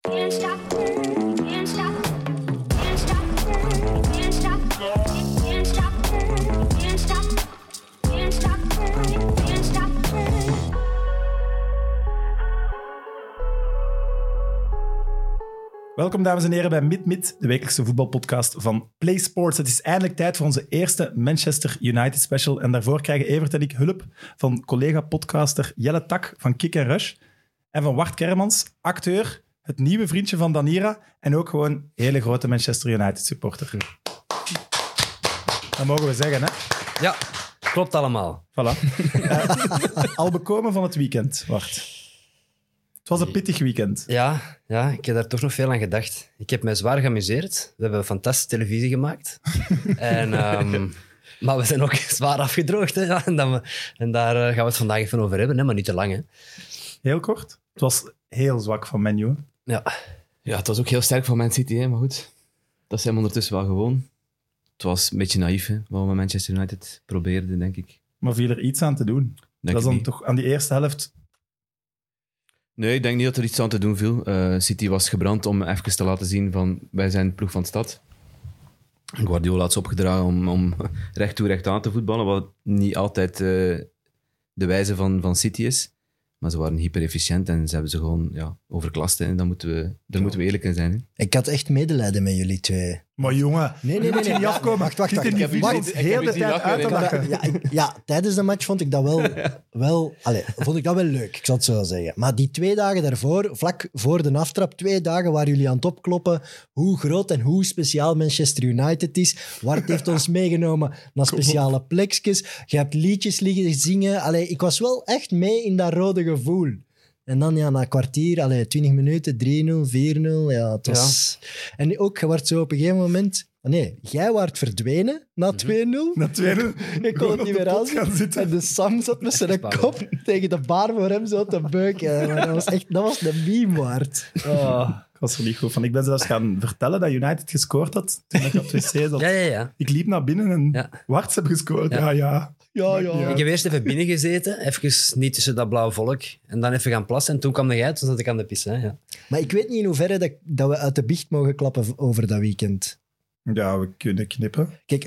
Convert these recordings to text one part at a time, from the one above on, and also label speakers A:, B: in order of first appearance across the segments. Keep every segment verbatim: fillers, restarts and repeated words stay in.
A: Can't stop, can't stop, can't stop, can't stop, can't stop, can't stop, can't stop, can't stop.
B: Welkom dames en heren bij Mid Mid, de wekelijkse voetbalpodcast van Play Sports. Het is eindelijk tijd voor onze eerste Manchester United special en daarvoor krijgen Evert en ik hulp van collega-podcaster Jelle Tak van Kick and Rush en van Wart Kermans, acteur, het nieuwe vriendje van Danira en ook gewoon hele grote Manchester United supporter. Dat mogen we zeggen, hè?
C: Ja, klopt allemaal.
B: Voilà. uh, al bekomen van het weekend, Wart. Het was een pittig weekend.
C: Ja, ja, ik heb daar toch nog veel aan gedacht. Ik heb mij zwaar geamuseerd. We hebben fantastische televisie gemaakt. en, um, maar we zijn ook zwaar afgedroogd. Hè? Ja, en, dan, en daar gaan we het vandaag even over hebben, hè? Maar niet te lang. Hè?
B: Heel kort. Het was heel zwak van Man U.
C: Ja.
D: Ja, het was ook heel sterk van Man City, hè? Maar goed. Dat zijn we ondertussen wel gewoon. Het was een beetje naïef, hè, wat we met Manchester United probeerden, denk ik.
B: Maar viel er iets aan te doen?
D: Denk
B: dat is dan
D: niet.
B: toch aan die eerste helft...
D: Nee, ik denk niet dat er iets aan te doen viel. Uh, City was gebrand om even te laten zien van wij zijn ploeg van de stad. Guardiola had ze opgedragen om, om recht toe recht aan te voetballen, wat niet altijd uh, de wijze van, van City is. Maar ze waren hyper-efficiënt en ze hebben ze gewoon ja, overklast. Hè. Dan moeten we, daar ja. moeten we eerlijk in zijn. Hè.
E: Ik had echt medelijden met jullie twee.
B: Maar jongen,
E: nee, nee, nee, nee.
B: niet afkomen.
E: Wacht, wacht, wacht.
B: Ik heb
E: wacht.
B: je heel de tijd uit te lachen.
E: Ja, ik, ja, tijdens de match vond ik dat wel... wel allez, vond ik dat wel leuk, ik zal het zo zeggen. Maar die twee dagen daarvoor, vlak voor de aftrap, twee dagen waar jullie aan het opkloppen hoe groot en hoe speciaal Manchester United is. Wart heeft ons meegenomen naar speciale plekjes. Je hebt liedjes liggen zingen. Allee, ik was wel echt mee in dat rode gevoel. En dan ja, na een kwartier, allee, twintig minuten, drie nul, vier nul. Ja, het was... Ja. En ook, je werd zo op een gegeven moment... Nee, jij waart verdwenen na twee nul.
B: Na twee nul?
E: Ik kon het niet meer aanzien. En de Sam zat met zijn kop tegen de bar voor hem zo te beuken. Maar dat was echt dat was de meme waard.
B: Oh, ik was er niet goed van. Ik ben zelfs gaan vertellen dat United gescoord had toen ik op het wc zat.
C: Ja, ja, ja.
B: Ik liep naar binnen en ja. Warts heb gescoord. Ja, ja. ja. ja, ja.
C: Ik heb eerst even binnen gezeten, even niet tussen dat blauwe volk. En dan even gaan plassen. En toen kwam jij uit, toen zat ik aan de piste. Ja.
E: Maar ik weet niet in hoeverre dat, dat we uit de biecht mogen klappen over dat weekend.
B: Ja, we kunnen knippen.
E: Kijk,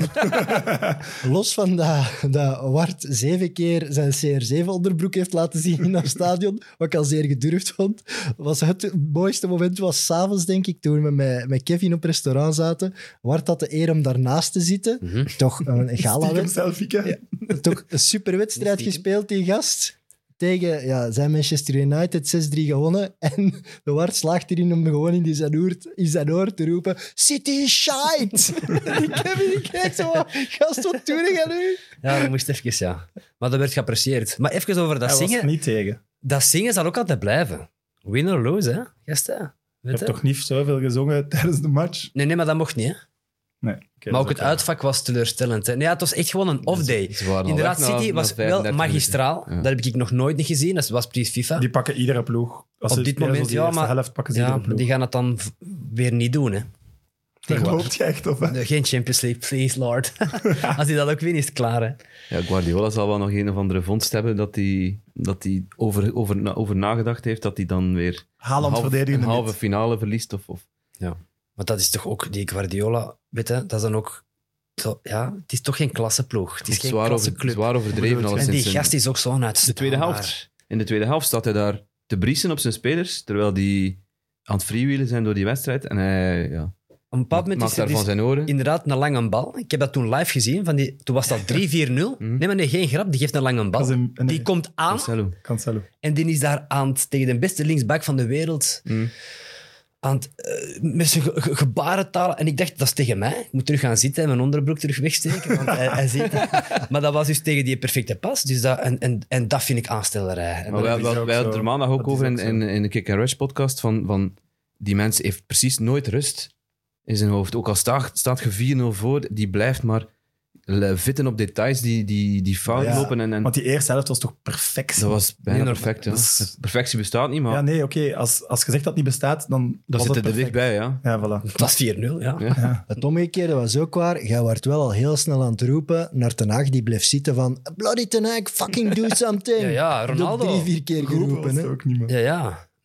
E: los van dat, dat Wart zeven keer zijn C R zeven onderbroek heeft laten zien in dat stadion, wat ik al zeer gedurfd vond, was het mooiste moment was 's avonds, denk ik, toen we met, met Kevin op restaurant zaten. Wart had de eer om daarnaast te zitten. Mm-hmm. Toch een gala-wedstrijd. Ja, toch een superwedstrijd gespeeld, die gast. Tegen ja, zijn Manchester United zes drie gewonnen. En de Wart slaagt erin om gewoon in, die zijn, oor, in zijn oor te roepen: City is shite! Ik heb niet gekeken zo. Gast, wat doe ik aan u?
C: Ja, dat moest even, ja. Maar dat werd geapprecieerd. Maar even over dat
B: Hij
C: zingen.
B: Was er niet tegen.
C: Dat zingen zal ook altijd blijven. Win or lose, hè, gasten.
B: Je hebt toch niet zoveel gezongen tijdens de match?
C: Nee, nee, maar dat mocht niet, hè?
B: Nee. Okay,
C: maar ook het uitvak was teleurstellend. Hè? Nee, ja, het was echt gewoon een off-day. Inderdaad, City was wel magistraal. Ja. Dat heb ik nog nooit niet gezien. Dat was precies FIFA.
B: Die pakken iedere ploeg. Als
C: op dit moment, ja, maar
B: helft pakken ze
C: ja,
B: ploeg.
C: Die gaan het dan v- weer niet doen. Hè?
B: Daar loopt je echt op, hè?
C: Geen Champions League, please, Lord. Als hij dat ook wint, is het klaar. Hè?
D: Ja, Guardiola zal wel nog een of andere vondst hebben dat hij dat hij over, over, over nagedacht heeft dat hij dan weer
B: Haaland
D: een, half, een halve
B: met.
D: finale verliest. Of, of.
C: Ja. Maar dat is toch ook, die Guardiola, weet je, dat is dan ook... Zo, ja, het is toch geen klasseploeg. Het is geen
D: zwaar,
C: klasseclub.
D: over, zwaar overdreven.
C: En die gast is ook zo'n uitstander.
D: De tweede helft. In de tweede helft staat hij daar te briesen op zijn spelers, terwijl die aan het freewheelen zijn door die wedstrijd. En hij ja,
C: een bepaald moment
D: maakt daar van zijn oren.
C: Inderdaad, een lange bal. Ik heb dat toen live gezien. Van die, toen was dat drie vier nul. Mm. Nee, maar nee, geen grap. Die geeft een lange bal. Een, een, die komt aan.
D: Cancelo.
B: Cancelo.
C: En die is daar aan het, tegen de beste linksback van de wereld... Mm. Aan het, uh, met zijn ge- ge- gebarentaal. En ik dacht, dat is tegen mij. Ik moet terug gaan zitten en mijn onderbroek terug wegsteken. Want hij, hij zit. Maar dat was dus tegen die perfecte pas. Dus dat, en, en, en dat vind ik aanstellerij. En
D: maar wij wij, wij hadden er maandag ook over in, in, in de Kick and Rush podcast. Van, van die mens heeft precies nooit rust in zijn hoofd. Ook al staat, staat je vier nul voor, die blijft maar vitten op details die, die, die fout ja, lopen. En, en...
B: Want die eerste helft was toch perfect?
D: Dat was bijna nee, perfect, ja. Dus... Perfectie bestaat niet, maar...
B: Ja, nee, oké. Okay. Als, als je zegt dat het niet bestaat, dan
D: dat
B: was
D: zit
B: het
D: er dichtbij, ja.
B: Ja, voilà.
C: Het was vier nul, ja.
E: ja. ja. Het omgekeerde was ook waar. Jij werd wel al heel snel aan het roepen naar Ten Hag, die bleef zitten van bloody Ten Hag, fucking do something.
C: Ja, ja, Ronaldo.
E: Drie, vier keer geroepen, hè.
B: Ook niet meer.
C: Ja, ja.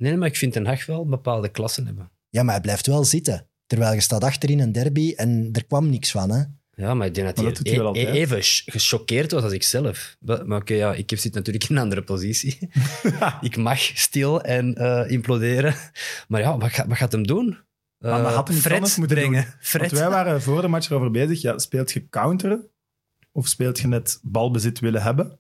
C: Nee, maar ik vind Ten Hag wel bepaalde klassen hebben.
E: Ja, maar hij blijft wel zitten. Terwijl je staat achter in een derby en er kwam niks van. Hè?
C: Ja, maar ik denk dat
B: Maar
C: hij
B: dat doet hij wel
C: e-
B: altijd.
C: even sch- gechoqueerd was als ik zelf. Maar, maar oké, ja, ik heb- zit natuurlijk in een andere positie. Ik mag stil en eh, imploderen. Maar ja, wat, ga- wat gaat hem doen?
B: Maar
C: Eh,
B: dat had hem iets
C: Fred
B: anders moeten
C: brengen.
B: doen.
C: Fred.
B: Want wij waren voor de match erover bezig. Ja, speelt je counteren? Of speelt je net balbezit willen hebben?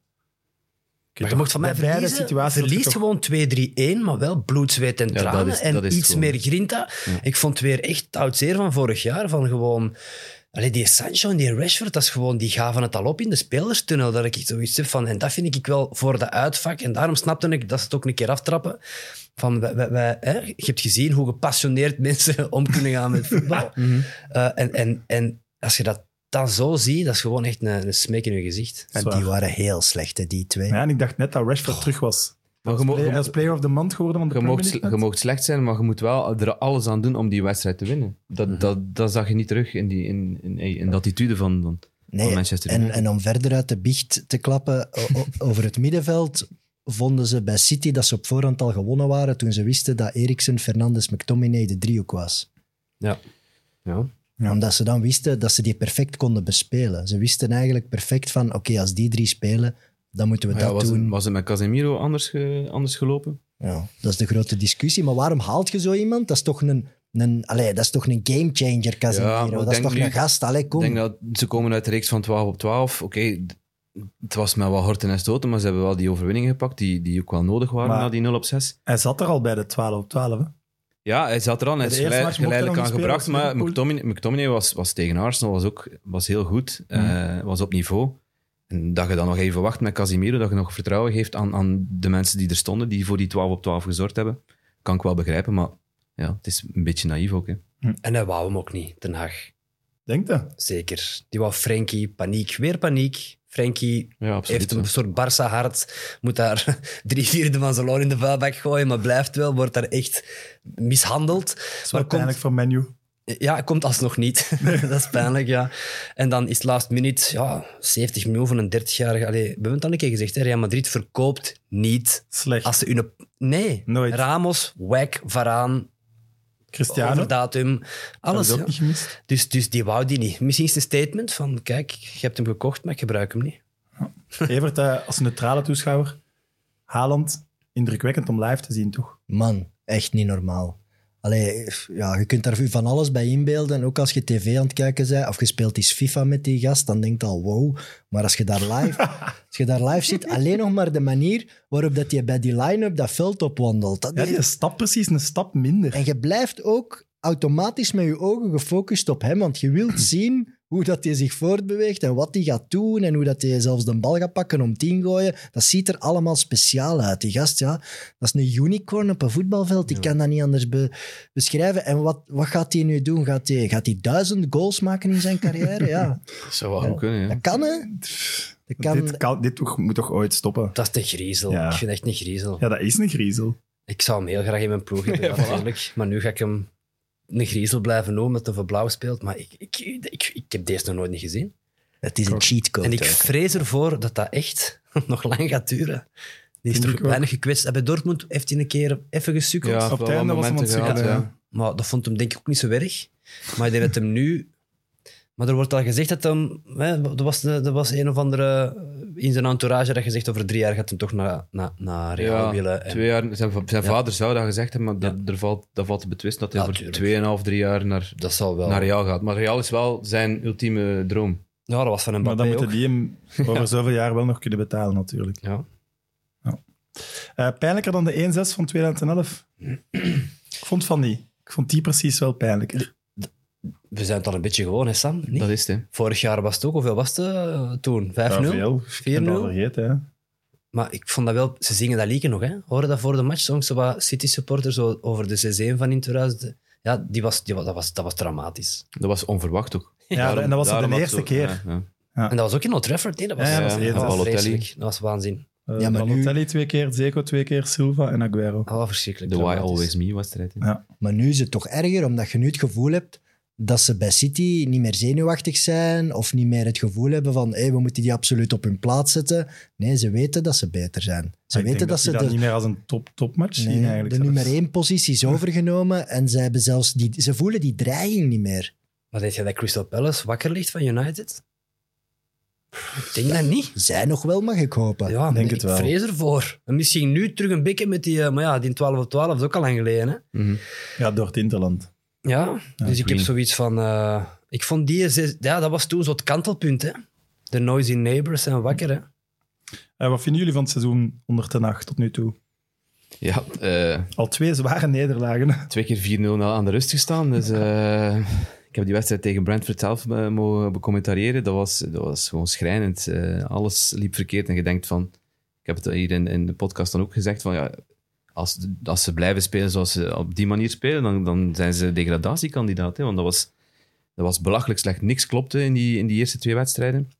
C: Maar je mocht van mij
B: bij beide
C: verliezen.
B: situaties had je
C: Verliest
B: toch-
C: gewoon twee drie een, maar wel bloed, zweet en
D: Ja,
C: tranen.
D: dat is-
C: en
D: dat is
C: iets
D: gewoon-
C: meer grinta. Ik vond het weer echt het oud zeer van vorig jaar. Van gewoon... Allee, die Sancho en die Rashford, dat is gewoon, die gaven het al op in de spelerstunnel. Dat ik zoiets heb van... En dat vind ik wel voor de uitvak. En daarom snapte ik dat ze het ook een keer aftrappen. Van, wij, wij, wij, hè, je hebt gezien hoe gepassioneerd mensen om kunnen gaan met voetbal. Eh, en, en, en als je dat dan zo ziet, dat is gewoon echt een, een smek in je gezicht.
E: En
B: Zwaar.
E: die waren heel slecht, hè, die twee.
B: Ja, en ik dacht net dat Rashford terug was.
D: Maar je
B: Als
D: mo-
B: play-
D: je mo-
B: als player of the month geworden van de
D: Je
B: Premier
D: moogt,
B: League
D: je
B: net.
D: moogt slecht zijn, maar je moet wel er alles aan doen om die wedstrijd te winnen. Dat, dat, dat zag je niet terug in, die, in, in, in de attitude van, van, van
E: Nee,
D: Manchester
E: en,
D: United.
E: en om verder uit de biecht te klappen o- o- over het middenveld, vonden ze bij City dat ze op voorhand al gewonnen waren toen ze wisten dat Eriksen, Fernandes, McTominay de driehoek was.
C: Ja. Ja.
B: Ja.
E: Omdat ze dan wisten dat ze die perfect konden bespelen. Ze wisten eigenlijk perfect van, oké, als die drie spelen, dan moeten we
D: Maar ja,
E: dat
D: was,
E: doen.
D: het, was het met Casemiro anders, ge- anders gelopen?
E: Ja, dat is de grote discussie. Maar waarom haalt je zo iemand? Dat is toch een, een, allee, dat is toch een gamechanger, Casemiro.
D: Ja, maar ik
E: dat is
D: denk
E: toch
D: nu-
E: een gast? Allee,
D: Ik
E: kom.
D: denk dat ze komen uit de reeks van twaalf op twaalf. Oké, d- het was met wat horten en stoten, maar ze hebben wel die overwinningen gepakt die, die ook wel nodig waren
B: Maar-
D: na die nul op zes.
B: Hij zat er al bij de twaalf op twaalf. Hè?
D: Ja, hij zat er al en hij
B: De
D: is
B: eerste
D: geleid-
B: match mocht hij
D: geleidelijk
B: nog
D: aan
B: niet
D: gebracht.
B: spelen,
D: Maar
B: was
D: McTominay, McTominay was, was tegen Arsenal was ook was heel goed. eh, was op niveau. En dat je dan nog even wacht met Casemiro, dat je nog vertrouwen geeft aan, aan de mensen die er stonden, die voor die twaalf op twaalf gezorgd hebben, kan ik wel begrijpen. Maar ja, het is een beetje naïef ook. Hè.
C: En hij wou hem ook niet, Ten Hag.
B: Denk je?
C: Zeker. Die wou Frenkie, paniek, weer paniek. Frenkie
D: Ja, absoluut.
C: heeft een
D: ja.
C: soort Barça-hart, moet daar drie vierde van zijn loon in de vuilbak gooien, maar blijft wel, wordt daar echt mishandeld.
B: Dat is
C: Maar
B: wel pijnlijk voor Menu.
C: Ja, komt alsnog niet. Dat is pijnlijk, ja. En dan is het last minute, ja, zeventig miljoen van een dertig-jarige. Allee, we hebben het al een keer gezegd, hè, Real Madrid verkoopt niet.
B: Slecht.
C: Als ze hun... Nee.
B: Nooit.
C: Ramos, Wack, Varaan,
B: Cristiano.
C: over datum, alles.
B: Alles ook
C: ja.
B: niet gemist.
C: Dus, dus die wou die niet. Misschien is het een statement van, kijk, je hebt hem gekocht, maar ik gebruik hem niet.
B: Evert, eh, als neutrale toeschouwer, Haaland, indrukwekkend om live te zien, toch?
E: Man, echt niet normaal. Allee, ja, je kunt daar van alles bij inbeelden. Ook als je tv aan het kijken bent, of je speelt eens FIFA met die gast, dan denk je al wow. Maar als je daar live, als je daar live zit, alleen nog maar de manier waarop dat je bij die line-up dat veld opwandelt. Dat
B: Ja, die stap precies een stap minder.
E: En je blijft ook automatisch met je ogen gefocust op hem, want je wilt zien hoe dat hij zich voortbeweegt en wat hij gaat doen en hoe dat hij zelfs de bal gaat pakken om tien gooien. Dat ziet er allemaal speciaal uit. Die gast, ja, dat is een unicorn op een voetbalveld. Ik kan dat niet anders be- beschrijven. En wat, wat gaat hij nu doen? Gaat hij, gaat hij duizend goals maken in zijn carrière? Ja,
D: Dat zou wel goed kunnen. Ja.
E: dat kan, hè. Dat kan,
B: Dit, kan, dit toch- moet toch ooit stoppen?
C: Dat is de griezel.
B: Ja.
C: Ik vind echt een griezel.
B: Ja, dat is een griezel.
C: Ik zou hem heel graag in mijn ploeg hebben, ja, natuurlijk. Maar nu ga ik hem een griezel blijven noemen, met een verblauw speelt. Maar ik, ik, ik, ik heb deze nog nooit niet gezien.
E: het is een cheatcode.
C: En ik
E: ook.
C: vrees ervoor dat dat echt nog lang gaat duren. Die is
B: Vind
C: toch
B: ik ook.
C: weinig gekwetst. En bij Dortmund heeft hij een keer even gesukkeld.
D: Ja,
B: Op het
D: wel
B: einde was hem aan het
D: momenten
B: sukkelen,
D: gehad,
B: ja.
C: Maar dat vond hem denk ik ook niet zo erg. Maar ik denk dat hem nu... Maar er wordt al gezegd dat hem... Hè, er, was, er was een of andere in zijn entourage dat gezegd over drie jaar gaat hem toch naar, naar, naar Real
D: Ja,
C: willen. En-
D: twee jaar, zijn, zijn
C: Ja.
D: vader zou dat gezegd hebben, maar dat, er valt, dat valt te betwisten dat hij
C: Ja,
D: voor
C: tuurlijk.
D: tweeënhalf, drie jaar naar,
C: Dat zal wel...
D: naar Real gaat. Maar Real is wel zijn ultieme droom.
C: Ja, dat was van
B: Maar
C: Mbappé
B: dan moeten
C: ook.
B: die hem over zoveel jaar wel nog kunnen betalen, natuurlijk.
C: Ja.
B: Eh, pijnlijker dan de één zes van tweeduizend elf? Ik vond van niet. Ik vond die precies wel pijnlijk.
C: We zijn het al een beetje gewoon, hè Sam? Niet?
D: Dat is het. Hè.
C: Vorig jaar was het ook. Hoeveel was het eh, toen? vijf nul?
B: Ja, veel. Ik
C: vier
B: heb het al
C: nul?
B: vergeten, hè.
C: Maar ik vond dat wel... Ze zingen dat liedje nog, hè? Horen dat voor de match? Zongen ze wat City-supporters zo over de zes een van in tweeduizend. Ja, die was, die, was- dat, was, dat was dramatisch.
D: Dat was onverwacht ook.
B: Ja, en dat was
D: daarom
B: de
D: had
B: eerste
D: zo-
B: keer.
D: ja, ja.
C: En dat was ook in Old Trafford, nee? Dat was,
B: Ja, ja,
D: dat was
C: dat
D: eerder.
C: was
D: Balotelli.
C: vreselijk. Dat was waanzin.
B: Uh,
E: Ja, maar nu-
B: Balotelli twee keer, Zeko twee keer, Silva en Aguero.
C: Oh, verschrikkelijk.
D: De Why
C: dramatisch.
D: Always Me wedstrijd. hè.
B: Ja.
E: Maar nu is het toch erger, omdat je nu het gevoel hebt dat ze bij City niet meer zenuwachtig zijn of niet meer het gevoel hebben van hey, we moeten die absoluut op hun plaats zetten. Nee, ze weten dat ze beter zijn. Ze
B: Ik
E: weten
B: denk
E: dat, ze
B: die
E: de,
B: dat niet meer als een top-topmatch
E: nee,
B: zien eigenlijk.
E: de
B: zelfs.
E: nummer één positie is overgenomen en ze, hebben zelfs die, ze voelen die dreiging niet meer.
C: Maar denk je dat Crystal Palace wakker ligt van United? Ik denk dat niet.
E: Zij nog wel, mag ik hopen.
C: Ja, maar
B: denk
C: ik
B: het wel.
C: vrees ervoor. En misschien nu terug een beetje met die... eh, Maar ja, die twaalf op twaalf is ook al lang geleden. Hè?
D: Mhm.
B: Ja, door het Interland.
C: Ja, dus ik
D: Queen.
C: heb zoiets van... eh, ik vond die... zes- Ja, dat was toen zo het kantelpunt. Hè? De noisy neighbors zijn wakker. Hè?
B: Uh, wat vinden jullie van het seizoen onder Ten Hag tot nu toe?
D: Ja, eh,
B: Al twee zware nederlagen.
D: twee keer vier nul aan de rust gestaan. Dus eh, ik heb die wedstrijd tegen Brentford zelf eh, mogen becommentariëren. Dat was, dat was gewoon schrijnend. Eh, alles liep verkeerd en je denkt van... Ik heb het hier in, in de podcast dan ook gezegd van... Ja, als, als ze blijven spelen zoals ze op die manier spelen, dan, dan zijn ze degradatiekandidaat. Hè? Want dat was, dat was belachelijk slecht. Niks klopte in die, in die eerste twee wedstrijden.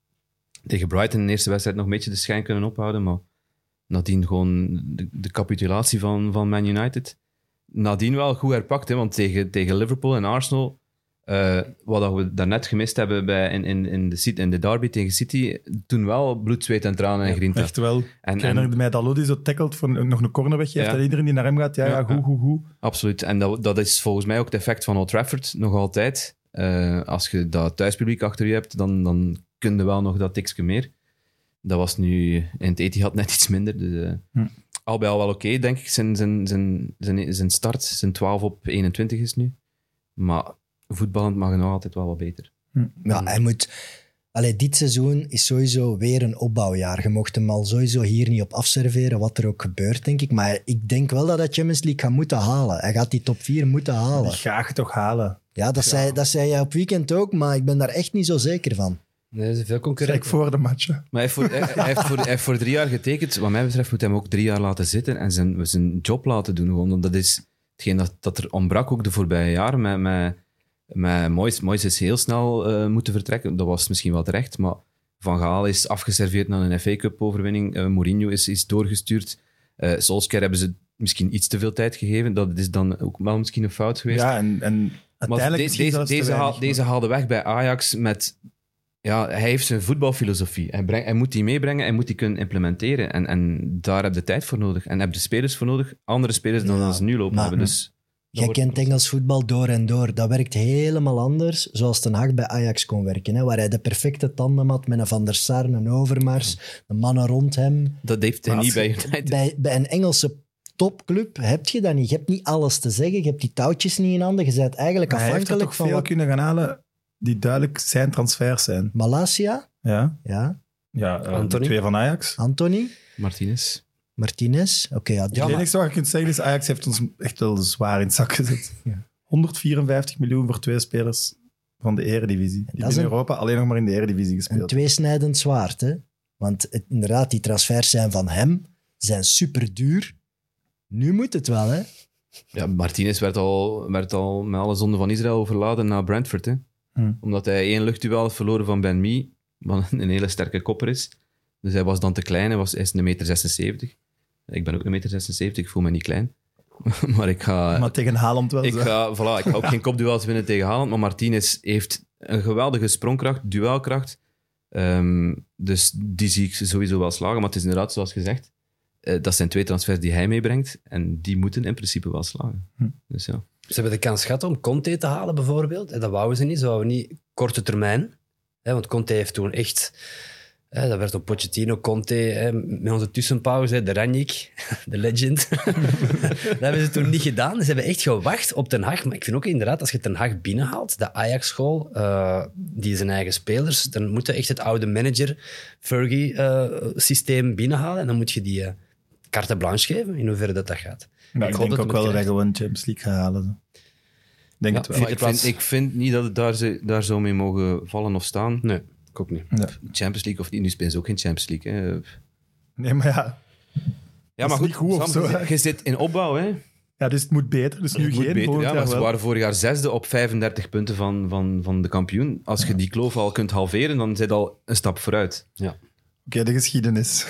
D: Tegen Brighton in de eerste wedstrijd nog een beetje de schijn kunnen ophouden, maar nadien gewoon de, de capitulatie van, van Man United. Nadien wel goed herpakt, hè, want tegen, tegen Liverpool en Arsenal, uh, wat we daarnet gemist hebben bij, in, in, in, de, in de derby tegen City, toen wel bloed, zweet en tranen en grinta.
B: Echt wel.
D: En,
B: Ik herinner
D: en,
B: mij dat Lodi zo tackelt voor nog een corner weggeeft
D: Ja.
B: en iedereen die naar hem gaat, ja, ja,
D: Ja,
B: goed,
D: ja.
B: goed, goed.
D: absoluut. En dat, dat is volgens mij ook het effect van Old Trafford, nog altijd. Uh, als je dat thuispubliek achter je hebt, dan, dan kun je wel nog dat tikje meer. Dat was nu in het Etihad net iets minder. Dus, uh,
B: Hm.
D: al bij al wel oké, denk ik. Zijn, zijn, zijn, zijn, zijn start, zijn twaalf op eenentwintig is nu. Maar voetballend mag het nog altijd wel wat beter.
E: Ja, hij moet... Allee, dit seizoen is sowieso weer een opbouwjaar. Je mocht hem al sowieso hier niet op afserveren, wat er ook gebeurt, denk ik. Maar ik denk wel dat hij Champions League gaat moeten halen. Hij gaat die top vier moeten halen.
B: Die ga je toch halen.
E: Ja, dat, Zei, dat zei jij op weekend ook, maar ik ben daar echt niet zo zeker van.
C: Nee, er zijn veel
B: Kijk
C: concurrentie.
B: voor de matchen.
D: Maar hij heeft, voor, hij, hij heeft, voor, hij heeft voor drie jaar getekend. Wat mij betreft moet hij hem ook drie jaar laten zitten en zijn, zijn job laten doen. Gewoon. Want dat is hetgeen dat, dat er ontbrak ook de voorbije jaren. Met, met, met Moyes. Moyes is heel snel uh, moeten vertrekken. Dat was misschien wel terecht, maar Van Gaal is afgeserveerd naar een F A Cup-overwinning. Uh, Mourinho is, is doorgestuurd. Uh, Solskjaer hebben ze misschien iets te veel tijd gegeven. Dat is dan ook wel misschien een fout geweest.
B: Ja, en, en
D: Maar
B: uiteindelijk
D: de-
B: misschien
D: deze,
B: zelfs te
D: deze, haal,
B: weinig,
D: deze haalde weg bij Ajax met... Ja, hij heeft zijn voetbalfilosofie. Hij, breng, hij moet die meebrengen, hij moet die kunnen implementeren. En, en daar heb je tijd voor nodig. En heb je spelers voor nodig. Andere spelers dan
E: Ja,
D: dat ze nu lopen
E: maar-
D: hebben. Dus dat
E: Jij
D: wordt-
E: kent Engels voetbal door en door. Dat werkt helemaal anders, zoals Ten Hag bij Ajax kon werken. Hè, waar hij de perfecte tandem had met een Van der Sar, een Overmars, de mannen rond hem.
D: Dat heeft hij
B: Maar
D: niet
B: als-
D: bij United.
E: Bij, bij een Engelse topclub heb je dat niet. Je hebt niet alles te zeggen, je hebt die touwtjes niet in handen. Je bent eigenlijk
B: Maar hij heeft er
E: afhankelijk
B: toch
E: van
B: veel
E: wat...
B: kunnen gaan halen die duidelijk zijn transfers zijn.
E: Malasia,
B: Ja,
E: ja.
B: ja uh, de
C: Anthony?
B: twee van Ajax.
E: Anthony,
D: Martinez.
E: Martinez. Oké, ja, die-
B: Het enige wat je kunt zeggen is, Ajax heeft ons echt wel zwaar in het zak gezet. honderdvierenvijftig miljoen voor twee spelers van de Eredivisie. Die
E: Dat is
B: in
E: een-
B: Europa alleen nog maar in de Eredivisie
E: een
B: gespeeld.
E: tweesnijdend zwaard. Hè? Want het, inderdaad, die transfers zijn van hem, zijn super duur. Nu moet het wel, hè?
D: Ja, Martinez werd al, werd al met alle zonden van Israël overladen naar Brentford. Hè?
B: Hm.
D: Omdat hij één luchtduel had verloren van Ben Mee, wat een hele sterke kopper is. Dus hij was dan te klein, hij, was, hij is een meter zesenzeventig. Ik ben ook een meter zesenzeventig, ik voel me niet klein. maar ik ga...
B: Maar tegen Haaland wel.
D: Ik
B: zo.
D: ga, voilà, ik ga ook geen kopduels winnen tegen Haaland, maar Martinez heeft een geweldige sprongkracht, duelkracht. Ehm, dus die zie ik sowieso wel slagen. Maar het is inderdaad, zoals gezegd, eh, dat zijn twee transfers die hij meebrengt en die moeten in principe wel slagen.
B: Hm.
D: Dus ja.
C: Ze hebben de kans gehad om Conte te halen, bijvoorbeeld. En dat wouden ze niet. Ze wouden niet korte termijn. Hè, want Conte heeft toen echt... Hè, dat werd op Pochettino, Conte, hè, met onze tussenpauze, hè, de Ranjik, de legend. Dat hebben ze toen niet gedaan. Ze hebben echt gewacht op Ten Hag. Maar ik vind ook inderdaad, als je Ten Hag binnenhaalt, de Ajax-school, uh, die zijn eigen spelers, dan moet je echt het oude manager-Fergie-systeem uh, binnenhalen. En dan moet je die uh, carte blanche geven, in hoeverre dat, dat gaat.
B: Maar ik
C: hoop
B: denk
C: dat
B: ook
C: het
B: wel dat hij
C: krijgt.
B: gewoon Champions League gaat halen. Ik denk
D: Ja,
B: het wel.
D: maar ik, vind, ik vind niet dat het daar, ze, daar zou mee mogen vallen of staan.
C: Nee, ik ook niet.
B: Ja.
D: Champions League of niet, nu spelen ze ook geen Champions League. Hè.
B: Nee, maar ja.
D: Ja,
B: is
D: maar goed,
B: niet goed of
D: Sam,
B: zo,
D: je-
B: hè?
D: je zit in opbouw, hè.
B: ja, dus het moet beter. Dus nu
D: Het moet
B: geen,
D: beter,
B: volgend
D: ja,
B: jaar
D: maar ze
B: wel.
D: waren vorig jaar zesde op vijfendertig punten van, van, van de kampioen. Als je die kloof al kunt halveren, dan zit al een stap vooruit.
C: Ja.
B: okay, de geschiedenis.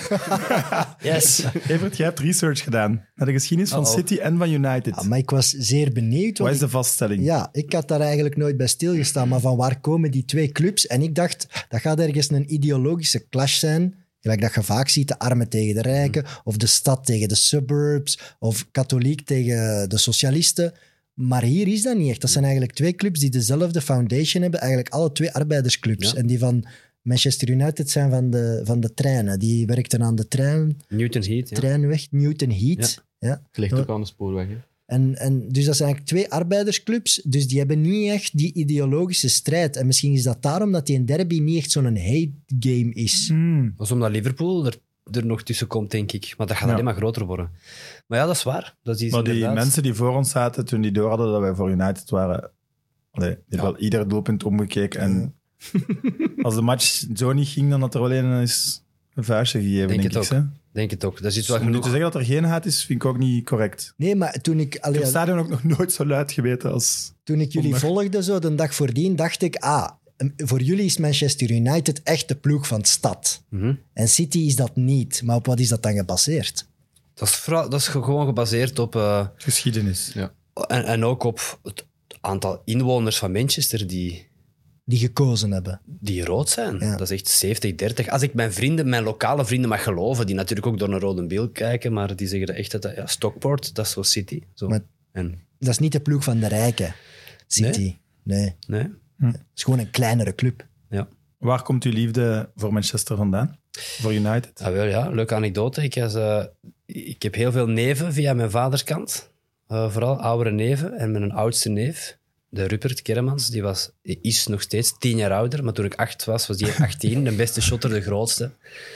C: Yes.
B: Evert, jij hebt research gedaan naar de geschiedenis van
C: Uh-oh.
B: City en van United.
E: Ja, maar ik was zeer benieuwd.
B: Wat
E: want
B: is de vaststelling?
E: Ja, ik had daar eigenlijk nooit bij stilgestaan. Maar van waar komen die twee clubs? En ik dacht, dat gaat ergens een ideologische clash zijn. Gelijk dat je vaak ziet, de armen tegen de rijken. Of de stad tegen de suburbs. Of katholiek tegen de socialisten. Maar hier is dat niet echt. Dat zijn eigenlijk twee clubs die dezelfde foundation hebben. Eigenlijk alle twee arbeidersclubs.
C: Ja.
E: En die van Manchester United zijn van de, van de treinen. Die werkten aan de trein,
C: Newton Heat, ja.
E: treinweg, Newton Heat. Ja.
D: Het ligt ook aan de spoorweg. Hè.
E: En, en dus dat zijn eigenlijk twee arbeidersclubs. Dus die hebben niet echt die ideologische strijd. En misschien is dat daarom dat die een derby niet echt zo'n hate game is.
B: Hmm.
C: Dat is omdat Liverpool er, er nog tussen komt, denk ik. Maar dat gaat
B: Ja.
C: alleen maar groter worden. Maar ja, dat is waar. Dat is
B: Maar die
C: inderdaad-
B: mensen die voor ons zaten, toen die door hadden dat wij voor United waren, allee, die hebben wel ieder doelpunt omgekeken. En als de match zo niet ging, dan had er wel een eens een vuistje gegeven,
C: Denk
B: denk,
C: het
B: ik.
C: ook.
B: Hè?
C: Denk het ook. Dat is iets
B: Dus
C: wat
B: om nu
C: genoeg...
B: te zeggen dat er geen haat is, vind ik ook niet correct.
E: Nee, maar toen ik,
B: Ik
E: allee,
B: heb het stadion ook nog nooit zo luid geweten als...
E: toen ik jullie
B: Zondag.
E: volgde, zo, de dag voordien, dacht ik... Ah, voor jullie is Manchester United echt de ploeg van de stad.
C: Mhm.
E: En City is dat niet. Maar op wat is dat dan gebaseerd?
C: dat, is vooral- dat is gewoon gebaseerd op... eh,
B: Geschiedenis.
D: Ja.
C: en, en ook op het aantal inwoners van Manchester die,
E: Die gekozen hebben.
C: die rood zijn.
E: Ja.
C: Dat is echt zeventig dertig. Als ik mijn vrienden, mijn lokale vrienden mag geloven, die natuurlijk ook door een rode bil kijken, maar die zeggen echt dat... dat- Ja, Stockport, dat is zo City. Zo.
E: Maar-
C: En,
E: Dat is niet de ploeg van de rijken. City. Nee.
C: nee?
E: Het is gewoon een kleinere club.
C: Ja.
B: Waar komt uw liefde voor Manchester vandaan? Voor United?
C: Ah, wel, ja, leuke anekdote. Ik, was, eh, ik heb heel veel neven via mijn vaders kant. Eh, vooral oudere neven. En mijn oudste neef, de Rupert Kermans, die, was, die is nog steeds tien jaar ouder. Maar toen ik acht was, was die achttien. De beste shotter, de grootste.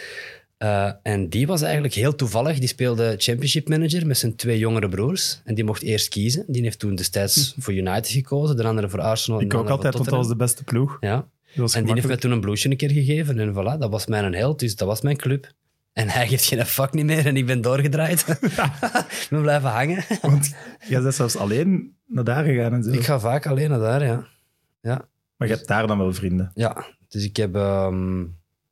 C: Eh, en die was eigenlijk heel toevallig. Die speelde Championship Manager met zijn twee jongere broers. En die mocht eerst kiezen. Die heeft toen destijds voor United gekozen. De andere voor Arsenal. en
B: Ik
C: de
B: ook
C: andere
B: altijd,
C: voor
B: want dat was de
C: Tottenham.
B: beste ploeg.
C: Ja.
B: Dat was
C: En die heeft mij
B: gemakkelijk.
C: toen een blouseje een keer gegeven. En voilà, dat was mijn held, dus dat was mijn club. En hij geeft geen fuck niet meer en ik ben doorgedraaid. Ik ben blijven hangen.
B: Want jij bent zelfs alleen naar daar gegaan en zo.
C: Ik ga vaak alleen naar daar, ja. Ja,
B: Maar je hebt daar dan wel vrienden.
C: ja. Dus ik heb ehm,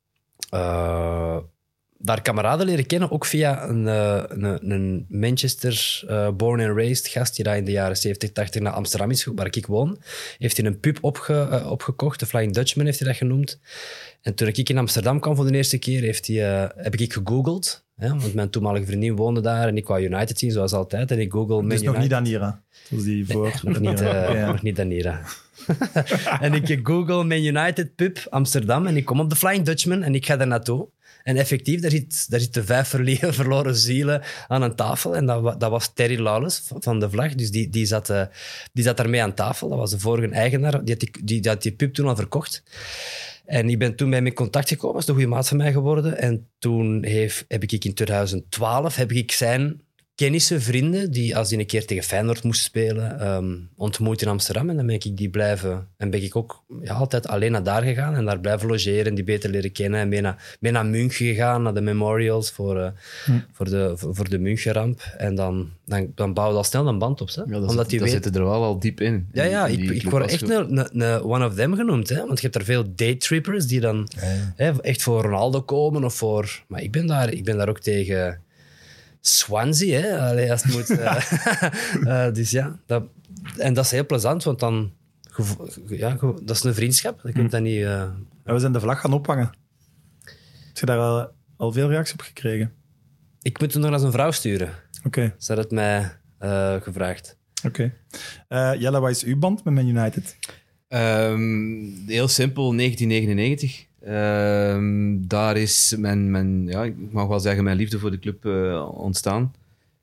C: eh, daar kameraden leren kennen, ook via een, eh, een, een Manchester eh, born and raised gast die daar in de jaren zeventig, tachtig naar Amsterdam is, waar ik woon. Heeft hij een pub opge, eh, opgekocht, de Flying Dutchman heeft hij dat genoemd. En toen ik in Amsterdam kwam voor de eerste keer, heeft hij, uh, heb ik gegoogeld. Hè, want mijn toenmalige vriendin woonde daar en ik wou United zien, zoals altijd. En ik google Man
B: Dus nog
C: United.
B: niet Danira. Zoals die voor.
C: Nog niet, eh,
B: Ja.
C: nog niet Danira. En ik google Man United pub Amsterdam en ik kom op de Flying Dutchman en ik ga daar naartoe. En effectief, daar, zit, daar zitten vijf verlie- verloren zielen aan een tafel. En dat, wa- dat was Terry Lawless van- van de Vlag. Dus die, die, zat, uh, die zat daarmee aan tafel. Dat was de vorige eigenaar. Die had die, die, die, had die pub toen al verkocht. En ik ben toen bij hem in contact gekomen. Dat is een goede maat van mij geworden. En toen heeft, heb ik in twintig twaalf heb ik zijn kennissen, vrienden, die als die een keer tegen Feyenoord moesten spelen, um, ontmoet in Amsterdam. En dan ben ik die blijven... En ben ik ook ja, altijd alleen naar daar gegaan en daar blijven logeren, die beter leren kennen. En mee naar, mee naar München gegaan, naar de memorials voor, uh, hm. voor de, voor, voor de Münchenramp. En dan, dan, dan bouwde al snel een band op. Hè?
D: Ja, dat
C: Omdat
D: zit,
C: die
D: dat
C: weet...
D: zit er wel al diep in.
C: Ja, ja,
D: Die-
C: ik,
D: die
C: ik
D: club
C: word
D: was
C: echt
D: goed.
C: een, een, een one of them genoemd. Hè? Want je hebt er veel daytrippers die dan
E: Ja, ja.
C: hè, echt voor Ronaldo komen. Of voor, maar ik ben, daar, ik ben daar ook tegen Swansea, hè? Allee, als het moet. uh, uh, dus ja, dat, en dat is heel plezant, want dan... gevo- Ja, gevo- dat is een vriendschap. Je kunt dat niet... uh,
B: En we zijn de vlag gaan ophangen. Heb je daar al, al veel reacties op gekregen?
C: ik moet het nog naar zijn vrouw sturen.
B: Oké,
C: Ze had het mij uh, gevraagd.
B: oké. Eh, Jelle, wat is uw band met Man United?
D: Ehm, heel simpel, negentien negenennegentig. Ehm, daar is mijn, mijn, ja, ik mag wel zeggen, mijn liefde voor de club eh, ontstaan.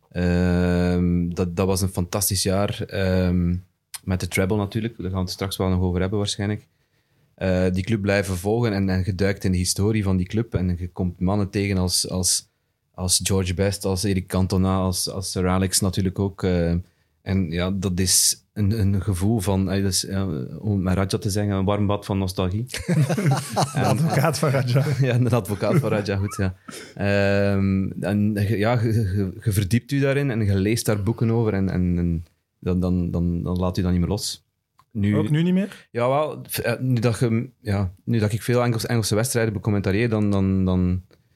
D: Ehm, dat, dat was een fantastisch jaar. Ehm, met de treble natuurlijk, daar gaan we het straks wel nog over hebben waarschijnlijk. Eh, die club blijven volgen en, en je duikt in de historie van die club. En je komt mannen tegen als, als, als George Best, als Eric Cantona, als, als Sir Alex natuurlijk ook. Eh, en ja, dat is een, een gevoel van, eh, dus, ja, om het met Raja te zeggen, een warm bad van nostalgie.
B: De advocaat van Raja.
D: Ja, een advocaat van Raja, goed, ja. Ehm, en je- ja, je, je, je verdiept u daarin en je leest daar boeken over en, en, en dan, dan, dan, dan laat u dat niet meer los. Nu,
B: Ook nu niet meer?
D: ja, wel, f- eh, nu, dat je, ja, nu dat ik veel Engels, Engelse wedstrijden becommentarieer, dan, dan, dan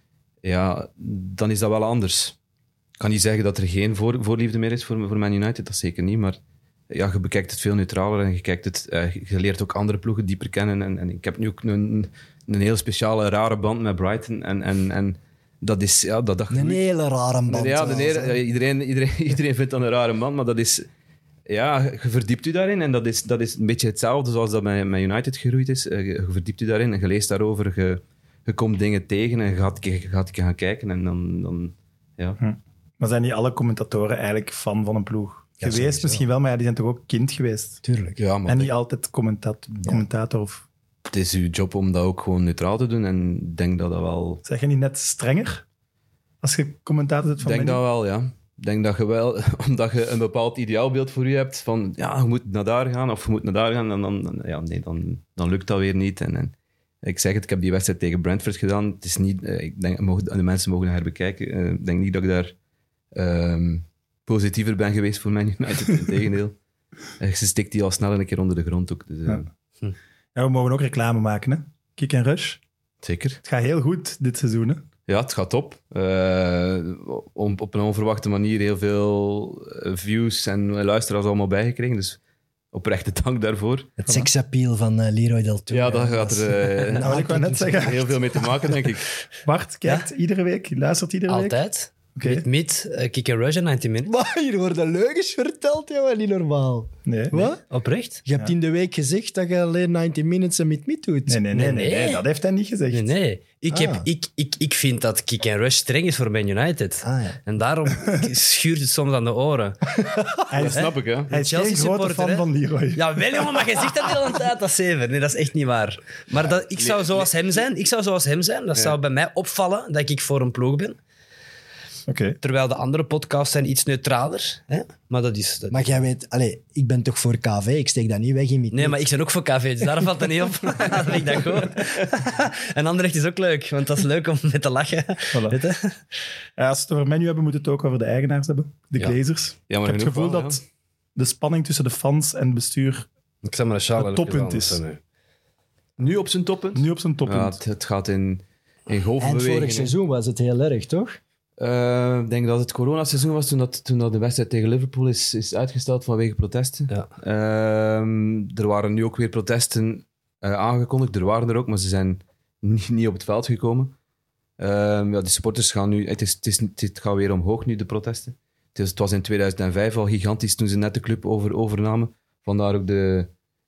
D: ja, dan is dat wel anders. Ik kan niet zeggen dat er geen voor, voorliefde meer is voor, voor Man United, dat zeker niet, maar ja, je bekijkt het veel neutraler en je, kijkt het, uh, je leert ook andere ploegen dieper kennen. En, en ik heb nu ook een, een heel speciale, rare band met Brighton. En, en, en dat is... Ja, dat, dat
E: Een hele rare band.
D: Ja, de hele,
E: trouwens, hè.
D: ja, iedereen, iedereen, iedereen vindt dat een rare band, maar dat is... Ja, je verdiept u daarin en dat is, dat is een beetje hetzelfde zoals dat met, met United gegroeid is. Uh, je, je verdiept u daarin en je leest daarover, je, je komt dingen tegen en je gaat, je gaat gaan kijken en dan... dan ja.
B: Hm. Maar zijn niet alle commentatoren eigenlijk fan van een ploeg?
E: Ja,
B: Geweest
E: sowieso.
B: misschien wel, maar ja, die zijn toch ook kind geweest?
E: Tuurlijk.
D: Ja, maar
B: En niet altijd commentaat, commentator of...
D: het is uw job om dat ook gewoon neutraal te doen en ik denk dat dat wel...
B: Zeg je niet net strenger als je commentator zit
D: Ik
B: van
D: denk
B: Man
D: dat wel, ja. Ik denk dat je wel, omdat je een bepaald ideaalbeeld voor je hebt van ja, je moet naar daar gaan of je moet naar daar gaan, en dan, dan, ja, nee, dan, dan lukt dat weer niet. En, en ik zeg het, ik heb die wedstrijd tegen Brentford gedaan. Het is niet, eh, ik denk, mogen, de mensen mogen dat herbekijken. Uh, ik denk niet dat ik daar um, positiever ben geweest voor Man United. Integendeel. Uh, ze stikt die al snel een keer onder de grond ook. Dus, uh,
B: Ja. Ja, we mogen ook reclame maken, hè? Kick and Rush.
D: Zeker.
B: Het gaat heel goed dit seizoen, hè?
D: Ja, het gaat op. Uh, om, op een onverwachte manier heel veel views en luisteraars allemaal bijgekregen. Dus oprechte dank daarvoor.
E: Het seksappeal van uh, Leroy Del
D: Ja, dat gaat er uh,
B: Nou, wil ik wel net zeggen.
D: heel veel mee te maken, denk ik.
B: Bart kijkt iedere week, luistert iedere week.
C: Altijd.
B: Oké.
C: Met Mid, uh, Kick and Rush en negentig minutes.
E: Maar hier worden leugens verteld, jongen. Niet normaal.
B: Nee.
E: Wat?
C: Oprecht?
E: Je hebt
B: Ja.
E: in de week gezegd dat je alleen negentig minutes en met mit doet.
B: Nee, nee, nee, nee,
C: Nee, nee.
B: nee, dat heeft hij niet gezegd.
C: Nee, nee. Ik,
E: Ah.
C: heb, ik, ik, ik vind dat Kick and Rush streng is voor Man United.
E: Ah, ja.
C: En daarom schuurt het soms aan de oren.
B: Hij
D: Dat
B: is,
D: snap ik, hè.
B: hij is
C: Chelsea
B: geen grote
C: supporter,
B: fan
C: hè?
B: van Leroy.
C: Ja, wel jongen, maar je zegt dat de hele tijd, dat is zeven. Nee, dat is echt niet waar. Maar dat, ik zou zoals hem zijn. Ik zou zoals hem zijn. Dat zou bij mij opvallen dat ik voor een ploeg ben.
B: Oké.
C: Terwijl de andere podcasts zijn iets neutraler. Hè? Maar dat is... Dat...
E: Maar jij weet, allez, ik ben toch voor K V, ik steek dat niet weg in mit.
C: Nee, maar ik ben ook voor K V, dus daar valt het niet op. Dan vind ik dat goed. En Anderlecht is ook leuk, want dat is leuk om met te lachen.
B: Voilà.
C: Weet je?
B: Ja, als we het over menu hebben, moeten we het ook over de eigenaars hebben. De
C: Ja.
B: Glazers.
D: Ja, maar
B: ik heb het
D: genoeg
B: gevoel
D: wel,
B: dat de spanning tussen de fans en het bestuur
C: Ik zal maar een sjaal
B: Het toppunt is.
D: Nu op zijn toppunt?
B: nu op zijn toppunt.
D: Ja, het, het gaat in, in
E: Eind
D: golfbewegingen.
E: vorig seizoen was het heel erg, toch?
D: Uh, ik denk dat het coronaseizoen was toen, dat, toen dat de wedstrijd tegen Liverpool is, is uitgesteld vanwege protesten.
C: Ja.
D: Um, er waren nu ook weer protesten uh, aangekondigd. Er waren er ook, maar ze zijn niet, niet op het veld gekomen. Um, ja, de supporters gaan nu... Het, is, het, is, het gaat weer omhoog nu, de protesten. Het, is, het was in tweeduizend vijf al gigantisch toen ze net de club over, overnamen. Vandaar ook de,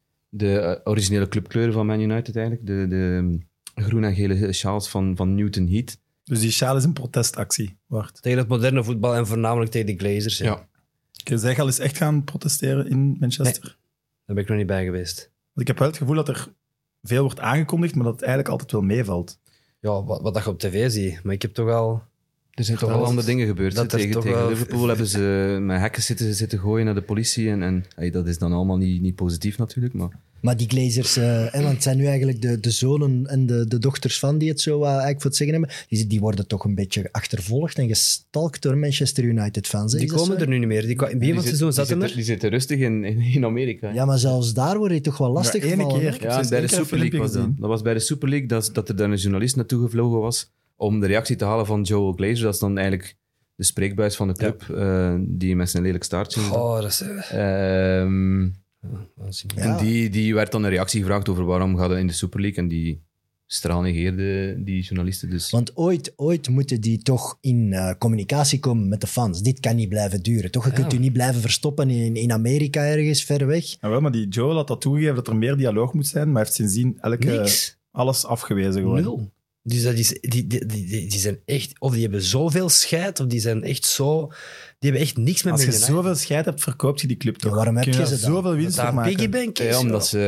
D: de uh, originele clubkleuren van Man United eigenlijk. De, de um, groen en gele sjaals van, van Newton Heath.
B: Dus die sjaal is een protestactie, Bart.
C: Tegen het moderne voetbal en voornamelijk tegen de Glazers. Ja.
D: Ja.
B: Kun je al eens echt gaan protesteren in Manchester?
C: Daar ben ik nog niet bij geweest.
B: Want ik heb wel het gevoel dat er veel wordt aangekondigd, maar dat het eigenlijk altijd wel meevalt.
C: Ja, wat, wat dat je op tv ziet. Maar ik heb toch al...
D: Er zijn
C: Toch
D: toch wel
C: wel-
D: andere dingen gebeurd.
C: dat
D: hè.
C: er
D: Tegen,
C: toch
D: tegen
C: wel-
D: Liverpool hebben ze met hekken zitten, zitten gooien naar de politie. En, en hey, dat is dan allemaal niet, niet positief natuurlijk. Maar
E: Maar die Glazers, eh, hè, want het zijn nu eigenlijk de, de zonen en de, de dochters van die het zo uh, eigenlijk voor het zeggen hebben, die, die worden toch een beetje achtervolgd en gestalkt door Manchester United-fans. hè?
C: Die
E: Is dat
C: komen
E: zo?
C: er nu niet meer. Die, kwa- in het begin van het
D: die,
C: seizoen
D: zit- die,
C: zaten
D: zitten,
C: er.
D: die zitten rustig in, in, in Amerika. hè.
E: Ja, maar zelfs daar word je toch wel lastig
B: Ja, ene
E: gevallen,
B: keer.
E: hè?
B: Ik heb
D: Ja,
B: sinds
D: bij de
B: één keer een
D: Super League was
B: filmpje
D: dat.
B: gezien.
D: Dat was bij de Super League dat, dat er dan een journalist naartoe gevlogen was om de reactie te halen van Joel Glazer. Dat is dan eigenlijk de spreekbuis van de club, eh, die met zijn lelijk staartje...
C: Oh, dat is... eh,
D: Ehm,
C: waanzinnig.
E: Ja.
D: En die, die werd dan een reactie gevraagd over waarom gaat het in de Super League. En die straal negeerde die journalisten. Dus
E: Want ooit, ooit moeten die toch in eh, communicatie komen met de fans. Dit kan niet blijven duren, toch? Je
C: Ja.
E: kunt u niet blijven verstoppen in, in Amerika ergens, ver weg.
B: Ja, wel, maar die Joel had dat toegegeven dat er meer dialoog moet zijn, maar hij heeft sindsdien elke,
C: Niks.
B: alles afgewezen gewoon.
C: Nul. Dus dat is, die, die, die, die, die zijn echt... Of die hebben zoveel scheid, of die zijn echt zo... Die hebben echt niks met
B: Als je
C: Man United.
B: zoveel scheid hebt, verkoopt je die club toch?
E: Ja, waarom heb
B: Kun
E: je
B: daar
E: ze dan?
B: zoveel winst
C: Daar
B: op maken?
C: piggy bank is.
D: ja, omdat ze...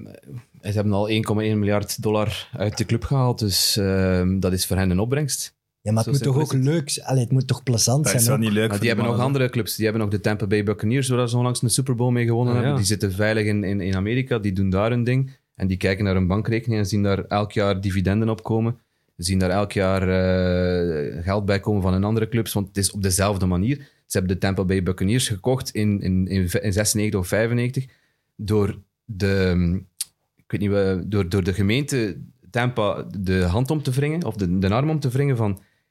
D: Ze hebben al één komma één miljard dollar uit de club gehaald. Dus ehm, dat is voor hen een opbrengst.
E: Ja, maar het
D: Zo
E: moet toch ook
D: simpel is
E: leuk zijn? Allee, het moet toch plezant
B: Dat is
E: zijn?
B: wel
E: ook?
B: niet leuk
D: Maar
B: voor
D: die hebben nog
B: mannen.
D: andere clubs. Die hebben nog de Tampa Bay Buccaneers, waar ze onlangs een Super Bowl mee gewonnen
C: Ah, ja.
D: hebben. Die zitten veilig in, in, in Amerika. Die doen daar hun ding. En die kijken naar hun bankrekening en zien daar elk jaar dividenden opkomen. Ze zien daar elk jaar eh, geld bij komen van hun andere clubs, want het is op dezelfde manier. Ze hebben de Tampa Bay Buccaneers gekocht in, in, in, in zesennegentig of vijfennegentig door de, ik weet niet, wat- door, door de gemeente Tampa de hand om te wringen, of de, de arm om te wringen van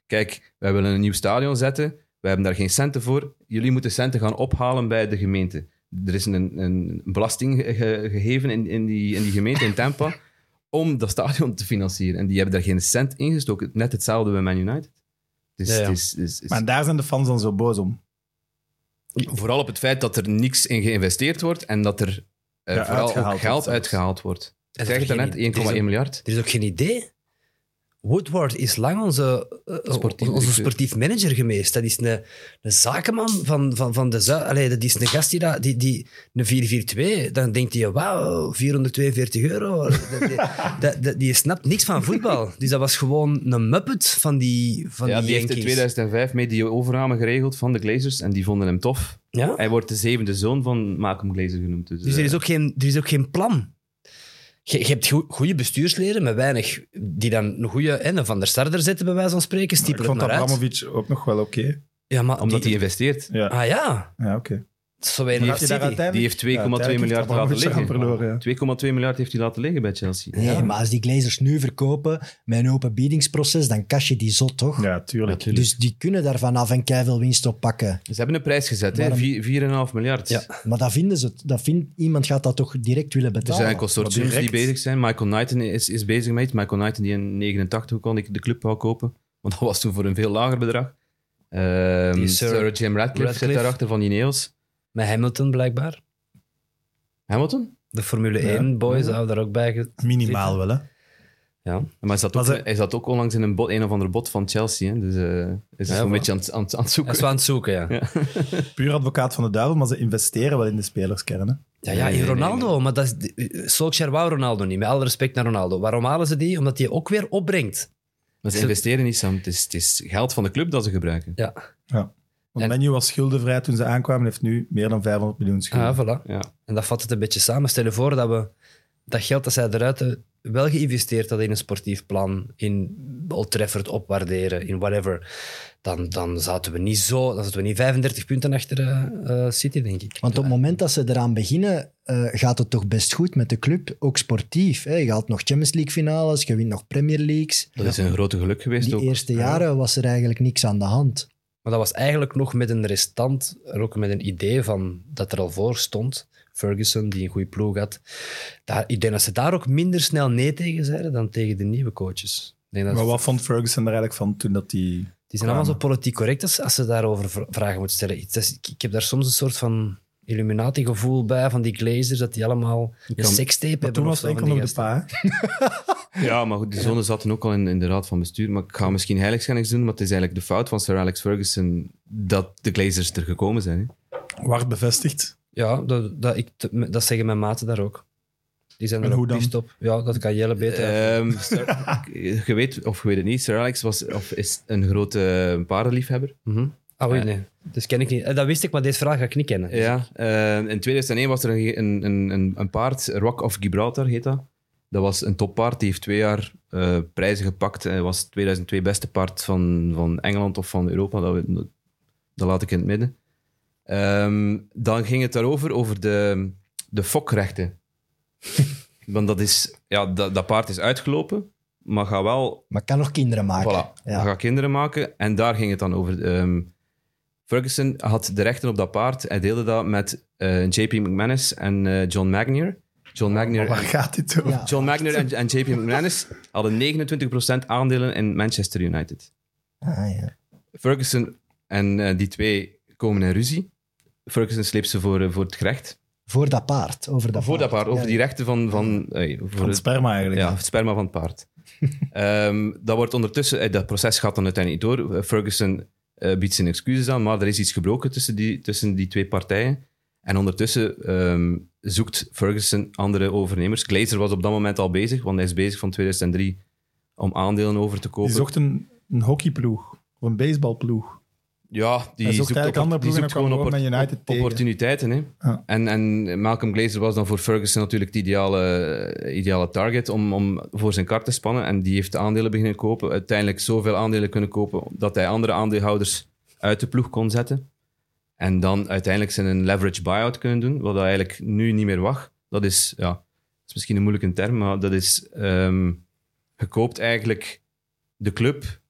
D: kijk, wij willen een nieuw stadion zetten, we hebben daar geen centen voor, jullie moeten centen gaan ophalen bij de gemeente. Er is een, een belasting ge- gegeven in, in, die, in die gemeente, in Tampa, om dat stadion te financieren. En die hebben daar geen cent ingestoken. Net hetzelfde bij Man United. Dus,
C: Ja, ja.
D: Het is, is, is
B: Maar daar zijn de fans dan zo boos om.
D: vooral op het feit dat er niks in geïnvesteerd wordt en dat er uh,
B: Ja,
D: vooral
B: uitgehaald
D: ook geld
B: wordt zelfs.
D: uitgehaald wordt.
C: En
D: Ik zeg het
C: geen-
D: daarnet, één komma
C: er is
D: één
C: ook-
D: miljard.
C: Er is ook geen idee. Woodward is lang onze, uh,
D: Sportief
C: onze
D: directeur.
C: sportief manager geweest. Dat is een, een zakenman van, van, van de Zuid. Allee, dat is een gast die, dat, die, die een vier vier twee, dan denkt hij, wauw, vierhonderdtweeënveertig euro. Dat- die, dat- dat- die snapt niks van voetbal. Dus dat was gewoon een muppet van die, van
D: Ja,
C: die
D: die heeft in
C: Yankees.
D: tweeduizend vijf mee die overname geregeld van de Glazers en die vonden hem tof.
C: Ja?
D: Hij wordt de zevende zoon van Malcolm Glazer genoemd. Dus,
C: Dus er is, ook geen, er is ook geen plan. Je, je hebt goede bestuursleden met weinig, die dan een goede een Van der Sar zetten, bij wijze van spreken,
B: Ik
C: stiepelen
B: vond
C: het maar uit.
B: Abramovic ook nog wel oké.
C: Ja, maar
D: omdat hij
C: die,
D: investeert.
B: Ja,
C: Ah ja,
B: ja oké.
C: zo weinig
B: Heeft hij daar
C: City.
B: uiteindelijk-
D: Die heeft twee komma twee
B: Ja,
D: miljard laten
B: uiteindelijk heeft
D: liggen.
B: Abramovic verloren, ja.
D: twee komma twee miljard heeft hij laten liggen bij Chelsea.
E: Nee,
C: Ja.
E: maar als die Glazers nu verkopen met een open biedingsproces, dan kas je die zot, toch?
B: Ja, tuurlijk.
E: Dus die kunnen daar vanaf en keiveel winst op pakken.
D: Ze hebben een prijs gezet, hè?
E: Waarom?
D: vier komma vijf miljard.
C: Ja.
E: Maar dat vinden ze. Dat vindt, iemand gaat dat toch direct willen
D: Er
E: betalen.
D: zijn consortiums die
B: direct.
D: bezig zijn. Michael Knighton is, is bezig met. Michael Knighton die in negenentachtig kon ik de club wou kopen. Want dat was toen voor een veel lager bedrag. Ehm,
C: Die Sir
D: Sir, Jim Ratcliffe,
C: Ratcliffe.
D: zit daarachter van Ineos.
C: Met Hamilton blijkbaar.
D: Hamilton?
C: De Formule
B: Ja.
C: één boys zouden daar ook bij ge-
B: Minimaal wel, hè.
C: Ja.
D: Maar hij zat ook,
B: Was hij-
D: hij zat ook onlangs in een, bot, een of ander bot van Chelsea. Hè? Dus uh, is
C: Ja,
D: zo'n
C: maar-
D: beetje aan, het- aan, het- aan het
C: Hij
D: zoeken.
C: is wel aan het zoeken, ja.
D: Ja.
B: Puur advocaat van de duivel, maar ze investeren wel in de spelerskern. Hè.
C: Ja, ja,
D: Nee,
C: in
D: nee,
C: Ronaldo.
D: nee,
C: Maar dat is, Solskjaer wou Ronaldo niet, met alle respect naar Ronaldo. Waarom halen ze die? Omdat hij ook weer opbrengt.
D: Maar ze
C: Ze-
D: investeren niet, Sam. Het is, het is geld van de club dat ze gebruiken.
C: Ja,
B: Ja. Want
C: En-
B: Menu was schuldenvrij toen ze aankwamen, heeft nu meer dan vijfhonderd miljoen schulden.
C: ah, voilà.
D: Ja.
C: En dat vat het een beetje samen. Stel je voor dat we dat geld dat zij eruit eh, wel geïnvesteerd hadden in een sportief plan, in Old Trafford opwaarderen, in whatever, dan, dan zaten we niet zo, dan zaten we niet vijfendertig punten achter eh, eh, City, denk ik.
E: Want op het moment dat ze eraan beginnen, eh, gaat het toch best goed met de club. Ook sportief. Hè. Je haalt nog Champions League finales, je wint nog Premier Leagues.
D: Dat is een grote geluk geweest
E: Die
D: ook.
E: eerste jaren was er eigenlijk niks aan de hand.
C: Maar dat was eigenlijk nog met een restant, en ook met een idee van, dat er al voor stond. Ferguson, die een goede ploeg had. Daar, ik denk dat ze daar ook minder snel nee tegen zeiden dan tegen de nieuwe coaches. Ik denk dat
B: Maar wat vond Ferguson er eigenlijk van toen dat die...
C: Die zijn allemaal zo politiek correct als, als ze daarover v- vragen moeten stellen. Het is- ik, ik heb daar soms een soort van Illuminati-gevoel bij, van die Glazers, dat die allemaal een
D: kan-
C: sekstape
B: Maar
C: hebben.
B: toen
C: of
B: was
C: zo
B: het
C: van
B: enkel
C: die
B: nog de
C: gasten.
B: pa, hè.
D: Ja, maar goed, die zonen zaten ook al in, in de raad van bestuur. Maar ik ga misschien heiligschennis doen, maar het is eigenlijk de fout van Sir Alex Ferguson dat de Glazers er gekomen zijn. Hè.
B: Ward bevestigd.
C: Ja, dat, dat, ik, dat zeggen mijn maten daar ook. Die zijn
B: En
C: er
B: hoe
C: ook
B: dan?
C: pist op. Ja, dat kan Jelle beter.
D: Ehm, Sir- je weet, of je weet het niet, Sir Alex was, of is een grote paardenliefhebber.
C: Mhm. Ah, oei,
D: Ja.
C: nee. Dat ken ik niet. Eh, Dat wist ik, maar deze vraag ga ik niet kennen.
D: Ja, eh, in tweeduizend één was er een, een, een, een paard, Rock of Gibraltar heet dat. Dat was een toppaard, die heeft twee jaar eh, prijzen gepakt. Hij was tweeduizend twee beste paard van, van Engeland of van Europa, dat, we- dat laat ik in het midden. Ehm, dan ging het daarover, over de, de fokrechten. Want dat, is, ja, dat, dat paard is uitgelopen, maar gaat wel
E: Maar kan nog kinderen maken.
D: Voilà,
E: Ja.
D: we gaan kinderen maken. En daar ging het dan over. Ehm, Ferguson had de rechten op dat paard. Hij deelde dat met eh, J P McManus en eh, John Magnier. John Magnier,
B: Maar waar
D: en,
B: gaat dit over?
E: Ja.
D: John Magnier en, en J P McManus hadden negenentwintig procent aandelen in Manchester United.
E: Ah, ja.
D: Ferguson en eh, die twee komen in ruzie. Ferguson sleept ze voor, eh, voor het gerecht.
E: Voor dat paard. Over dat
D: Voor dat paard, over
E: Ja,
D: die rechten van... van eh, voor
B: Van het
D: het-
B: sperma eigenlijk.
D: Ja, het sperma van het paard. Ehm, dat wordt ondertussen... eh, Dat proces gaat dan uiteindelijk niet door. Eh, Ferguson eh, biedt zijn excuses aan, maar er is iets gebroken tussen die, tussen die twee partijen. En ondertussen ehm, zoekt Ferguson andere overnemers. Glazer was op dat moment al bezig, want hij is bezig van tweeduizend drie om aandelen over te
B: Die
D: kopen.
B: zocht een, een hockeyploeg. Of een baseballploeg.
D: Ja,
B: Hij
D: die
B: zocht
D: zoekt,
B: eigenlijk
D: oppor-
B: andere
D: die
B: ploegen
D: zoekt
B: en
D: gewoon
B: kwam gewoon
D: oppor-
B: met United tegen.
D: opportuniteiten. Hè?
B: Ja.
D: En, en Malcolm Glazer was dan voor Ferguson natuurlijk de ideale, ideale target om, om voor zijn kart te spannen. En die heeft de aandelen beginnen kopen. Uiteindelijk zoveel aandelen kunnen kopen dat hij andere aandeelhouders uit de ploeg kon zetten. En dan uiteindelijk zijn een leverage buyout kunnen doen, wat hij eigenlijk nu niet meer mag. Dat is, ja, dat is misschien een moeilijke term, maar dat is... ehm je koopt eigenlijk de club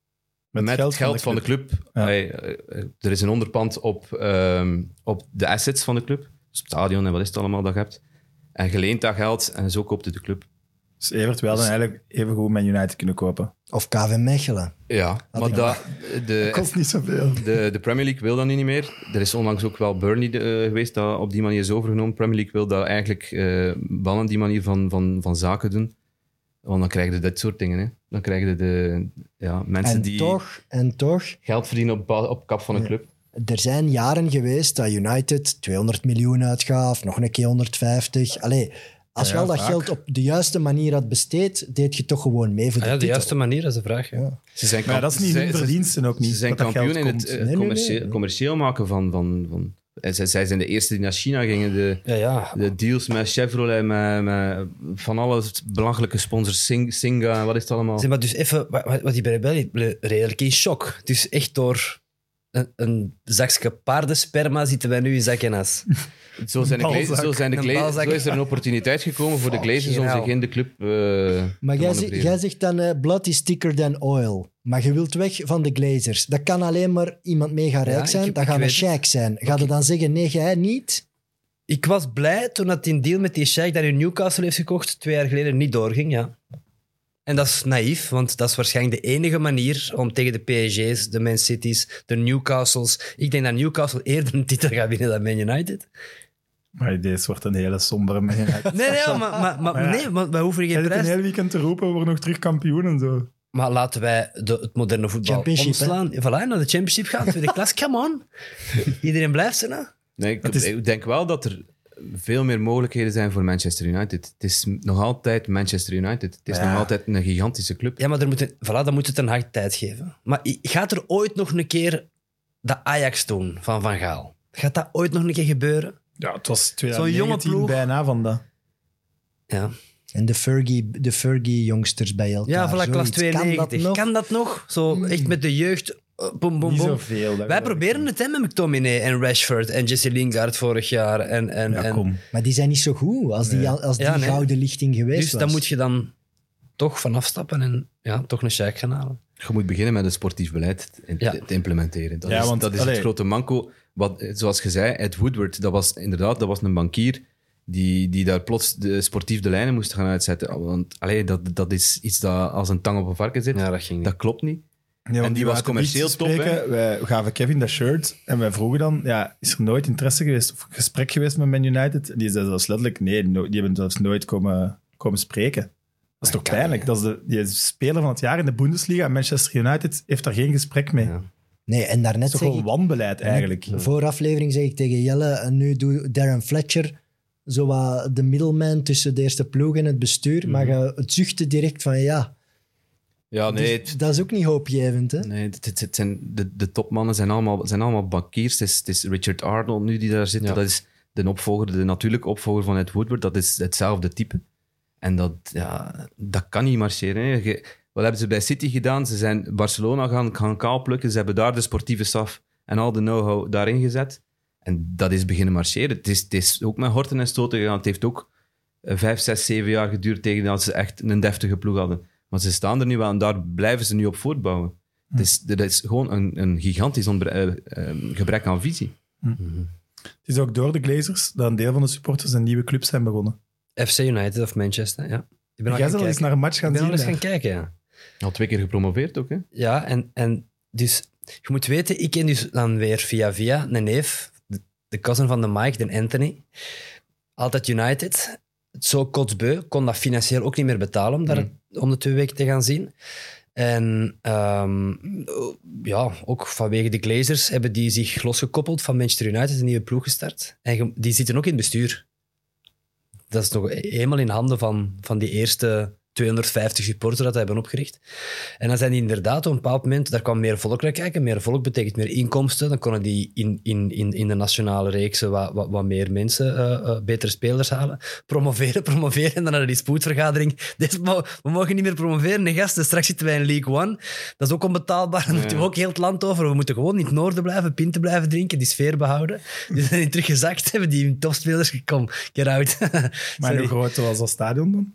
B: Met,
D: met
B: geld,
D: het geld van de club.
B: Ja.
D: Allee, eh, er is een onderpand op, ehm, op de assets van de club. Dus het stadion en wat is het allemaal dat je hebt. En je leent dat geld en zo koopt de club.
B: Dus Evert wil dan eigenlijk even goed Man United kunnen kopen.
E: Of K V Mechelen.
D: Ja, maar
E: ik
D: dat, de,
B: Dat kost niet zoveel.
D: de, de Premier League wil dat nu niet meer. Er is onlangs ook wel Burnley uh, geweest dat op die manier is overgenomen. Premier League wil dat eigenlijk uh, wel aan die manier van, van, van zaken doen. Want dan krijg je dit soort dingen. Hè. Dan krijg je de ja, mensen
E: En
D: die
E: toch, en toch,
D: geld verdienen op, ba- op kap van een club.
E: er zijn jaren geweest dat United tweehonderd miljoen uitgaf, nog een keer honderdvijftig. Allee, als
B: Ja,
E: je al dat
B: vaak.
E: geld op de juiste manier had besteed, deed je toch gewoon mee voor de
C: Ah, ja, de
E: titel.
C: juiste manier, dat is de vraag. Ja.
E: Ja.
D: Ze zijn
B: Maar ja, dat is niet
D: ze-
B: hun
D: ze-
B: verdiensten ook niet.
D: Ze zijn
B: dat dat
D: kampioen
B: geld
D: in het
B: komt.
D: uh,
E: Nee, nee,
D: commercieel,
E: nee.
D: commercieel maken van... van, van en zij, zij zijn de eerste die naar China gingen. De,
C: Ja, ja.
D: de deals met Chevrolet, met, met van alle belachelijke sponsors, Sing, Singa, wat is het allemaal?
C: Zeg maar dus even, wat, wat wat die bij Rebellie redelijk in shock. Dus echt door een, een zakje paardensperma zitten wij nu in zak en as.
D: Zo zijn, de
B: Balzak.
D: Gla- zo, zijn de
C: Een
D: Gla-
C: balzak.
D: zo is er een opportuniteit gekomen voor de Glazers om
C: Fucking
D: zich in de club uh,
E: Maar
D: te
E: jij, zegt-
D: manoeuvreren.
E: jij zegt dan, eh, blood is thicker than oil. Maar je wilt weg van de Glazers. Dat kan alleen maar iemand mega rijk
C: Ja,
E: zijn.
C: ik-
E: dat
C: ik
E: gaat een
C: weet het.
E: sheik zijn. Ga je dan zeggen, nee, jij niet?
C: Ik was blij toen dat die deal met die sheik dat in Newcastle heeft gekocht, twee jaar geleden niet doorging, ja. En dat is naïef, want dat is waarschijnlijk de enige manier om tegen de P S G's, de Man Cities, de Newcastles... Ik denk dat Newcastle eerder een titel gaat winnen dan Man United.
B: Maar deze wordt een hele sombere Man United.
C: Nee, nee, maar, maar, maar,
B: Maar ja.
C: nee, maar wij hoeven
B: Jij
C: geen
B: zit een
C: prijs...
B: heel weekend te roepen, we worden nog terug kampioen en zo.
C: Maar laten wij de, het moderne voetbal
E: Championship,
C: omslaan. Voilà, naar de championship gaan, tweede klas, come on. Iedereen blijft ze, nou.
D: Nee, ik,
B: Het is-
D: ik denk wel dat er veel meer mogelijkheden zijn voor Manchester United. Het is nog altijd Manchester United. Het is
B: Ja.
D: nog altijd een gigantische club.
C: Ja, maar er moet een, voilà, dan moet het een hard tijd geven. Maar i- gaat er ooit nog een keer dat Ajax doen van Van Gaal? Gaat dat ooit nog een keer gebeuren?
B: Ja, het was
C: jonge
B: twintig negentien
C: ploeg.
B: bijna van dat.
C: Ja,
E: En de Fergie, de Fergie-jongsters bij elkaar.
C: ja voilà, klas
E: zoiets.
C: tweeënnegentig.
E: Kan
C: Kan
E: dat
C: dat
E: nog?
C: nog? Zo echt met de jeugd. uh, Boom, boom,
B: Niet
C: boom.
B: zoveel. dat
C: Wij
B: geloof ik
C: proberen
B: niet.
C: het hè, met McTominay en Rashford en Jesse Lingard vorig jaar. En, en,
B: Ja,
C: en,
B: kom.
E: Maar die zijn niet zo goed als die,
B: Nee.
E: als die
C: Ja, nee.
E: gouden lichting geweest
C: dus
E: was.
C: dan moet je dan toch vanaf stappen en ja, toch een sheik gaan halen.
D: Je moet beginnen met een sportief beleid te,
C: Ja.
D: te implementeren. Dat
B: Ja,
D: is,
B: want,
D: dat is
B: allee.
D: het grote manco. Wat, zoals je zei, Ed Woodward, dat was inderdaad dat was een bankier die, die daar plots de, sportief de lijnen moest gaan uitzetten. Want allee, dat, dat is iets dat als een tang op een varken zit.
C: Ja, dat ging niet.
D: Dat klopt niet.
B: Ja, want
D: En die
B: wij
D: was
B: uit het
D: commercieel
B: niets te
D: top, hè?
B: spreken, Wij gaven Kevin dat shirt en wij vroegen dan, ja, is er nooit interesse geweest of gesprek geweest met Man United? En die zei zelfs letterlijk, nee, no- die hebben zelfs nooit komen, komen spreken. Dat is toch
C: kan
B: pijnlijk?
C: niet,
B: Dat is de die is speler van het jaar in de Bundesliga en Manchester United heeft daar geen gesprek mee.
C: Ja.
B: Dat
E: Nee, en daarnet
B: is toch
E: zeg
B: gewoon
E: ik...
B: wanbeleid eigenlijk.
E: De vooraflevering zeg ik tegen Jelle, en nu doet Darren Fletcher zo wat de middleman tussen de eerste ploeg en het bestuur, maar je het zuchtte direct van ja,
D: Ja, nee,
E: dus
D: het,
E: dat is ook niet hoopgevend. Hè?
D: nee het, het, het zijn, de, de topmannen zijn allemaal, zijn allemaal bankiers. Het is, het is Richard Arnold nu die daar zit.
C: Ja.
D: Dat is de opvolger, de natuurlijke opvolger van Ed Woodward. Dat is hetzelfde type. En dat, ja, dat kan niet marcheren. Hè. Je- wat hebben ze bij City gedaan? Ze zijn Barcelona gaan, gaan kaalplukken. Ze hebben daar de sportieve staf en al de know-how daarin gezet. En dat is beginnen marcheren. Het is, het is ook met horten en stoten gegaan. Het heeft ook eh, vijf, zes, zeven jaar geduurd tegen dat ze echt een deftige ploeg hadden. Maar ze staan er nu wel en daar blijven ze nu op voortbouwen. Het is, dat is gewoon een, een gigantisch ontbre- eh, eh, gebrek aan visie.
B: Het is ook door de Glazers dat een deel van de supporters een nieuwe club zijn begonnen.
C: F C United of Manchester, ja. Ik ben al
B: Jij
C: gaan
B: zal eens
C: kijken.
B: naar een match
C: Ik
B: gaan
C: ben al
B: zien.
C: eens
B: daar.
C: gaan kijken, ja.
D: Al twee keer gepromoveerd ook, hè?
C: Ja, en, en dus je moet weten, ik ken dus dan weer via via een neef, de, de cousin van de Mike, de Anthony. Altijd United. Zo kotsbeu, kon dat financieel ook niet meer betalen om, daar, om de twee weken te gaan zien. En ehm, ja, ook vanwege de Glazers hebben die zich losgekoppeld van Manchester United, een nieuwe ploeg gestart. En ge- die zitten ook in het bestuur. Dat is nog eenmaal in handen van, van die eerste tweehonderdvijftig supporters dat hebben opgericht. En dan zijn die inderdaad op een bepaald moment, daar kwam meer volk naar kijken. Meer volk betekent meer inkomsten. Dan konden die in, in, in, in de nationale reeksen wat, wat, wat meer mensen, uh, uh, betere spelers halen. Promoveren, promoveren. En dan naar die spoedvergadering. Deze, mo- we mogen niet meer promoveren, hè, gasten. Straks zitten wij in League One. Dat is ook onbetaalbaar. Dan moeten we ook heel het land over. We moeten gewoon in het noorden blijven, pinten blijven drinken, die sfeer behouden. Die zijn niet teruggezakt, hebben die topspelers gekomen. Get out.
B: Maar
C: Sorry.
B: hoe groot was dat stadion dan?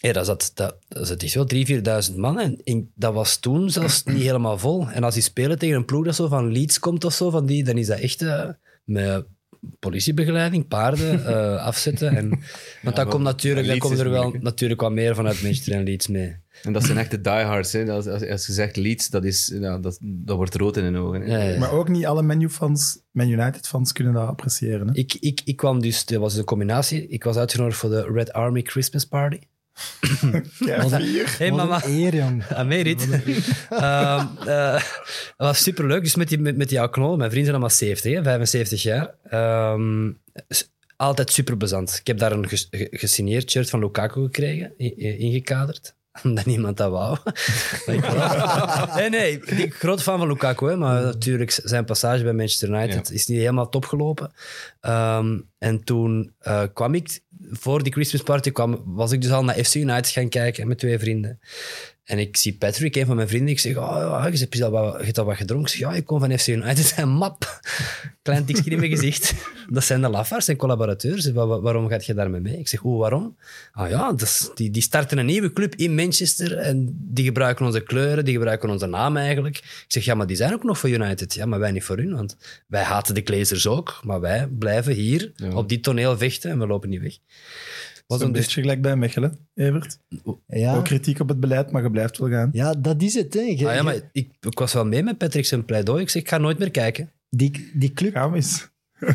C: Ja, dat zat, dat, dat zat echt wel drieduizend, vierduizend man. En in- dat was toen zelfs niet helemaal vol. En als die spelen tegen een ploeg dat zo van Leeds komt of zo, van die, dan is dat echt uh, met politiebegeleiding, paarden, uh, afzetten. En, want
D: Ja,
C: dat komt natuurlijk,
D: Leeds
C: dan komen
D: is
C: er wel
D: moeilijk, hè.
C: natuurlijk wat meer vanuit Manchester en Leeds mee.
D: En dat zijn echte diehards. Hè. Als, als, als je zegt Leeds, dat, is, ja, dat, dat wordt rood in hun ogen. Hè.
C: Ja, ja.
B: Maar ook niet alle Man U-fans, Man United-fans kunnen dat appreciëren. Hè?
C: Ik, ik, ik kwam dus, dat was een combinatie. Ik was uitgenodigd voor de Red Army Christmas Party.
B: Kijk, hier.
C: Hey
E: Wat
C: mama.
E: een eer, jong.
C: I made it. Ehm, eh, dat was superleuk. Dus met die, met, met die oude knollen. Mijn vrienden zijn allemaal zeventig, hè, vijfenzeventig jaar. Ehm, s- altijd super plezant. Ik heb daar een ges- ge- gesigneerd shirt van Lukaku gekregen, i- i- ingekaderd. Omdat niemand dat wou. Maar ik wou- nee, nee, ik ben groot fan van Lukaku. Hè, maar natuurlijk, zijn passage bij Manchester United
D: Ja.
C: is niet helemaal topgelopen. Ehm, en toen eh, kwam ik, voor die Christmas party, kwam, was ik dus al naar F C United gaan kijken met twee vrienden. En ik zie Patrick, een van mijn vrienden. Ik zeg, oh, ja, je hebt al wat, je hebt al wat gedronken. Ik zeg, ja, ik kom van F C United. En map, klein tikje in mijn gezicht. Dat zijn de lafaards en collaborateurs. Wa- wa- waarom gaat je daarmee mee? Ik zeg, oh, waarom? Ah ja, dat is- die, die starten een nieuwe club in Manchester. En die gebruiken onze kleuren, die gebruiken onze naam eigenlijk. Ik zeg, ja, maar die zijn ook nog voor United. Ja, maar wij niet voor hun. Want wij haten de Glazers ook. Maar wij blijven hier
D: Ja.
C: op dit toneel vechten. En we lopen niet weg.
B: Was een beetje gelijk bij Mechelen, Evert.
E: Ja.
B: Ook kritiek op het beleid, maar je blijft wel gaan.
E: Ja, dat is het. Hè. Je-
C: Ah, ja, maar
E: je-
C: ik, ik was wel mee met Patrick zijn pleidooi. Ik zeg, ik ga nooit meer kijken.
E: die, die, club,
B: Gaan we eens.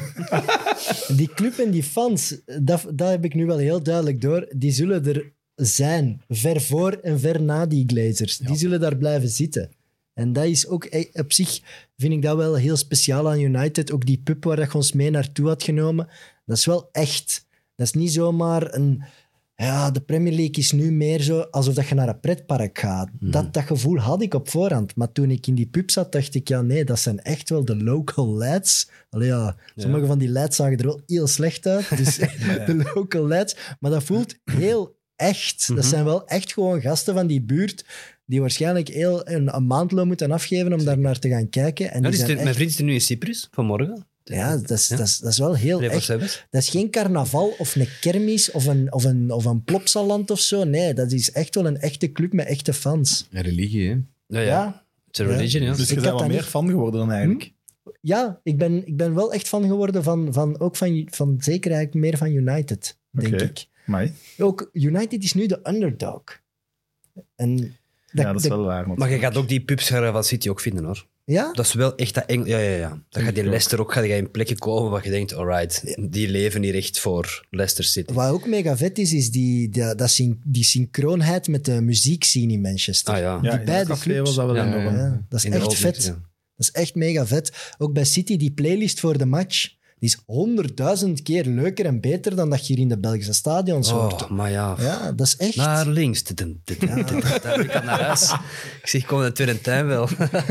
E: die club en die fans, dat, dat heb ik nu wel heel duidelijk door, die zullen er zijn. Ver voor en ver na die Glazers. Die zullen daar blijven zitten. En dat is ook e- op zich, vind ik dat wel heel speciaal aan United. Ook die pub waar dat je ons mee naartoe had genomen, dat is wel echt. Dat is niet zomaar een... Ja, de Premier League is nu meer zo alsof dat je naar een pretpark gaat. Dat, dat gevoel had ik op voorhand. Maar toen ik in die pub zat, dacht ik, ja nee, dat zijn echt wel de local lads. Allee, ja, sommige van die lads zagen er wel heel slecht uit. Dus de local lads. Maar dat voelt heel echt. Dat zijn wel echt gewoon gasten van die buurt die waarschijnlijk heel een, een maandloon moeten afgeven om daar naar te gaan kijken. En
C: Ja,
E: die
C: dus
E: zijn
C: de-
E: echt-
C: mijn vriend is er nu in Cyprus, vanmorgen.
E: ja, dat is,
C: Ja.
E: Dat, is, dat is wel heel
C: Play for
E: echt.
C: Sevens.
E: Dat is geen carnaval of een kermis of een, of een, of een plopsaland of zo. Nee, dat is echt wel een echte club met echte fans.
D: En religie, hè.
C: Ja, ja.
E: Ja,
C: Het is een religion, ja.
B: Dus
E: Ik
B: je
E: had
B: bent wel
E: dat
B: meer
E: niet-
B: fan geworden dan eigenlijk.
E: ja ik, ben, ik ben wel echt fan geworden van, van, ook van, van zeker eigenlijk meer van United, denk
B: Oké.
E: ik.
B: Amai.
E: Ook United is nu de underdog. En dat,
B: Ja, dat is
E: dat-
B: wel waar.
C: Maar je gaat ook die pubs van City ook vinden, hoor.
E: ja?
C: Dat is wel echt dat Eng... Ja, ja, ja. Dan gaat die Leicester ook, ga je in plekken komen waar je denkt, alright, die leven hier echt voor Leicester City.
E: Wat ook mega vet is, is die, die, dat syn- die synchroonheid met de muziekscene in Manchester.
C: Ah ja.
B: Ja,
E: die
B: in het
E: beide
B: café
E: clubs.
B: was dat wel
C: Ja,
B: enorm.
C: ja,
E: Ja, dat is
C: In de
E: echt
C: Old
E: vet.
C: League, ja.
E: Dat is echt mega vet. Ook bij City, die playlist voor de match, die is honderdduizend keer leuker en beter dan dat je hier in de Belgische stadions hoort.
C: Oh, maar ja.
E: Ja, dat is echt...
C: Naar links. Tudum, tudum, tudum, tudum. Ik ga naar huis. Ik zeg, kom naar Turentijn wel.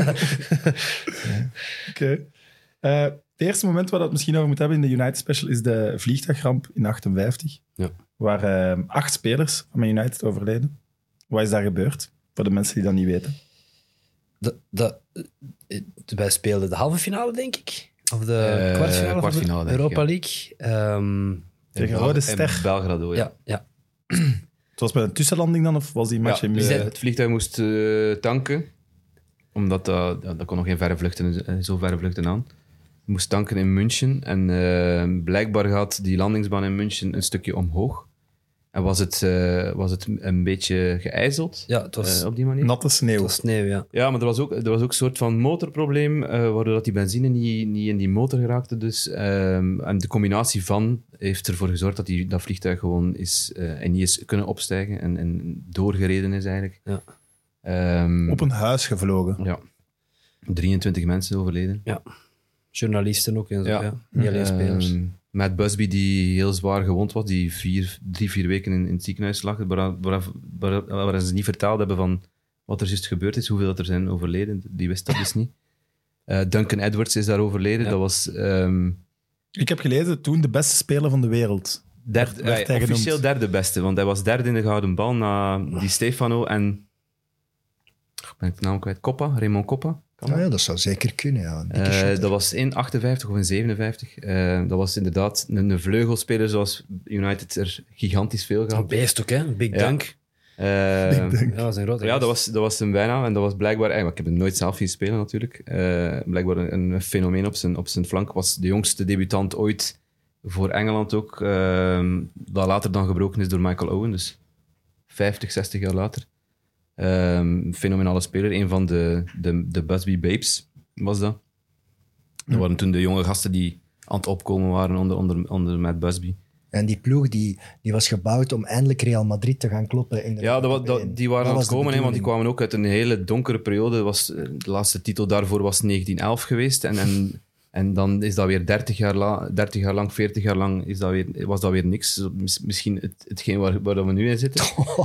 B: Oké. Eh, het eerste moment waar we het misschien over moeten hebben in de United Special is de vliegtuigramp in achtenvijftig.
C: Ja.
B: Waar eh, acht spelers van Man United overleden. Wat is daar gebeurd? Voor de mensen die dat niet weten.
C: Dat, dat, eh, wij speelden de halve finale, denk ik. Of de
D: Eh,
C: kwartfinale,
D: kwartfinale,
C: van de
D: denk ik,
C: Europa
D: ja.
C: League. Ehm,
B: Tegen
D: Bel-
B: Rode
D: in
B: Ster.
D: Belgrado, ja.
C: ja, ja.
B: Het was bij een tussenlanding dan, of was die match
D: Ja,
B: in
D: dus
B: München?
D: het vliegtuig moest eh, tanken, omdat dat, ja, dat kon nog geen verre vluchten, eh, zo verre vluchten aan. Moest tanken in München en eh, blijkbaar gaat die landingsbaan in München een stukje omhoog. En was het, eh, was het een beetje geijzeld
C: Ja, het was,
D: eh, op die manier?
B: Natte sneeuw.
C: het was sneeuw, ja.
D: Ja, maar er was ook, er was ook een soort van motorprobleem, eh, waardoor dat die benzine niet, niet in die motor geraakte. Dus. Ehm, en de combinatie van heeft ervoor gezorgd dat die, dat vliegtuig gewoon is, eh, en niet is kunnen opstijgen en, en doorgereden is eigenlijk.
C: Ja.
D: Ehm,
B: Op een huis gevlogen.
D: ja. drieëntwintig mensen overleden.
C: Journalisten ook en zo, ja.
D: Ja.
C: Niet alleen spelers.
D: Ehm, Matt Busby, die heel zwaar gewond was, die vier, drie, vier weken in, in het ziekenhuis lag, waar, waar, waar, waar ze niet verteld hebben van wat er juist gebeurd is, hoeveel dat er zijn overleden. Die wist dat dus niet. Eh, Duncan Edwards is daar overleden.
C: Ja.
D: Dat was ehm,
B: Ik heb gelezen, toen de beste speler van de wereld.
D: derde,
B: werd hij
D: eh, officieel
B: genoemd.
D: derde beste, want hij was derde in de gouden bal na die Stefano en... Ik ben ik de naam kwijt. Coppa, Raymond Coppa. Kan
E: Ah ja, dat zou zeker kunnen, ja. Een dikke
D: Eh,
E: shot.
D: dat was in achtenvijftig of in zevenenvijftig. Eh, dat was inderdaad een, een vleugelspeler zoals United er gigantisch veel
C: Een
D: gehad.
C: beest ook, hè. Big
D: Ja.
C: Dunk.
D: Eh,
B: Big Dunk.
C: Ja, dat was een grote
D: ja,
C: gast.
D: dat was, dat was hem bijna. En dat was blijkbaar... eh, Ik heb hem nooit zelf zien spelen, natuurlijk. Eh, blijkbaar een, een fenomeen op zijn, op zijn flank. Was de jongste debutant ooit voor Engeland ook. eh, dat later dan gebroken is door Michael Owen. Dus vijftig, zestig jaar later. Um, fenomenale speler. Een van de, de, de Busby Babes was dat. Dat waren toen de jonge gasten die aan het opkomen waren onder, onder, onder Matt Busby.
E: En die ploeg die, die was gebouwd om eindelijk Real Madrid te gaan kloppen. In de
D: Ja, dat, wa-
E: Europa één.
D: dat, die waren
E: Dat
D: aan het
E: was de
D: komen, hè, want die
E: bedoeling.
D: kwamen ook uit een hele donkere periode. Was, eh, de laatste titel daarvoor was negentien elf geweest. En, en, en dan is dat weer dertig jaar, la, dertig jaar lang, veertig jaar lang is dat weer, was dat weer niks. Mis- Misschien het, hetgeen waar, waar we nu in zitten.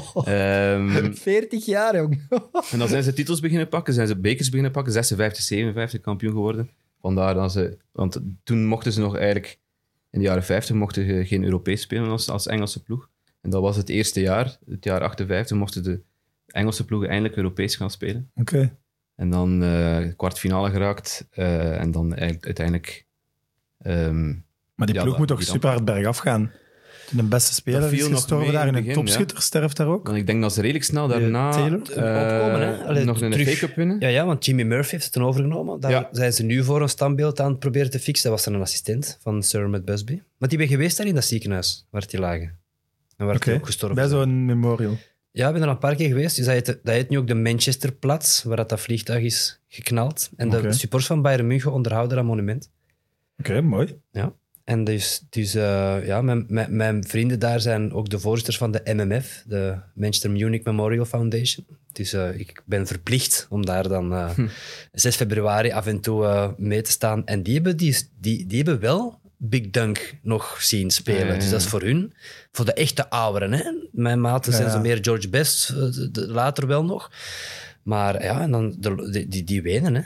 D: Ehm,
E: veertig jaar, jong.
D: En dan zijn ze titels beginnen pakken, zijn ze bekers beginnen pakken, zesenvijftig, zevenenvijftig kampioen geworden. Vandaar dat ze... Want toen mochten ze nog eigenlijk... In de jaren vijftig mochten ze geen Europees spelen als, als Engelse ploeg. En dat was het eerste jaar, het jaar achtenvijftig, mochten de Engelse ploegen eindelijk Europees gaan spelen.
B: Oké.
D: En dan eh kwartfinale geraakt. eh, en dan eigenlijk uiteindelijk... ehm,
B: Maar die
D: Ja,
B: ploeg
D: dat-
B: moet toch
D: die
B: super hard bergaf gaan? De beste speler
D: Dat
B: is
D: viel nog
B: gestorven
D: mee
B: daar
D: in
B: en
D: het
B: een
D: begin,
B: topschutter sterft daar ook.
D: want ik denk dat ze redelijk snel daarna...
B: Taylor?
D: eh,
C: Opkomen, hè? Allee,
D: nog een
C: terug.
D: fake-up winnen.
C: Ja, ja, want Jimmy Murphy heeft het toen overgenomen. Daar
D: Ja.
C: zijn ze nu voor een standbeeld aan het proberen te fixen. Dat was dan een assistent van Sir Matt Busby. Maar die ben geweest daar in dat ziekenhuis, waar die lagen. En waar
B: Oké,
C: die ook gestorven
B: bij
C: zijn.
B: zo'n memorial.
C: Ja, ik ben er een paar keer geweest. Dus dat, heet, dat heet nu ook de Manchesterplatz, waar dat, dat vliegtuig is geknald. En de
B: Oké.
C: supporters van Bayern München onderhouden dat monument.
B: Oké, mooi.
C: Ja. En dus, dus uh, ja, mijn, mijn, mijn vrienden daar zijn ook de voorzitters van de M M F, de Manchester Munich Memorial Foundation. Dus uh, ik ben verplicht om daar dan uh, hm. zes februari af en toe uh, mee te staan. En die hebben, die, die, die hebben wel Big Dunk nog zien spelen. Ja, ja, ja. Dus dat is voor hun, voor de echte ouderen. Hè? Mijn maten ja, zijn zo meer George Best, uh, de, de, later wel nog. Maar ja, en dan de, de, die, die wenen, hè.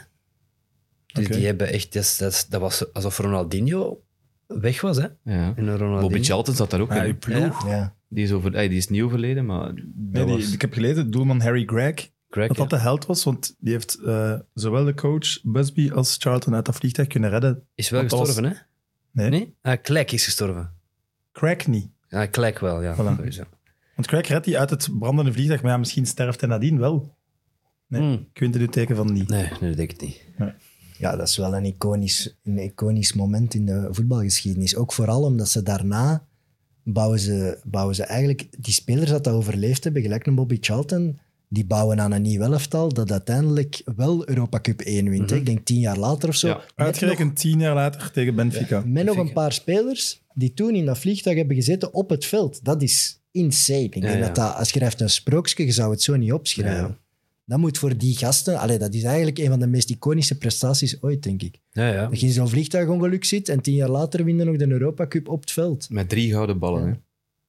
C: Dus okay. Die hebben echt, dat, dat, dat was alsof Ronaldinho weg was, hè?
D: Ja. Bobby Charlton zat daar ook
B: ja,
D: in.
B: Ploeg.
E: Ja.
D: Die, is over, die is niet overleden, maar...
B: Nee, die, was... Ik heb gelezen, doelman Harry Gregg, Greg, dat dat ja. de held was, want die heeft uh, zowel de coach Busby als Charlton uit dat vliegtuig kunnen redden.
C: Is wel gestorven, was... hè?
B: Nee.
C: nee? Uh, Clegg is gestorven.
B: Craig niet.
C: Ja, uh, Clegg wel, ja.
B: Voilà. Want Craig redt hij uit het brandende vliegtuig, maar ja, misschien sterft hij nadien wel. Nee, mm. ik weet het teken van niet.
C: Nee, nee, dat denk ik niet.
B: Ja.
E: Ja, dat is wel een iconisch, een iconisch moment in de voetbalgeschiedenis. Ook vooral omdat ze daarna bouwen ze, bouwen ze eigenlijk... Die spelers dat dat overleefd hebben, gelijk een Bobby Charlton, die bouwen aan een nieuw elftal dat uiteindelijk wel Europa Cup één wint. Mm-hmm. Ik denk tien jaar later of zo.
B: Ja, uitgerekend tien jaar later tegen Benfica.
E: Ja, met nog een paar spelers die toen in dat vliegtuig hebben gezeten op het veld. Dat is insane. Ik denk ja, ja. dat, dat als je schrijft een sprookje, je zou het zo niet opschrijven. Ja, ja. Dat moet voor die gasten... Allee, dat is eigenlijk een van de meest iconische prestaties ooit, denk ik.
C: Ja, ja.
E: Dat je in zo'n vliegtuigongeluk zit en tien jaar later winnen nog de Europa Cup op het veld.
D: Met drie gouden ballen. Ja. Hè?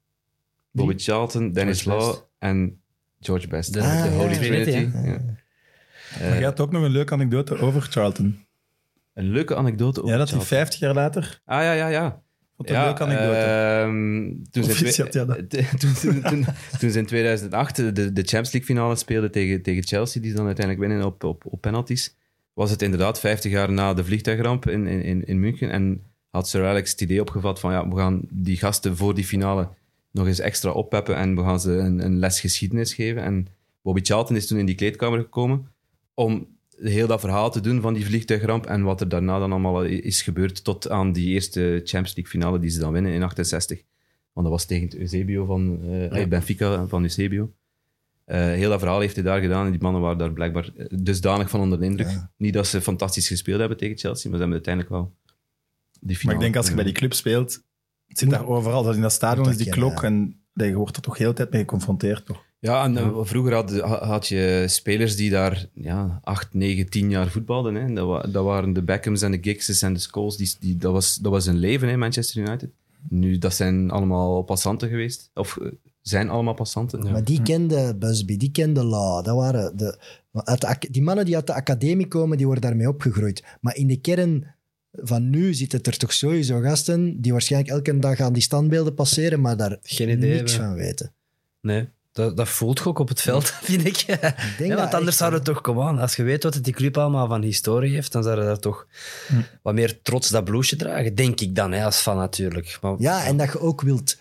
D: Bobby Charlton, Dennis Law en George Best.
C: De, ah, de Holy
D: ja.
C: Trinity.
D: Ja. Ja.
B: Ja. Maar je had ook nog een leuke anekdote over Charlton.
D: Een leuke anekdote over
B: Ja, dat
D: Charlton.
B: hij vijftig jaar later...
D: Ah, ja, ja, ja.
B: Wat een ja, leuke anekdote.
D: Uh, toen, ze
B: ja,
D: toen, toen, toen, toen ze in tweeduizend acht de, de Champions League finale speelden tegen, tegen Chelsea, die ze dan uiteindelijk winnen op, op, op penalties, was het inderdaad vijftig jaar na de vliegtuigramp in, in, in München. En had Sir Alex het idee opgevat van ja, we gaan die gasten voor die finale nog eens extra oppeppen en we gaan ze een, een les geschiedenis geven. En Bobby Charlton is toen in die kleedkamer gekomen om heel dat verhaal te doen van die vliegtuigramp en wat er daarna dan allemaal is gebeurd tot aan die eerste Champions League finale die ze dan winnen in achtenzestig. Want dat was tegen het Eusebio van uh, ja. Benfica van Eusebio. Uh, heel dat verhaal heeft hij daar gedaan en die mannen waren daar blijkbaar dusdanig van onder de indruk. Ja. Niet dat ze fantastisch gespeeld hebben tegen Chelsea, maar ze hebben uiteindelijk wel die finale.
B: Maar ik denk als je bij die club speelt, het zit daar overal. Dat in dat stadion is die klok en je wordt er toch heel de tijd mee geconfronteerd, toch?
D: Ja, en uh, vroeger had, had je spelers die daar ja, acht, negen, tien jaar voetbalden. Hè. Dat, wa- dat waren de Beckhams en de Giggses en de Scholes. Die, die, dat, was, dat was een leven in Manchester United. Nu, dat zijn allemaal passanten geweest. Of uh, zijn allemaal passanten.
E: Ja. Maar die kende Busby, die kende Law. Dat waren de, uit de, die mannen die uit de academie komen, die worden daarmee opgegroeid. Maar in de kern van nu zitten er toch sowieso gasten die waarschijnlijk elke dag aan die standbeelden passeren, maar daar
C: geen idee
E: niks
C: hebben.
E: van weten.
C: Nee. Dat, dat voelt je ook op het veld, vind ik.
E: ik denk
C: ja, want anders zou het toch komen aan. Als je weet wat die club allemaal van historie heeft, dan zou je daar toch hm. wat meer trots dat blouseje dragen. Denk ik dan, hè, als fan natuurlijk. Maar,
E: ja, en dat je ook wilt...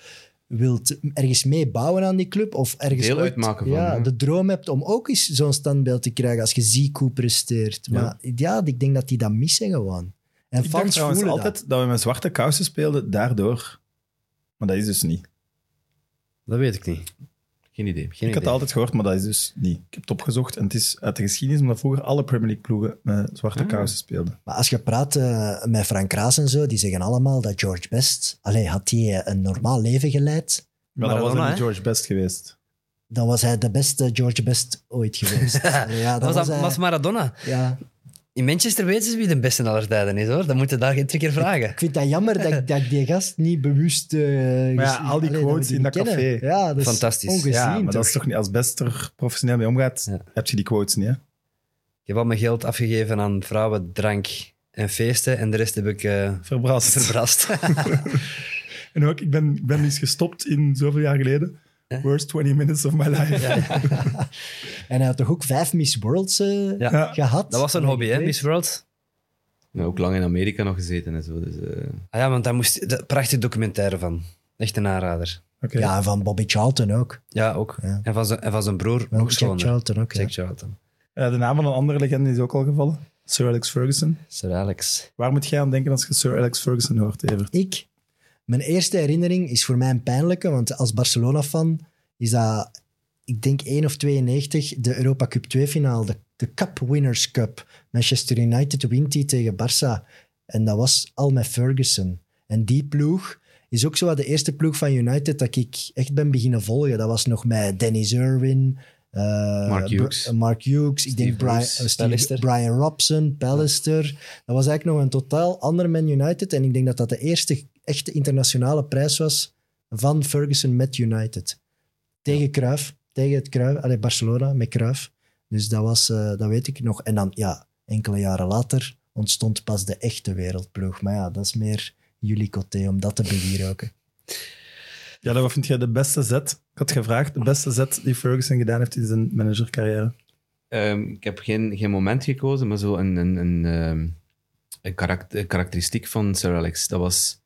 E: wilt ergens meebouwen aan die club of ergens
D: Deel
E: ooit,
D: uitmaken van,
E: ja,
D: ja.
E: de droom hebt om ook eens zo'n standbeeld te krijgen als je ziet hoe presteert.
D: Ja.
E: Maar ja, ik denk dat die dat missen gewoon. En
B: Ik dacht
E: fans
B: trouwens
E: voelen
B: altijd dat. we met zwarte kousen speelden, daardoor. Maar dat is dus niet.
C: Dat weet ik niet.
D: Geen idee.
C: Geen
B: ik
C: idee.
B: had het altijd gehoord, maar dat is dus niet. Ik heb het opgezocht en het is uit de geschiedenis omdat vroeger alle Premier League ploegen met zwarte
D: Ah.
B: kousen speelden.
E: Maar als je praat eh, met Frank Raas en zo, die zeggen allemaal dat George Best... Allee, had hij een normaal leven geleid,
B: Maar dat was
C: Maradona,
B: dan niet
C: hè?
B: George Best geweest.
E: dan was hij de beste George Best ooit geweest. Allee, ja,
C: Dat was, dat
E: hij-
C: was Maradona.
E: ja.
C: In Manchester weten ze wie de beste aller tijden is, hoor. Dat moet je daar geen twee keer vragen.
E: Ik vind dat jammer dat, ik- dat ik die gast niet bewust... eh,
B: Maar ja,
E: gezien-
B: al die
E: allee,
B: quotes
E: we
B: in dat
E: niet kennen.
B: café.
E: Ja, dat is
C: Fantastisch.
E: ongezien.
B: Ja, maar dat
E: toch?
B: is toch niet... Als Best er professioneel mee omgaat,
C: Ja.
B: heb je die quotes niet, hè?
C: Ik heb al mijn geld afgegeven aan vrouwen, drank en feesten. En de rest heb ik eh,
B: Verbrast.
C: verbrast.
B: En ook, ik ben, ik ben eens gestopt in zoveel jaar geleden. Worst twintig minutes of my life.
E: En hij had toch ook vijf Miss Worlds eh,
C: Ja.
E: gehad?
C: Dat was een hobby, hè, Miss World?
D: Ja, ook lang in Amerika nog gezeten en zo. Dus, eh,
C: Ah ja, want daar moest... de- Prachtig documentaire van. Echt een aanrader.
B: Oké.
E: Ja, en van Bobby Charlton ook.
C: Ja, ook.
E: Ja.
C: En, van zijn, en van zijn broer
E: Wel,
C: nog
E: Jack
C: schoner.
E: Charlton ook, ja.
C: Jack Charlton.
B: Ja, de naam van een andere legende is ook al gevallen. Sir Alex Ferguson.
C: Sir Alex.
B: Waar moet jij aan denken als je Sir Alex Ferguson hoort, Evert?
E: Ik, mijn eerste herinnering is voor mij een pijnlijke, want als Barcelona-fan is dat, ik denk één of tweeënnegentig, de Europa Cup twee finale, de, de Cup Winners Cup. Manchester United wint die tegen Barça. En dat was al met Ferguson. En die ploeg is ook zo wat de eerste ploeg van United dat ik echt ben beginnen volgen. Dat was nog met Dennis Irwin, eh,
D: Mark Hughes.
E: Br- Mark Hughes, ik
D: Steve
E: denk Brian,
D: Bruce,
E: eh, Steve-
C: Pallister.
E: Brian Robson, Pallister. Dat was eigenlijk nog een totaal ander Man United. En ik denk dat dat de eerste echte internationale prijs was van Ferguson met United. Tegen Cruyff, tegen het Cruyff, allee, Barcelona met Cruyff. Dus dat was, eh, dat weet ik nog. En dan, ja, enkele jaren later ontstond pas de echte wereldploeg. Maar ja, dat is meer jullie coté om dat te bewieroken.
B: Ja, wat vind jij de beste zet? Ik had gevraagd, de beste zet die Ferguson gedaan heeft in zijn managercarrière.
D: Ehm, ik heb geen, geen moment gekozen, maar zo een, een, een, ehm, een, karakter, een karakteristiek van Sir Alex. Dat was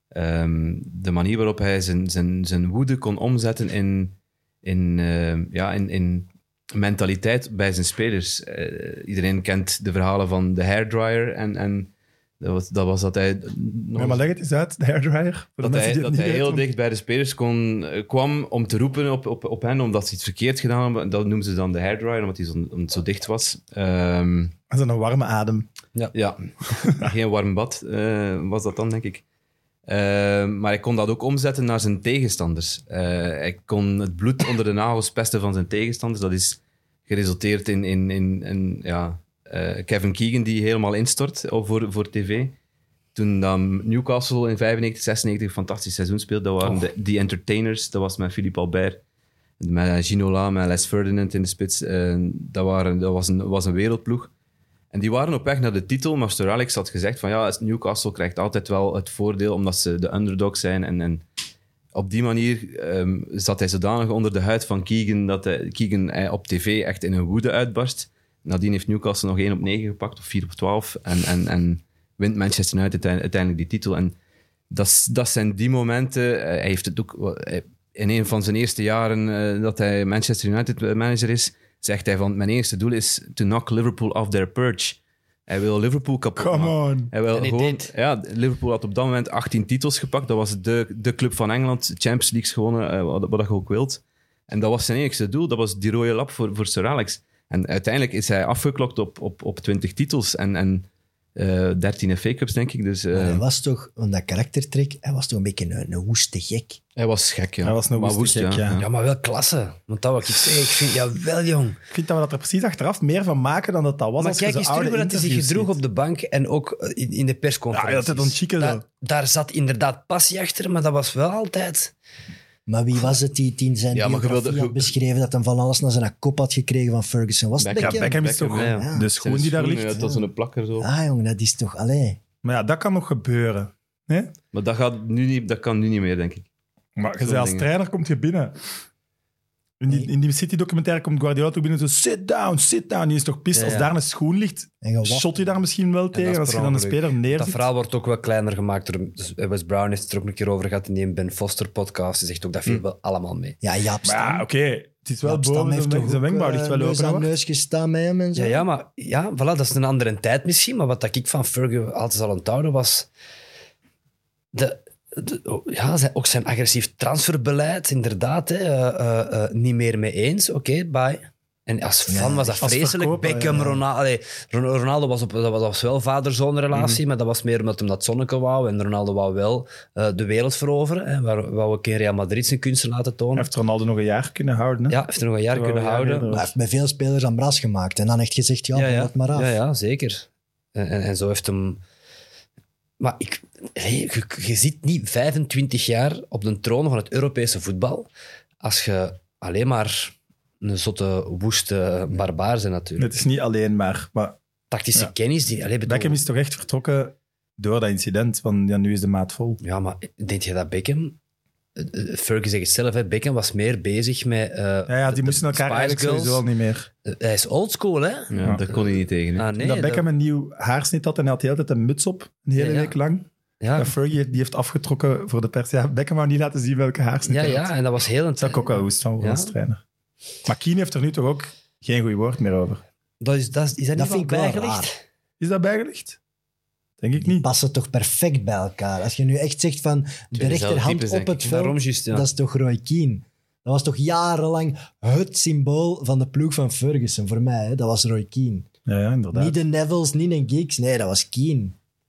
D: ehm, de manier waarop hij zijn, zijn, zijn woede kon omzetten in, in, ehm, ja, in, in mentaliteit bij zijn spelers. Eh, iedereen kent de verhalen van de hairdryer en, en dat, was, dat was dat hij... nog
B: Ja, maar leg het eens uit, de hairdryer. Voor de
D: dat
B: mensen
D: hij,
B: die
D: dat
B: het
D: hij
B: niet
D: heel
B: weten.
D: dicht bij de spelers kon, eh, kwam om te roepen op, op, op hen, omdat ze iets verkeerd gedaan hebben. Dat noemen ze dan de hairdryer, omdat hij zo, omdat het zo dicht was. Ehm,
B: Dat is een warme adem.
D: ja, geen warm bad eh, was dat dan, denk ik. Ehm, maar hij kon dat ook omzetten naar zijn tegenstanders. Eh, hij kon het bloed onder de nagels pesten van zijn tegenstanders. Dat is geresulteerd in, in, in, in ja, eh, Kevin Keegan, die helemaal instort voor, voor tv. Toen dan Newcastle in vijfennegentig, zesennegentig een fantastisch seizoen speelde, dat waren de, The Entertainers. Dat was met Philippe Albert, met Ginola, met Les Ferdinand in de spits. Eh, dat waren, dat was, een, was een wereldploeg. En die waren op weg naar de titel, maar Sir Alex had gezegd van ja, Newcastle krijgt altijd wel het voordeel omdat ze de underdog zijn. En, en op die manier um, zat hij zodanig onder de huid van Keegan dat hij, Keegan hij op tv echt in een woede uitbarst. Nadien heeft Newcastle nog één op negen gepakt, of vier op twaalf. En, en, en wint Manchester United uiteindelijk die titel. En dat, is- dat zijn die momenten. Uh, hij heeft het ook uh, in een van zijn eerste jaren uh, dat hij Manchester United manager is, zegt hij van, mijn eerste doel is to knock Liverpool off their perch. Hij wil Liverpool kapot
B: Come
D: maken.
B: on.
D: Hij wil
C: En hij
D: gewoon,
C: deed.
D: ja, Liverpool had op dat moment achttien titels gepakt. Dat was de, de club van Engeland, Champions League gewonnen, uh, wat, wat je ook wilt. En dat was zijn enigste doel. Dat was die rode lap voor, voor Sir Alex. En uiteindelijk is hij afgeklokt op, op, op twintig titels en, en uh, dertien F A Cups, denk ik. Dus, uh,
E: Maar hij was toch, van dat karaktertrek, hij was toch een beetje een, een woeste gek.
D: hij was gek, ja.
B: Hij was een
D: Maar
B: woeste gek, ja.
C: Ja, maar wel klasse. Want dat wat ik zeg, ik vind, ja wel jong.
B: Ik vind dat we dat er precies achteraf meer van maken dan dat dat was.
C: Maar
B: als je
C: kijk
B: zo
C: eens
B: oude
C: terug hoe dat hij zich
B: interviews
C: gedroeg
B: ziet.
C: op de bank en ook eh, in, in de persconferenties.
B: Ja, dat is dan chique zo.
C: daar, daar zat inderdaad passie achter, maar dat was wel altijd...
E: Maar wie was het die, die in zijn
D: Ja, maar je
E: biografie
D: wilde-
E: had beschreven dat hij van alles naar zijn kop had gekregen van Ferguson? Was het
D: Beckham.
B: Ja,
E: Beckham?
B: Beckham is toch
D: Beckham,
C: ja.
B: de schoen die daar ligt.
D: Ja, dat is een plakker zo.
E: Ah, jongen, dat is toch... Allee.
B: Maar ja, dat kan nog gebeuren. Nee?
D: Maar dat, gaat nu niet, dat kan nu niet meer, denk ik.
B: Maar je
D: Zo'n
B: zei als
D: dingen.
B: trainer komt je binnen. In die, in die City-documentaire komt Guardiola ook binnen zo sit down, sit down. Die is toch pist
C: Ja,
B: als
C: ja.
B: daar een schoen ligt.
E: En je
B: Shot je daar misschien wel tegen
C: dat is
B: als je
C: per
B: dan een
C: ongeluk.
B: speler
C: Dat
B: neerzet.
C: verhaal wordt ook wel kleiner gemaakt door... Dus Wes Brown heeft het er ook een keer over gehad in die Ben Foster-podcast. Hij zegt ook, dat viel wel allemaal mee.
E: Ja, Jaap
B: Maar
E: Stam.
B: ja, oké. Het is wel
E: Jaap Stam
B: boven
E: heeft
B: zijn,
E: toch
B: zijn
E: ook,
B: wenkbrauw
E: eh,
B: ligt wel
E: neus
B: open.
E: aan
B: hoor.
E: neus gestaan met hem en zo.
C: Ja, ja, maar ja, voilà, dat is een andere tijd misschien. Maar wat dat ik van Fergie altijd zal onthouden was... De, de, oh, ja, zijn, ook zijn agressief transferbeleid, inderdaad. Hè, uh, uh, uh, niet meer mee eens. Oké, okay, bye. En als fan
E: Ja,
C: was dat
B: als
C: vreselijk.
B: verkoper,
C: Beckham,
B: ja.
C: Ronaldo... allee, Ronaldo was, op, dat was, dat was wel vader-zoon relatie,
B: Mhm.
C: maar dat was meer omdat hem dat zonneke wou. En Ronaldo wou wel uh, de wereld veroveren. Hè, waar, wou ik in Real Madrid zijn kunsten laten tonen.
B: Heeft Ronaldo nog een jaar kunnen houden? Hè?
C: Ja, heeft er nog een jaar
B: Wel
C: kunnen
B: een jaar
C: houden.
B: eerder.
E: Maar hij heeft met veel spelers aan bras gemaakt. En dan echt gezegd, ja, ja, laat maar af.
C: Ja, ja, zeker. En, en, en zo heeft hem... Maar ik, hey, je, je zit niet vijfentwintig jaar op de troon van het Europese voetbal als je alleen maar een zotte, woeste barbaar bent natuurlijk.
B: Het is niet alleen maar... maar
C: Tactische
B: Ja.
C: kennis, die... Allee, bedoel,
B: Beckham is toch echt vertrokken door dat incident. Van ja, nu is de maat vol.
C: Ja, maar denk je dat Beckham... eh, eh, Fergie zegt het zelf, hè, Beckham was meer bezig met... eh,
B: Ja, ja die
C: de-
B: moesten
C: de
B: elkaar
C: Spice
B: eigenlijk
C: Girls.
B: sowieso al niet meer.
C: Eh, Hij is oldschool, hè?
D: Ja,
B: Ja.
D: daar kon hij niet tegen. Hè.
C: Ah, nee,
B: dat Beckham een nieuw haarsnit had en hij had de hele tijd een muts op, een hele
C: Ja, ja.
B: week lang.
C: ja,
B: Dat Fergie die heeft afgetrokken voor de pers. Ja, Beckham wou niet laten zien welke haarsnit
C: ja,
B: hij
C: ja,
B: had.
C: en dat was heel...
B: Daar zou ik ook wel hoest van worden
C: Ja.
B: als trainer. Maar Keane heeft er nu toch ook geen goed woord meer over.
C: Dat is, dat is, is dat,
E: Dat
C: niet
E: vind
C: wel
E: ik wel
C: bijgelegd?
B: Is dat bijgelegd? Denk ik
E: Die
B: niet.
E: passen toch perfect bij elkaar. Als je nu echt zegt van de
D: dezelfde
E: rechterhand
D: types,
E: op
D: denk
E: het
D: ik.
E: veld,
C: Daarom juist, ja.
E: dat is toch Roy Keane. Dat was toch jarenlang het symbool van de ploeg van Ferguson voor mij. Hè? Dat was Roy Keane.
B: Ja, ja inderdaad.
E: Niet de Nevilles, niet een Giggs. Nee, dat was Keane.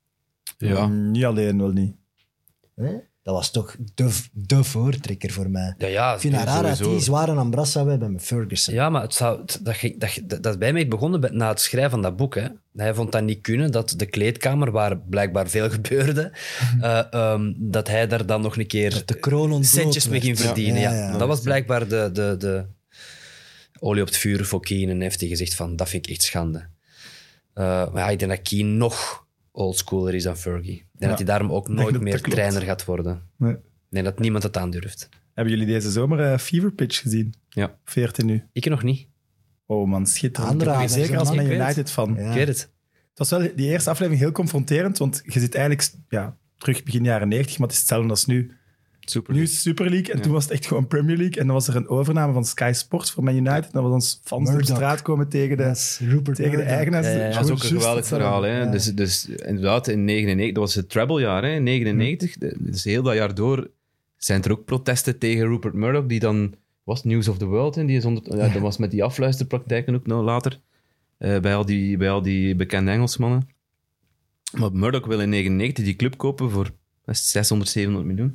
D: Ja.
B: Mm, Niet alleen, wel niet.
E: Hè? Dat was toch de, de voortrekker voor mij.
C: Ja, ja,
E: Ik vind het raar dat
D: sowieso.
E: die zware ambras zou hebben met Ferguson.
C: ja, maar het zou, het- dat, ging- dat, dat, dat is bij mij begonnen bij- na het schrijven van dat boek. Hè. Hij vond dat niet kunnen, dat de kleedkamer, waar blijkbaar veel gebeurde, eh, ehm, dat hij daar dan nog een keer
E: De kroon ontbloot
C: centjes mee ging
E: werd.
C: verdienen.
E: Ja,
C: Ja,
E: ja, ja.
C: Dat was blijkbaar de, de, de olie op het vuur voor Keane. En heeft hij gezegd van, dat vind ik echt schande. Eh, maar ja, ik denk dat Keane nog oldschooler is dan Fergie. Ik denk
B: Ja.
C: dat hij daarom ook
B: denk
C: nooit
B: dat
C: meer
B: dat klopt.
C: trainer gaat worden.
B: Nee.
C: Ik denk dat niemand het aandurft.
B: Hebben jullie deze zomer eh, Fever Pitch gezien?
D: Ja.
B: veertien nu.
C: Ik nog niet.
B: Oh man, schitterend.
E: Aanraders,
B: Zeker als
E: man.
B: Man
C: Ik weet het.
B: United fan.
E: Ja.
C: Ik weet het.
B: Het was wel die eerste aflevering heel confronterend, want je zit eigenlijk ja, terug begin jaren negentig, maar het is hetzelfde als nu.
D: Super.
B: Nu is het Super League en
D: Ja.
B: toen was het echt gewoon Premier League. En dan was er een overname van Sky Sports voor Man United. En dan was ons fans op
E: Murdoch.
B: straat komen tegen de,
E: Dat is Rupert
B: tegen de
E: Murdoch.
B: eigenaars.
C: Ja, ja, ja.
D: Dat
B: Gewoon
D: is ook een
B: juist
D: geweldig
B: hetzelfde.
D: verhaal. Hè?
E: Ja.
D: Dus, dus inderdaad, in negenennegentig, dat was het treble-jaar, hè? negenennegentig. Dus heel dat jaar door zijn er ook protesten tegen Rupert Murdoch, die dan was News of the World. En die is onder, ja, dat was met die afluisterpraktijken ook nou later. eh, bij, al die, bij al die bekende Engelsmannen. Maar Murdoch wil in negenennegentig die club kopen voor zeshonderd, zevenhonderd miljoen.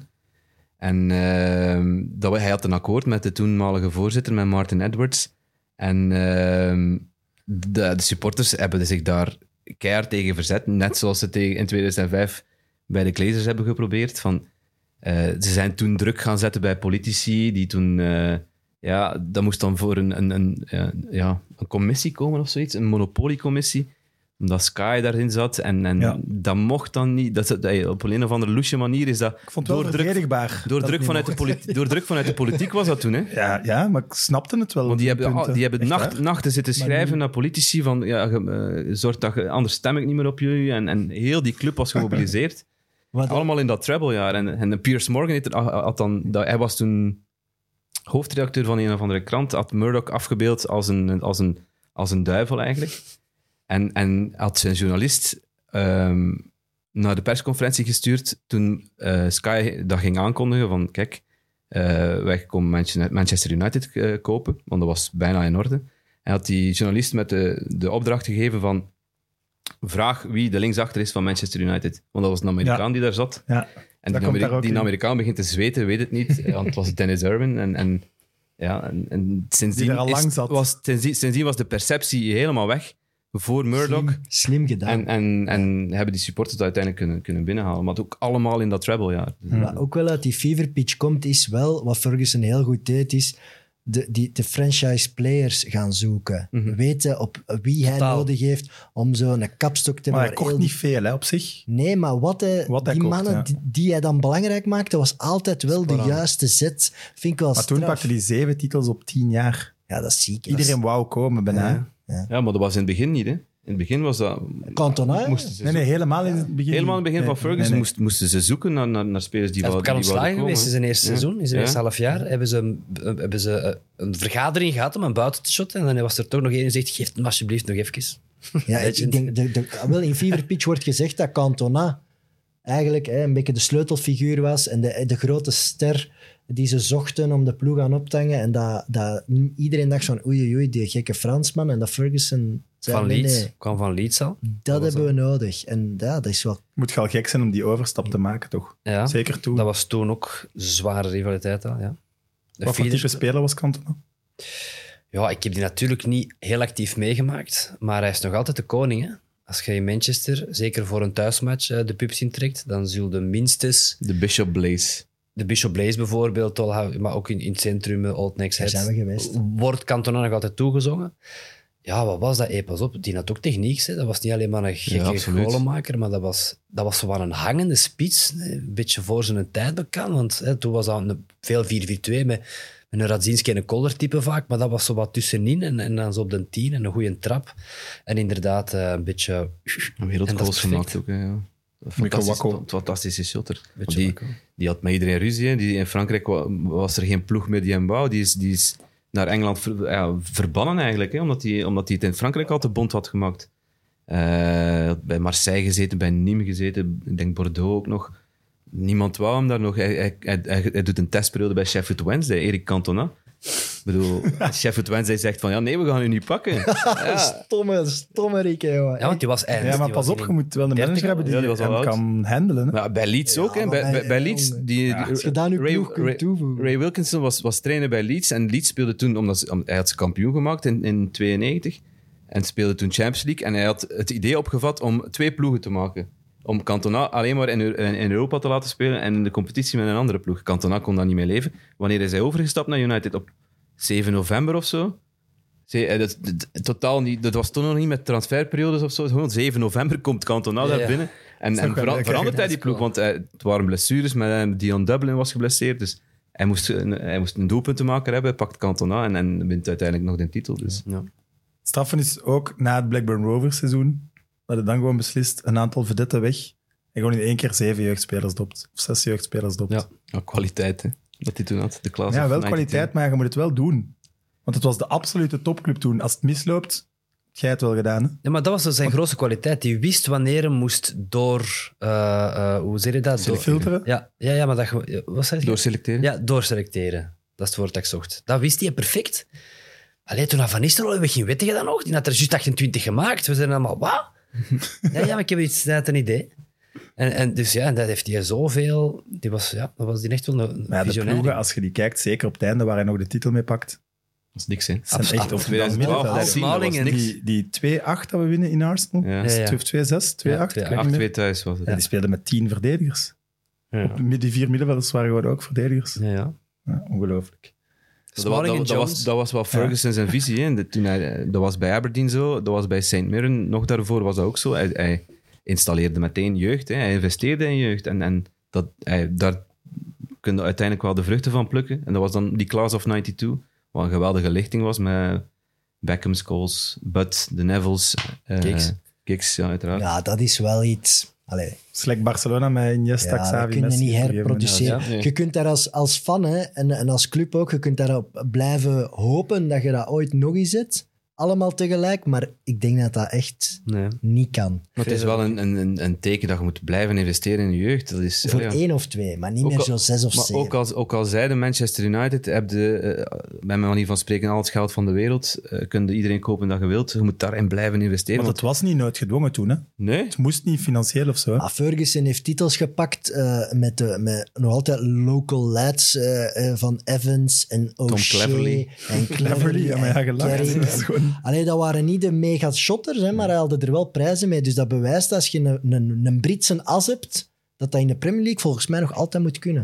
D: En ehm, dat, hij had een akkoord met de toenmalige voorzitter, met Martin Edwards. En ehm, de, de supporters hebben zich daar keihard tegen verzet. Net zoals ze tegen, in tweeduizend vijf bij de Glazers hebben geprobeerd. Van, eh, ze zijn toen druk gaan zetten bij politici, die toen... eh, ja, dat moest dan voor een, een, een, ja, ja, een commissie komen of zoiets, een monopoliecommissie, omdat Sky daarin zat. En, en
B: Ja.
D: dat mocht dan niet. Dat, dat, op een of andere loesje manier is dat...
B: Ik vond het wel
D: door druk,
B: verdedigbaar.
D: door,
B: dat
D: druk
B: het
D: vanuit de
B: niet mocht.
D: politi- door druk vanuit de politiek was dat toen, hè?
B: Ja, ja, maar ik snapte het wel.
D: Want die
B: op
D: hebben,
B: punten.
D: die hebben
B: Echt
D: nacht,
B: waar?
D: nachten zitten
B: Maar
D: schrijven
B: nu-
D: naar politici van ja, je, eh, zorg dat je, anders stem ik niet meer op jullie. En, en heel die club was gemobiliseerd.
E: Wat-
D: Allemaal in dat treble-jaar. En, en Piers Morgan heeft er- had dan... Dat, hij was toen hoofdredacteur van een of andere krant, had Murdoch afgebeeld als een, als een, als een duivel eigenlijk. En, en had zijn journalist ehm, naar de persconferentie gestuurd toen eh, Sky dat ging aankondigen van kijk, eh, wij komen Manchester Manchester United eh, kopen, want dat was bijna in orde. Hij had die journalist met de, de opdracht gegeven van vraag wie de linksachter is van Manchester United. Want dat was een Amerikaan
B: Ja.
D: die daar zat.
B: Ja,
D: En
B: Dat
D: die,
B: komt daar
D: Ameri-
B: ook
D: die
B: in.
D: Amerikaan begint te zweten, weet het niet, want het was Dennis Irwin. En, en, ja, en, en sindsdien,
B: Die er al
D: is-
B: lang zat.
D: Was, sindsdien, sindsdien was de perceptie helemaal weg voor Murdoch.
E: Slim, slim gedaan.
D: En, en, en hebben die supporters het uiteindelijk kunnen, kunnen binnenhalen. Maar het ook allemaal in dat treble-jaar. Dus,
E: Wat ook wel uit die fever pitch komt, is wel, wat Ferguson heel goed deed, is de, die, de franchise players gaan zoeken.
D: Mhm.
E: Weten op wie hij
C: Totaal.
E: nodig heeft om zo'n kapstok te
B: Maar hij
E: hebben.
B: kocht
E: waar
B: niet
E: heel-
B: veel, hè, op zich.
E: Nee, maar wat, hij,
B: Wat hij
E: die
B: kocht,
E: mannen
B: ja.
E: die, die hij dan belangrijk maakte, was altijd wel de
C: Vooraan.
E: juiste zet. Vind ik wel
B: Maar toen
E: straf.
B: pakte hij zeven titels op tien jaar.
E: Ja, dat is ziek. hè.
B: Iedereen wou komen bijna.
E: Ja.
D: Ja, maar dat was in het begin niet, hè. In het begin was dat...
E: Cantona, hè?
D: moesten ze
B: Nee, nee, helemaal in het begin.
D: Helemaal in het begin
B: Nee,
D: van Ferguson
B: nee, nee.
D: Moest, moesten ze zoeken naar, naar, naar spelers die
C: Hij
D: wel
C: is kan
D: die
C: ontslagen
D: wouden
C: geweest in
D: komen.
C: zijn eerste
D: Ja.
C: seizoen. In zijn
D: Ja.
C: eerste half jaar hebben ze, een- hebben ze eh, een vergadering gehad om hem buiten te shotten. En dan was er toch nog één die zegt, geef hem alsjeblieft nog even.
E: Ja, ik, ik denk, de, de, wel in Fever Pitch wordt gezegd dat Cantona eigenlijk hè, een beetje de sleutelfiguur was en de, de grote ster die ze zochten om de ploeg aan op te hangen. En dat, dat iedereen dacht van oei, oei, oei, die gekke Fransman. En dat Ferguson zei,
C: Van
E: nee,
C: Leeds.
E: nee,
C: Kwam van Leeds al.
E: dat hebben we nodig. En ja, dat is wel...
B: Moet wel gek zijn om die overstap te maken, toch?
C: Ja,
B: Zeker toen.
C: dat was toen ook zware rivaliteit al, ja. De
B: Wat voor
C: Feeders-
B: type speler was Cantona?
C: Ja, ik heb die natuurlijk niet heel actief meegemaakt, maar hij is nog altijd de koning. Hè? Als je in Manchester, zeker voor een thuismatch, eh, de pubs intrekt, dan zul je minstens
D: De Bishop Blaze.
C: de Bishop Blaze bijvoorbeeld, Tolhout, maar ook in, in het centrum, eh, Old Next
E: Daar
C: Head,
E: zijn we geweest.
C: wordt Cantona nog altijd toegezongen. Ja, wat was dat? Hey, pas op, die had ook techniek. Hè? Dat was niet alleen maar een
D: Ja,
C: gekke
D: absoluut.
C: golenmaker, maar dat was, dat was zo wel een hangende spits. Hè? Een beetje voor zijn tijd bekend, want hè, toen was dat een, veel vier vier twee met, met een Radzinski en een Koller type vaak, maar dat was zo wat tussenin en, en dan zo op de tien en een goede trap. En inderdaad, eh, een beetje...
D: Een
C: En dat
D: wereldgoals
C: is
D: gemaakt ook, hè, ja. Fantastisch,
B: wakko.
D: een fantastische shotter. Want
C: beetje
D: Die,
C: wakko.
D: die had met iedereen ruzie. Hè. Die, in Frankrijk wa- was er geen ploeg meer die hem wou. Die is, die is naar Engeland ver- ja, verbannen eigenlijk, hè, omdat hij omdat hij het in Frankrijk al te bond had gemaakt. Eh, Hij had bij Marseille gezeten, bij Nîmes gezeten, ik denk Bordeaux ook nog. Niemand wou hem daar nog. Hij, hij, hij, hij- hij doet een testperiode bij Sheffield Wednesday, Eric Cantona. Ik bedoel, Sheffield Wednesday zegt van ja, nee, we gaan u niet pakken. Ja,
E: Stomme, stomme Rieke, jongen.
C: Ja, want die was eind.
B: Ja, maar
C: die
B: pas
C: was
B: op,
C: in-
B: je moet wel een
C: dertig
B: manager hebben die,
D: Ja, die was wel
B: hem
D: oud.
B: kan handelen. Hè?
D: maar bij Leeds
E: Ja,
D: ook. Hè.
E: maar
D: Bij, bij,
E: bij-
D: bij Leeds,
E: jongen.
D: die,
B: Ja,
D: die-
E: Als je daar nu
D: Ray-
E: ploeg kunt
D: Ray-
E: toevoegen.
D: Ray Wilkinson was, was trainer bij Leeds en Leeds speelde toen, omdat ze, om- hij had ze kampioen gemaakt in, in tweeënnegentig en speelde toen Champions League en hij had het idee opgevat om twee ploegen te maken. Om Cantona alleen maar in, Eu- in Europa te laten spelen en in de competitie met een andere ploeg. Cantona kon daar niet mee leven. Wanneer is hij overgestapt naar United? Op zeven november of zo? Ze- eh, dat, dat- totaal niet, dat was toen nog niet met transferperiodes of zo. Gewoon zeven november komt Cantona
C: Ja,
D: daar
C: ja.
D: binnen. En,
B: is
D: en
B: ook wel
D: vera-
B: leuk,
D: verandert
B: hè?
D: hij die ploeg, want eh, het waren blessures. Met hem, Dion Dublin was geblesseerd, dus hij moest, een, hij moest een doelpuntenmaker hebben. Hij pakt Cantona en, en wint uiteindelijk nog de titel. Dus.
C: Ja.
B: Straffen is ook na het Blackburn Rovers seizoen, dat hij dan gewoon beslist, een aantal vedetten weg. En gewoon in één keer zeven jeugdspelers dopt. Of zes jeugdspelers dopt.
C: Ja.
D: Ja, kwaliteit, hè, wat hij toen had. De class
B: Ja,
D: of
B: wel
D: negenentwintig.
B: kwaliteit, maar je moet het wel doen. Want het was de absolute topclub toen. Als het misloopt, heb jij het wel gedaan. Hè?
C: Ja, maar dat was dus zijn grootste kwaliteit. Die wist wanneer hem moest door... eh, eh, hoe zeg je dat? Door,
B: Filteren.
C: ja, ja, ja, maar dat... ge- Wat zei je?
D: Doorselecteren?
C: Ja, doorselecteren. Dat is het woord dat ik zocht. Dat wist hij perfect. Allee, toen hij Van Nistelrooy wegging, weet je dat nog? Die had er juist achtentwintig gemaakt. We zijn allemaal, wat? ja, ja, maar ik heb iets net een idee. En, en dus ja, en dat heeft hij zoveel... Die was, ja, dat was die echt wel een
B: Maar ja, de
C: visionair.
B: ploegen, als je die kijkt, zeker op het einde waar hij nog de titel mee pakt,
D: Dat is niks, hè.
B: zijn echt
C: Absoluut.
B: of
D: tweeduizend twaalf,
B: middenveld.
D: dertien, dat was
C: Smalling en-
D: niks.
B: Die, die twee acht dat we winnen in Arsenal,
D: Ja.
B: is
C: Ja,
B: het
C: ja.
B: of twee zes, twee acht,
C: twee
B: ik weet
C: acht,
B: niet
D: acht
B: meer.
D: twee thuis was het.
B: Ja, die speelden met tien verdedigers.
C: Ja.
B: Op die vier middenvelders waren gewoon ook verdedigers.
C: Ja, ja.
B: Ja, ongelooflijk.
D: Dat,
C: Smalling
D: wa-
C: en
D: dat, dat, was,
C: Jones.
D: dat was wel Ferguson zijn visie. Hè. De- toen hij, dat was bij Aberdeen zo, dat was bij Saint Mirren, nog daarvoor was dat ook zo. Hij, hij installeerde meteen jeugd, hè. Hij investeerde in jeugd. En, en dat, hij, daar kun je uiteindelijk wel de vruchten van plukken. En dat was dan die Class of negenentwintig, wat een geweldige lichting was met Beckham, Scholes, Butt, de Nevels. eh,
C: Giggs.
D: Giggs, ja, uiteraard.
E: Ja, dat is wel iets... Allee,
B: Slecht Barcelona met Iniesta,
E: ja,
B: Xavi,
E: dat kun je
B: Messi.
E: niet
B: op een gegeven moment.
E: herproduceren.
C: Ja,
D: nee.
E: Je kunt daar als, als fan hè, en, en als club ook, je kunt daarop blijven hopen dat je dat ooit nog eens zet. Allemaal tegelijk, maar ik denk dat dat echt
C: Nee.
E: niet kan.
D: Maar het is wel een, een, een- een teken dat je moet blijven investeren in je jeugd. Dat is,
E: Voor
D: ja.
E: één of twee, maar niet
D: Ook
E: meer
D: al-
E: zo zes of
D: Maar
E: zeven.
D: ook als, ook al zeiden Manchester United, heb de, eh, bij manier van spreken, al het geld van de wereld, eh kun je iedereen kopen dat je wilt. Je moet daarin blijven investeren.
B: Want het was niet nooit gedwongen toen. Hè?
D: nee,
B: Het moest niet financieel of zo. Hè?
E: Maar Ferguson heeft titels gepakt eh, met, de, met nog altijd local lads eh, eh, van Evans en O'Shea.
D: Cleverley.
E: En
B: Cleverly, ja, maar ja, gelachen.
E: Carey.
B: Dat is gewoon...
E: Allee, dat waren niet de mega shotters, hè, maar hij haalde er wel prijzen mee. Dus dat bewijst als je een, een, een Britse as hebt, dat dat in de Premier League volgens mij nog altijd moet kunnen.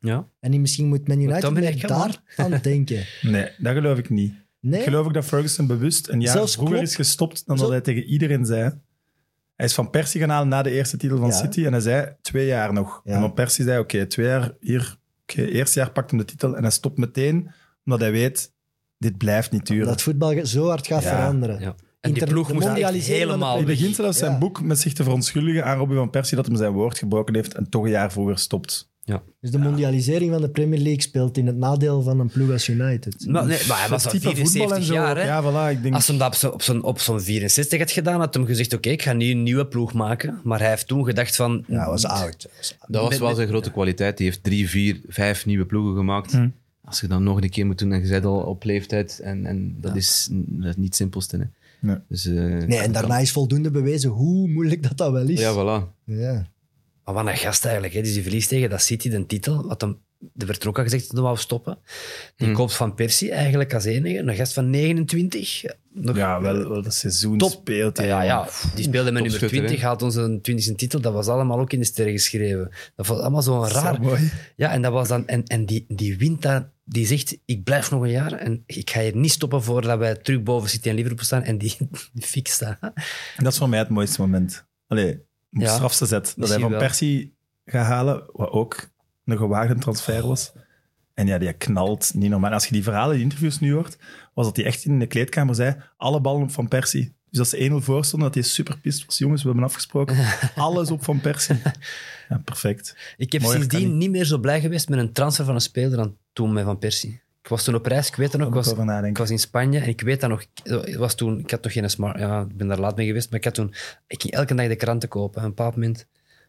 C: Ja.
E: En die misschien moet Man United
C: Dominic,
E: meer
C: come on.
E: daar aan denken.
B: Nee, dat geloof ik niet.
E: Nee?
B: Ik geloof ook dat Ferguson bewust een jaar
E: Zelfs
B: vroeger
E: Klopp-
B: is gestopt dan
E: Zo-
B: dat hij tegen iedereen zei. Hij is Van Persie gaan halen na de eerste titel van
E: Ja.
B: City en hij zei twee jaar nog.
E: Ja.
B: En Van Persie zei, oké, twee jaar hier. Oké, eerste jaar pakt hem de titel en hij stopt meteen, omdat hij weet, dit blijft niet duren.
E: Dat voetbal zo hard gaat
B: Ja.
E: veranderen.
C: Ja. En die
E: Inter-
C: ploeg
E: de
C: moest echt
E: mondialisering van de
C: helemaal
B: Hij
E: ploeg.
B: begint zelfs zijn
E: Ja.
B: boek met zich te verontschuldigen aan Robbie van Persie dat hem zijn woord gebroken heeft en toch een jaar vroeger stopt.
E: Dus de mondialisering van de Premier League speelt in het nadeel van een ploeg als United.
C: Maar, nee, maar hij was
B: Het
C: al
B: type voetbal en
C: vierenzeventig
B: zo.
C: jaar. Hè?
B: Ja, voilà, ik denk...
C: Als hij dat op zo'n- op zo'n op zo'n vierenzestig had gedaan, had hij gezegd, oké, ik ga nu een nieuwe ploeg maken. Maar hij heeft toen gedacht van...
E: Ja, hij was oud. Hij was oud.
D: Dat was
C: Met-
D: wel
C: met-
D: zijn grote kwaliteit. Die heeft drie, vier, vijf nieuwe ploegen gemaakt.
B: Hm.
D: Als je dan nog een keer moet doen en je bent al op leeftijd. En, en dat, is, dat is niet het simpelste. Hè.
B: Nee.
D: Dus, eh,
E: Nee, en daarna is voldoende bewezen hoe moeilijk dat, dat wel is.
D: Ja, voilà.
E: Ja.
C: Maar wat een gast eigenlijk. Hè. Dus die verliest tegen dat City de titel. Wat hem, er werd er ook al gezegd dat hij wou stoppen. Die
D: Hmm.
C: koopt Van Persie eigenlijk als enige. Een gast van negenentwintig. Nog,
B: Ja, wel, wel dat seizoen
C: Top.
B: speelt. hè,
C: Ja, ja,
B: jongen.
C: die speelde met nummer
D: Topschutter,
C: twintig,
D: hè.
C: haalt onze twintigste titel. Dat was allemaal ook in de sterren geschreven. Dat was allemaal zo'n
B: Zo
C: raar...
B: mooi.
C: Ja, en, dat was dan, en, en die, die wint daar, die zegt, ik blijf nog een jaar en ik ga hier niet stoppen voordat wij terug boven City en Liverpool staan. En die, die fix dat.
B: En dat is voor mij het mooiste moment. Allee, op
C: Ja,
B: strafste zet. Dat hij
C: misschien
B: van
C: wel.
B: Persie gaat halen, wat ook een gewaagde transfer was. En ja, die knalt niet normaal. Als je die verhalen, die interviews nu hoort, was dat hij echt in de kleedkamer zei, alle ballen op Van Persie. Dus als ze één nul voor stonden, dat hij super pist was. Jongens, we hebben afgesproken. Alles op Van Persie. Ja, perfect.
C: Ik heb
B: Mooier kan
C: sindsdien
B: niet.
C: niet meer zo blij geweest met een transfer van een speler dan toen met Van Persie. Ik was toen op reis, ik weet het nog, ik
B: Daar moet
C: was,
B: ik over
C: ik
B: nadenken.
C: was in Spanje en ik weet dat nog, ik, was toen, ik had toch geen smart, ja, ik ben daar laat mee geweest, maar ik had toen, ik ging elke dag de kranten kopen. En op een bepaald moment,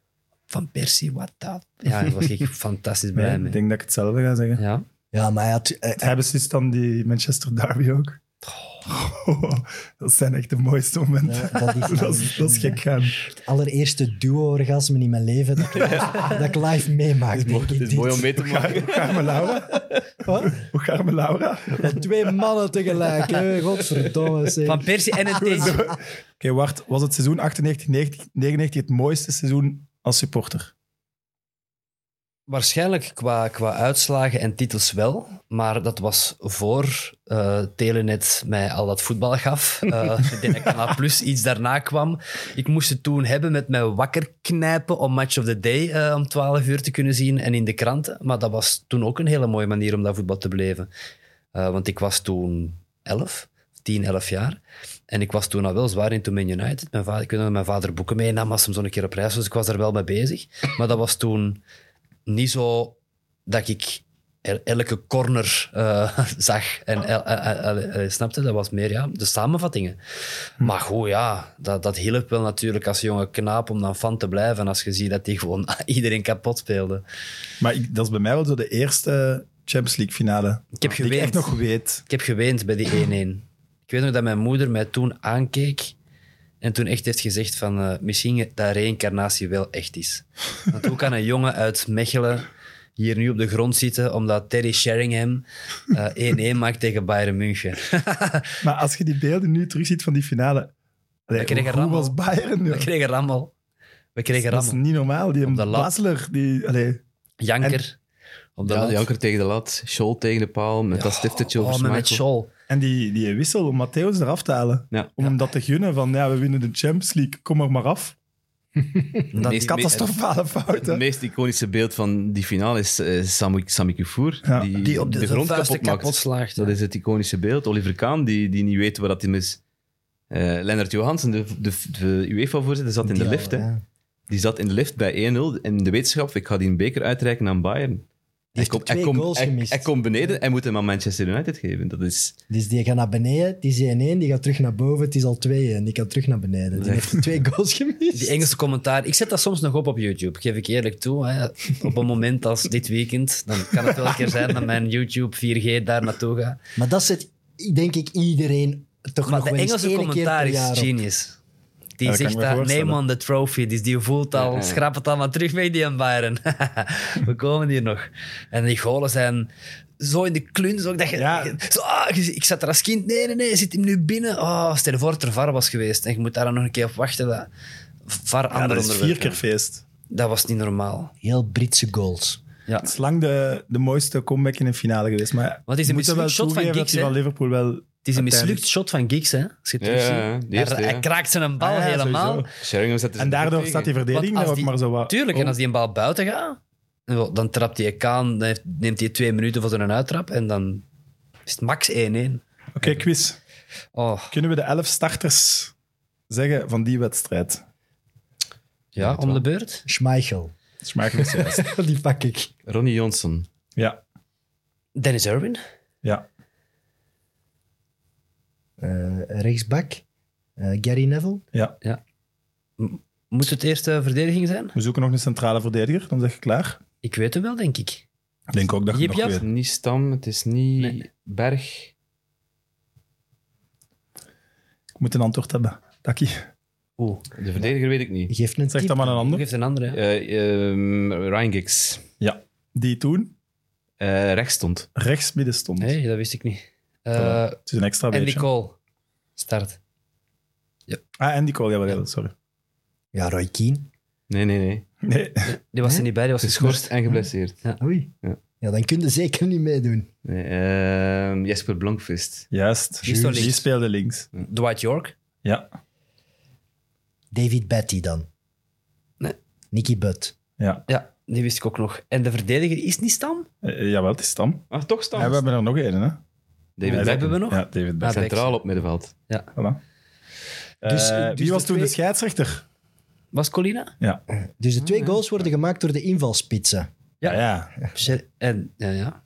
C: Van Persie, what the... Ja, daar was ik fantastisch blij
B: Nee,
C: mee.
B: ik denk dat ik hetzelfde ga zeggen.
C: Ja.
E: Ja, maar hij had... eh,
B: Hij beslist dan die Manchester Derby ook. Oh, dat zijn echt de mooiste momenten.
E: Ja, dat is-
B: dat, is, dat is gek gaan.
E: het allereerste duo-orgasme in mijn leven dat, ik- dat ik live meemaak.
D: Het is, mooi,
E: denk ik,
D: het is mooi
E: dit.
D: om mee te maken.
B: Hoe gaat het met Laura?
E: Wat?
B: Hoe gaat het met Laura?
E: Met twee mannen tegelijk. hè. Godverdomme. Zeg.
C: Van Persie en een tegen.
B: Oké, Wart, was het seizoen achtennegentig negenennegentig het mooiste seizoen als supporter?
C: Waarschijnlijk qua, qua uitslagen en titels wel, maar dat was voor eh, Telenet mij al dat voetbal gaf. Eh, ik denk dat Kanaal Plus iets daarna kwam. Ik moest het toen hebben met mij wakker knijpen om Match of the Day eh, om twaalf uur te kunnen zien en in de kranten. Maar dat was toen ook een hele mooie manier om dat voetbal te beleven. Eh, want ik was toen elf, tien, elf jaar. En ik was toen al wel zwaar into Man United. Mijn vader, ik weet nog dat mijn vader boeken meenam als hem zo'n keer op reis was. Dus ik was daar wel mee bezig. Maar dat was toen niet zo dat ik el- elke corner eh, zag en el- el- el- el- snapte. Dat was meer ja, de samenvattingen. Maar goed, ja, dat, dat hielp wel natuurlijk als jonge knaap om dan fan te blijven als je ziet dat die gewoon iedereen kapot speelde.
B: Maar ik, dat is bij mij wel zo de eerste Champions League finale.
C: Ik heb
B: Die ik echt
C: geweend.
B: nog weet.
C: Ik heb geweend bij die één-één. Ik weet nog dat mijn moeder mij toen aankeek en toen echt heeft gezegd van eh, misschien dat reïncarnatie wel echt is. Want hoe kan een jongen uit Mechelen hier nu op de grond zitten omdat Terry Sheringham eh, één-één maakt tegen Bayern München?
B: Maar als je die beelden nu terugziet van die finale... Allee,
C: We kregen
B: hoe goed
C: rammel.
B: was Bayern?
C: We
B: joh?
C: kregen rammel. We kregen
B: Dat is
C: rammel.
B: niet normaal. Die
C: Op de lat.
B: Basler, die... Allee,
C: Janker. Op de
D: Ja,
C: lat.
D: Janker tegen de lat, Scholl tegen de paal, met dat stiftertje over
C: Oh, maar met
D: Schmeichel.
C: Scholl.
B: en die, die wissel om Matthäus eraf te halen.
D: Ja.
B: Om hem dat te gunnen van, ja, we winnen de Champions League, kom er maar af.
C: Dat-
D: meest-
B: Catastrofale fout,
D: Het
B: hè?
D: meest iconische beeld van die finale is eh, Sami, Sami Kufour,
B: Ja.
D: die,
C: Die op de,
D: de
C: de
D: grond
C: vuisten
D: kapot maakt.
C: kapot slaagt.
D: Dat is het iconische beeld. Oliver Kahn, die, die niet weet waar dat hij is. Eh Lennart Johansen, de, de, de UEFA-voorzitter, zat in de
E: Die
D: lift.
E: al,
D: Hè.
E: ja.
D: Die zat in de lift bij één nul in de wetenschap, ik ga die een beker uitreiken aan Bayern. Hij
E: heeft
D: komt, hij,
E: twee
D: komt,
E: goals
D: hij,
E: gemist.
D: hij komt beneden en moet hem aan Manchester United geven. Dat is...
E: Dus die gaat naar beneden, het is één-één, die gaat terug naar boven, het is al twee-één. Die gaat terug naar beneden. Die
D: Nee.
E: heeft twee goals gemist.
C: Die Engelse commentaar. Ik zet dat soms nog op op YouTube, geef ik eerlijk toe. Hè. Op een moment als dit weekend, dan kan het wel een keer zijn dat mijn YouTube vier G daar naartoe gaat.
E: Maar dat zet, denk ik, iedereen toch
C: Maar
E: nog
C: de
E: wel eens
C: Engelse
E: één keer
C: commentaar
E: per
C: is
E: jaar op.
C: genius. Die
B: Ja, dat kan
C: zegt
B: ik me
C: dat,
B: voorstellen.
C: name on the trophy. Dus die voelt al,
D: Ja, ja.
C: schrap het allemaal terug mee, die aan Bayern. We komen hier nog. En die golen zijn zo in de kluns ook. Dat je,
B: Ja.
C: je- zo, ah, je- ik zat er als kind, nee, nee, nee, zit hem nu binnen. Oh, stel je voor dat er V A R was geweest. En je moet daar dan nog een keer op wachten. Dat V A R
B: Ja,
C: ander
B: dat is
C: onderwerp,
B: vier keer
C: ja.
B: feest.
C: Dat was niet normaal.
E: Heel Britse goals.
C: Ja.
B: Het is lang de, de mooiste comeback in een finale geweest. Maar
C: Wat is
B: je
C: een
B: moet er wel
C: mislukt shot van
B: toegeven dat
C: Giggs,
B: die
C: hè?
B: van Liverpool wel...
C: Het is een mislukt shot van Giggs, hè? Als je het
D: Ja,
C: terug
D: ja, ja.
C: ziet.
D: De eerste,
C: hij,
D: ja.
C: hij kraakt zijn bal
B: Ah, ja,
C: helemaal.
B: sowieso.
D: Sheringham zette
B: En daardoor staat die verdediging
C: Want
B: er
C: als
B: ook
C: die-
B: maar zo wat...
C: Tuurlijk, en
B: oh.
C: als die een bal buiten gaat, dan trapt hij aan, dan heeft- neemt hij twee minuten voor zijn uittrap en dan is het max één-één.
B: Oké, quiz.
C: Oh,
B: Kunnen we de elf starters zeggen van die wedstrijd?
C: ja, om de beurt.
E: Schmeichel.
B: Schmeichel is juist.
E: Die pak ik.
D: Ronnie Johnson.
B: Ja,
C: Dennis Irwin.
B: ja.
E: Eh, rechtsbak. Eh, Gary Neville.
B: ja.
C: Moet het eerst de verdediging zijn?
B: We zoeken nog een centrale verdediger, dan zeg je klaar.
C: Ik weet het wel, denk ik.
B: Ik denk ook dat je
C: Jip
B: nog
C: Jap?
B: weet.
D: Het is niet Stam, het is niet
C: Nee.
D: Berg.
B: Ik moet een antwoord hebben. Taki.
C: Oeh,
D: De verdediger weet ik niet.
E: Geef een
B: Zeg
E: tip.
B: dan maar een ander.
C: geeft een andere. hè.
D: Eh, ehm, Ryan Giggs.
B: Ja. Die toen
D: Eh, rechts stond.
B: rechts midden stond.
C: Nee, dat wist ik niet. Eh
B: Voilà. Het is een extra
C: Andy
B: beetje.
C: Cole. Start.
B: Ah, Andy Cole, jawel, jawel, sorry.
E: Ja, Roy Keane.
D: Nee, nee, nee.
B: Nee.
C: Die was er niet bij, die was
D: Geschorst en geblesseerd.
E: Oei.
D: Ja.
E: Ja, dan kun je zeker niet meedoen.
D: Nee, ehm, Jesper Blomqvist.
B: Juist.
C: Die stond
B: Die
C: links.
B: speelde links.
C: Dwight York.
B: Ja.
E: David Batty dan.
C: Nee.
E: Nicky Butt.
B: Ja.
C: Ja, die wist ik ook nog. En de verdediger is niet Stam?
B: Eh, jawel, het is Stam.
D: Ah, toch Stam.
B: En we hebben er nog één, hè?
D: David
B: Ja,
C: Hebben
D: Beckham.
C: we nog?
B: Ja, David Beckham.
C: Ah,
D: Centraal op middenveld.
B: Voilà.
E: Dus-
B: Eh,
E: dus
B: wie was
E: de
B: toen
E: twee-
B: de scheidsrechter?
C: Was Colina?
B: Ja.
E: Dus de twee goals worden gemaakt door de invalspitsen.
B: Ja. ja.
C: Sher- En, ja, ja.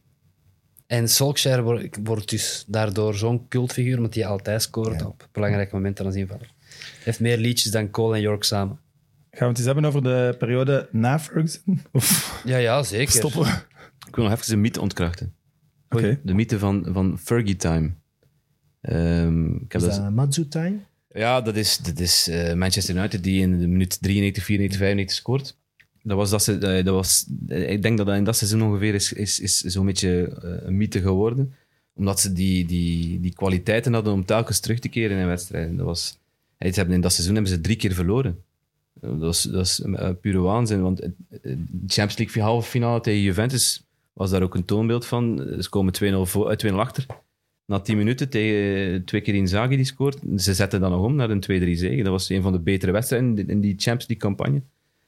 C: En Solskjaer wordt, wordt dus daardoor zo'n cultfiguur, omdat hij altijd scoort op belangrijke momenten als invaller. Hij heeft meer liedjes dan Cole en York samen.
B: Gaan we het eens hebben over de periode na Ferguson? Of
C: Ja, ja, zeker.
B: stoppen we?
D: Ik wil nog even een mythe ontkrachten.
B: Oké.
D: De mythe van, van Fergie Time. Ehm, ik heb
E: Is
D: dat,
E: dat Matsu time?
D: ja, dat is, dat is eh, Manchester United die in de minuut drieënnegentig, vierennegentig, vijfennegentig scoort. Dat was dat, ze, eh, dat was, eh, ik denk dat dat in dat seizoen ongeveer is, is, is zo'n beetje eh, een mythe geworden. Omdat ze die, die, die kwaliteiten hadden om telkens terug te keren in wedstrijden. Dat was, eh, ze hebben, in dat seizoen hebben ze drie keer verloren. Eh, Dat is, dat is eh, pure waanzin. Want eh, de Champions League halve finale tegen Juventus was daar ook een toonbeeld van. Ze komen twee nul voor- eh, twee nul achter. Na tien minuten tegen twee keer Inzaghi die scoort. Ze zetten dan nog om naar een twee drie zege. Dat was een van de betere wedstrijden in- in die Champions League campagne.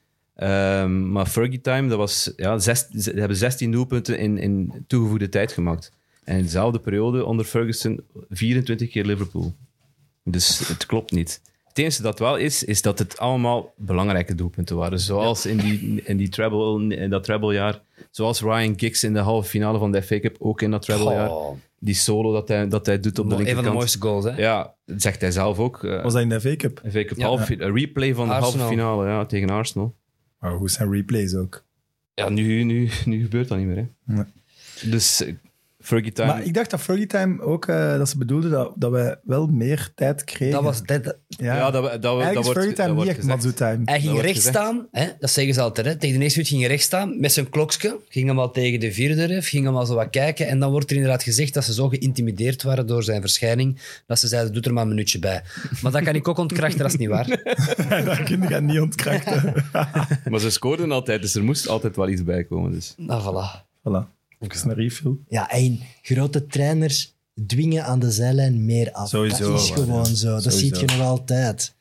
D: Ehm, maar Fergie Time, dat was, ja, zes, ze hebben zestien doelpunten in, in toegevoegde tijd gemaakt. En in dezelfde periode onder Ferguson vierentwintig keer Liverpool. Dus het klopt niet. Het enige dat wel is, is dat het allemaal belangrijke doelpunten waren. Zoals in, die, in, die treble, in dat treble-jaar. Zoals Ryan Giggs in de halve finale van de F A Cup, ook in dat treble-jaar.
C: Oh,
D: Die solo dat hij, dat hij doet op de
C: een van
D: linkerkant.
C: de mooiste goals, hè?
D: Ja, dat zegt hij zelf ook. Uh,
B: Was dat in de F A Cup?
D: F A Cup
C: Ja.
D: halve, een replay van de
C: Arsenal.
D: halve finale ja, tegen Arsenal.
B: Oh, hoe zijn replays ook?
D: Ja, nu, nu, nu gebeurt dat niet meer. Hè.
B: Nee.
D: Dus uh, Fergie Time...
B: Maar ik dacht dat Fergie Time ook, eh, dat ze bedoelden dat, dat wij wel meer tijd kregen.
C: Dat was dat,
B: ja.
D: ja, dat, dat, dat,
B: Eigenlijk
D: wordt,
B: is Fergie Time
D: dat
B: niet
D: wordt
B: echt
D: gezegd.
B: Matsu Time.
C: Hij ging
D: wordt
C: rechts
D: gezegd.
C: staan, hè? Dat zeggen ze altijd. Hè? Tegen de eerste minuut ging hij rechts staan met zijn klokje. Ging hem al tegen de vierde ref, ging hem al zo wat kijken. En dan wordt er inderdaad gezegd dat ze zo geïntimideerd waren door zijn verschijning, dat ze zeiden, doe er maar een minuutje bij. Maar dat kan ik ook ontkrachten, dat is niet waar.
B: Dat kun je niet ontkrachten.
D: Maar ze scoorden altijd, dus er moest altijd wel iets bij komen. Dus.
C: Nou, voilà.
B: Voilà. Ook eens een refill.
E: Ja, en grote trainers dwingen aan de zijlijn meer af.
B: Sowieso,
E: Dat is
B: man,
E: gewoon
B: ja.
E: zo. Dat
B: Sowieso.
E: zie je nog altijd.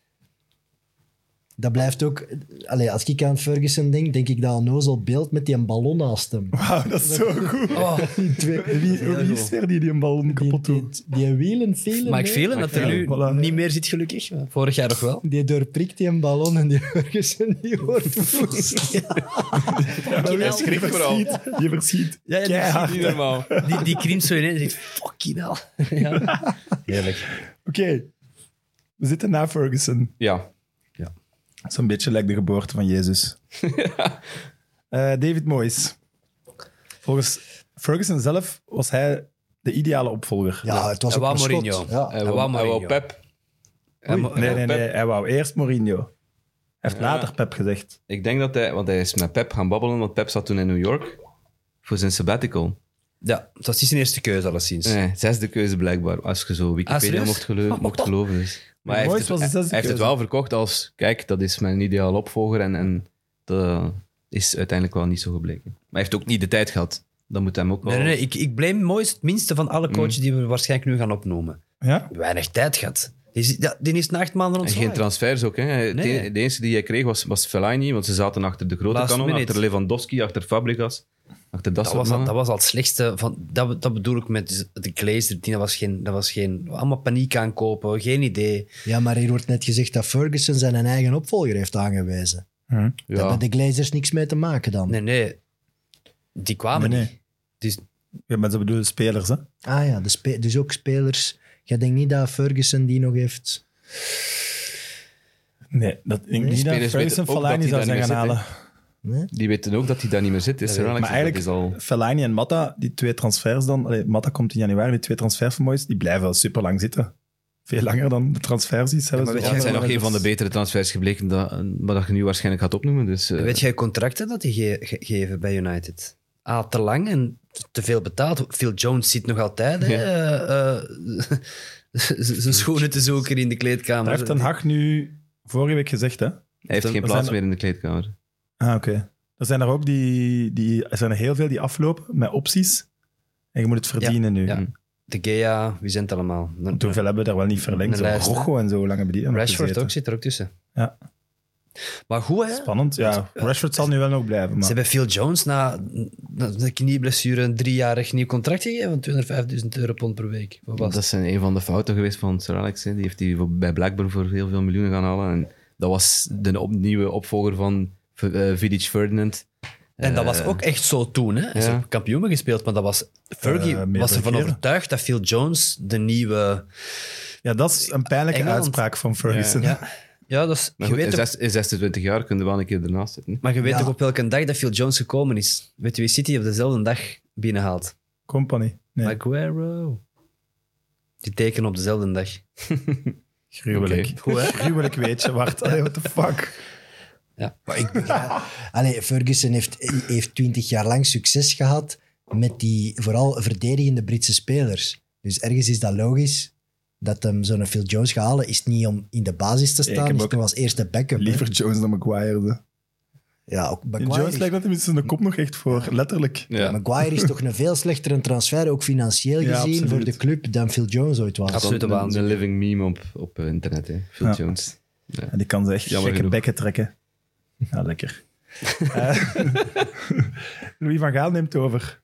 E: Dat blijft ook... Allee, als ik aan Ferguson denk, denk ik dat onnozel beeld met die een ballon naast hem.
B: Wauw, dat is zo goed.
C: Oh,
E: Die, twee,
B: Wie, wie is er die die een bal
E: die,
B: kapot
E: die,
B: doet?
E: die wielen vielen.
C: mag ik
E: hè?
C: velen dat er nu
B: Voilà.
C: niet meer zit, gelukkig. Vorig jaar nog wel.
E: Die doorprikt die een ballon en die Ferguson die wordt voest. Ja.
B: Je
D: schrik vooral.
B: verschiet. Je verschiet.
C: Ja, ja, die
B: Keihard.
D: Niet normaal.
C: Die, die krimpt zo ineens en zegt, fucking hell. Ja. Heerlijk.
B: Oké. We zitten na Ferguson.
D: Ja.
B: Zo'n beetje lijkt de geboorte van Jezus. Eh, David Moyes. Volgens Ferguson zelf was hij de ideale opvolger.
E: Ja, het was
C: En
E: ook
C: wou
E: een schot.
C: Mourinho.
E: Ja.
D: Hij
C: wou
D: wou, hij wou
C: Mourinho.
D: Pep.
B: Oei,
C: Hij-
B: nee,
C: hij
B: nee,
C: wou
B: nee. Hij wou eerst Mourinho. Hij heeft
D: Ja.
B: later Pep gezegd.
D: Ik denk dat hij... Want hij is met Pep gaan babbelen, want Pep zat toen in New York. Voor zijn sabbatical.
C: Ja, dat was niet zijn eerste keuze, alleszins.
D: Nee, zesde keuze blijkbaar. Als je zo Wikipedia
C: serieus?
D: mocht, gelo- mocht geloven. Dus. Maar hij,
B: Moyes
D: heeft het,
B: was de
D: hij
B: zesde
D: heeft het
B: keuze.
D: wel verkocht als... Kijk, dat is mijn ideale opvolger. En, en de, is uiteindelijk wel niet zo gebleken. Maar hij heeft ook niet de tijd gehad. Dat moet hem ook wel...
C: Nee, nee, nee. Ik, ik blame Moyes het minste van alle coaches die we waarschijnlijk nu gaan opnoemen.
B: Ja?
C: Weinig tijd gehad. Die is, ja, die is na acht maanden
D: En
C: ontslagen.
D: geen transfers ook. Hè.
C: Nee.
D: De, de enige die hij kreeg was, was Fellaini, want ze zaten achter de grote
C: Last
D: kanon,
C: minute.
D: achter Lewandowski, achter Fabregas, achter dat,
C: Dat
D: soort
C: was, al,
D: mannen.
C: dat was al het slechtste. Van, dat, dat bedoel ik met de Glazer. Dat was geen, dat was geen... Allemaal paniek aankopen, geen idee.
E: Ja, maar hier wordt net gezegd dat Ferguson zijn eigen opvolger heeft aangewezen.
B: Hm.
E: Daar
D: Ja.
E: hebben de Glazers niks mee te maken dan.
C: Nee, nee. Die kwamen
B: Nee, nee.
C: niet. Dus,
B: Ja, maar ze bedoelen spelers, hè?
E: Ah ja, de spe- dus ook spelers. Jij denkt niet dat Ferguson die nog heeft...
B: Nee, dat, ik denk
E: Nee,
B: niet dat
D: spelers
B: Ferguson
D: weten ook
B: Fellaini
D: dat
B: zou
D: hij
B: zijn
D: daar
B: gaan
D: niet
B: halen.
E: Nee?
D: Die weten ook dat hij daar niet meer zit. Is er, Alex?
B: Maar eigenlijk,
D: dat is al...
B: Fellaini en Matta, die twee transfers dan... Allee, Matta komt in januari, die twee transfers van Moyes, die blijven wel super lang zitten. Veel langer dan de transfers die ze hebben.
C: maar weet
B: Zo
C: je,
D: Ja, het zijn nog
B: andere-
D: geen van de betere transfers gebleken, dat, wat dat je nu waarschijnlijk gaat opnoemen. Dus, eh,
C: weet jij contracten dat die ge- ge- geven bij United? A, te lang en te veel betaald. Phil Jones zit nog altijd hè, eh, eh, zijn schoenen te zoeken in de kleedkamer.
B: Dat heeft Ten Hag nu vorige week gezegd, hè?
D: hij heeft
B: er
D: geen
B: zijn
D: plaats
B: er-
D: meer in de kleedkamer.
B: Ah, oké. Er zijn er ook die, die... Er zijn er heel veel die aflopen met opties. En je moet het verdienen nu.
C: ja. De Gea, wie zijn het allemaal?
B: Want hoeveel hebben we daar wel niet verlengd?
C: Een
B: Zo
C: lijst, hè?
B: Rojo en zo, hoe lang hebben die er nog
C: Rashford
B: gezeten?
C: ook, zit er ook tussen.
B: Ja.
C: Maar goed, hè?
B: Spannend, ja. Rashford zal nu wel nog blijven,
C: Ze
B: maar...
C: hebben Phil Jones na, na de knieblessure een driejarig nieuw contract gegeven van tweehonderdvijfduizend euro pond per week. Wat was
D: Dat is een van de fouten geweest van Sir Alex. Hè. Die heeft die bij Blackburn voor heel veel miljoenen gaan halen. En dat was de op, nieuwe opvolger van uh, Vidic Ferdinand.
C: En dat was
D: Eh,
C: ook echt zo toen. Hè? Ze
D: ja.
C: hebben kampioenen gespeeld, maar dat was, Fergie
B: meerdere
C: was ervan
B: keren.
C: overtuigd dat Phil Jones de nieuwe...
B: Ja, dat is een pijnlijke
C: Engeland.
B: uitspraak van Ferguson.
C: Ja, ja dat is,
D: Maar
C: je
D: goed,
C: weet
D: in,
C: ook,
D: zes- in zesentwintig jaar kunnen we wel een keer ernaast zitten.
C: maar je weet
E: Ja.
C: ook op welke dag dat Phil Jones gekomen is. Weet je wie City op dezelfde dag binnenhaalt?
B: Company. Nee,
C: Aguero. Die tekenen op dezelfde dag.
B: gruwelijk.
D: Oké.
B: Goed, hè? Gruwelijk weet je, Bart. Allee, what the fuck?
E: Maar ik, ja, allee, Ferguson heeft, heeft twintig jaar lang succes gehad met die vooral verdedigende Britse spelers. Dus ergens is dat logisch dat hem zo'n Phil Jones gaat halen. Is het niet om in de basis te
B: Ik
E: staan,
B: heb
E: is
B: ook
E: het nog als eerste backup. hè.
B: Liever Jones dan Maguire. hè.
E: Ja, ook
B: In
E: Maguire,
B: Jones
E: is,
B: lijkt dat tenminste zijn kop nog echt voor, letterlijk.
D: Ja.
E: Maguire is toch een veel slechtere transfer, ook financieel
B: Ja,
E: gezien,
B: absoluut.
E: voor de club, dan Phil Jones ooit was.
C: Absoluut.
D: Absoluut
C: Absolute
D: een,
C: waanzin.
D: een living meme op, op eh, internet. Hè. Phil
B: Ja.
D: Jones. Ja.
B: En die kan ze echt
D: Jammer
B: gekke
D: genoeg.
B: bekken trekken. Ja, lekker. Eh, Louis van Gaal neemt over.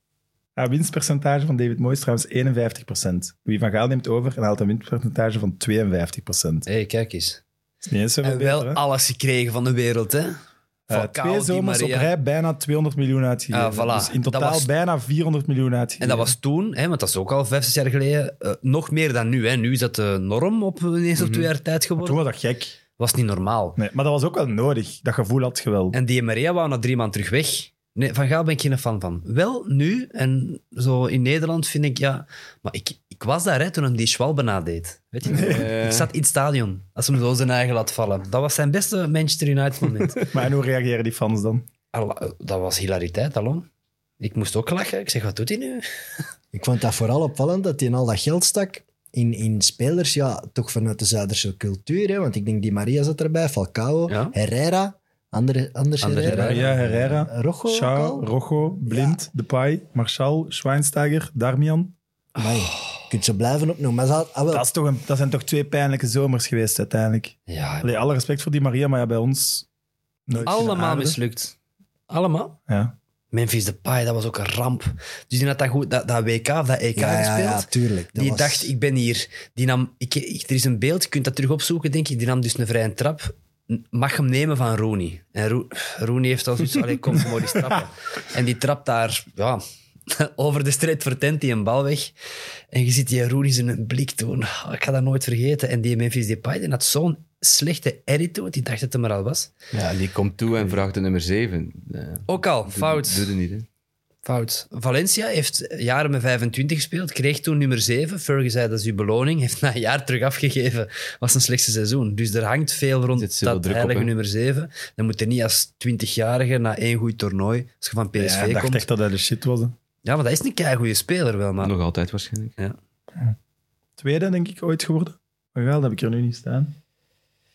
B: Ja, winstpercentage van David Moyes trouwens eenenvijftig procent. Louis van Gaal neemt over en haalt een winstpercentage van tweeënvijftig procent.
C: Hé, hey, kijk eens.
B: Dat is niet eens zoveel
C: En wel
B: beter, hè?
C: alles gekregen van de wereld, hè?
B: Eh,
C: Falcao,
B: twee
C: Di
B: zomers op
C: Maria.
B: rij bijna tweehonderd miljoen uitgegeven.
C: Ah, voilà.
B: Dus in
C: Dat
B: totaal
C: was-
B: bijna vierhonderd miljoen uitgegeven.
C: En dat was toen, hè, want dat is ook al vijf, zes jaar geleden, eh, nog meer dan nu. Hè. Nu is dat de norm op ineens of twee jaar tijd
B: Toen
C: geworden.
B: was dat gek.
C: Was niet normaal.
B: Nee, maar dat was ook wel nodig. Dat gevoel had je wel.
C: En die Maria wou na drie maanden terug weg. Nee, Van Gaal ben ik geen fan van. Wel, nu, en zo in Nederland vind ik, ja... Maar ik, ik was daar hè, toen hij die Schwalbe nadeed. Weet je?
D: Nee.
C: Ik zat in het stadion, als hij hem zo zijn eigen laat vallen. Dat was zijn beste Manchester United moment.
B: Maar en hoe reageren die fans dan?
C: Alla- Dat was hilariteit, alom. Ik moest ook lachen. Ik zeg, wat doet hij nu?
E: Ik vond dat vooral opvallend dat hij al dat geld stak in, in spelers, ja, toch vanuit de Zuiderse cultuur. Hè? Want ik denk, die Maria zat erbij, Falcao,
C: Ja.
E: Herrera, andere, anders
C: Ander
E: Herrera.
B: Maria, Herrera,
E: Rojo ook
B: Shaw,
E: al?
B: Rojo, Blind, Depay, Martial, Schweinsteiger, Darmian.
E: Amai, je kunt ze blijven opnoemen. Maar ze had, ah, wel,
B: Dat, is toch een, dat zijn toch twee pijnlijke zomers geweest uiteindelijk.
C: Ja,
B: Allee, alle respect voor die Maria, maar ja, bij ons... nooit
C: allemaal
B: geaarde.
C: mislukt. Allemaal.
B: Ja.
C: Memphis Depay, dat was ook een ramp. Dus die had dat, goed, dat, dat W K of dat E K
E: ja, ja,
C: gespeeld.
E: ja, tuurlijk. Dat
C: Die
E: was-
C: dacht, ik ben hier. Die nam, ik, ik, er is een beeld, je kunt dat terug opzoeken, denk ik. Die nam dus een vrije trap. Mag hem nemen van Rooney. En Ro- Rooney heeft al zoiets van, allee, kom, mooi die trappen. En die trapt daar, ja, over de streep vertent die een bal weg. En je ziet die Rooney zijn blik doen. Oh, ik ga dat nooit vergeten. En die Memphis Depay, die had zo'n slechte attitude, die dacht dat het er maar al was.
D: Ja, die komt toe en vraagt de nummer zeven. Uh,
C: Ook al, fout.
D: Doe het niet, hè.
C: Fout. Valencia heeft jaren met vijfentwintig gespeeld, kreeg toen nummer zeven. Fergie zei dat is uw beloning. Heeft na een jaar terug afgegeven. Was een slechtste seizoen. Dus er hangt veel
D: Zit
C: rond
D: zoveel
C: dat
D: druk op,
C: heilige
D: hè?
C: nummer zeven. Dan moet er niet als twintigjarige na één goed toernooi, als je van P S V
B: Ja, ik dacht
C: komt.
B: echt dat hij de shit was. Hè.
C: Ja, maar dat is een keigoede speler wel. Maar...
D: Nog altijd waarschijnlijk.
C: Ja.
B: Tweede, denk ik, ooit geworden. Maar wel, dat heb ik er nu niet staan.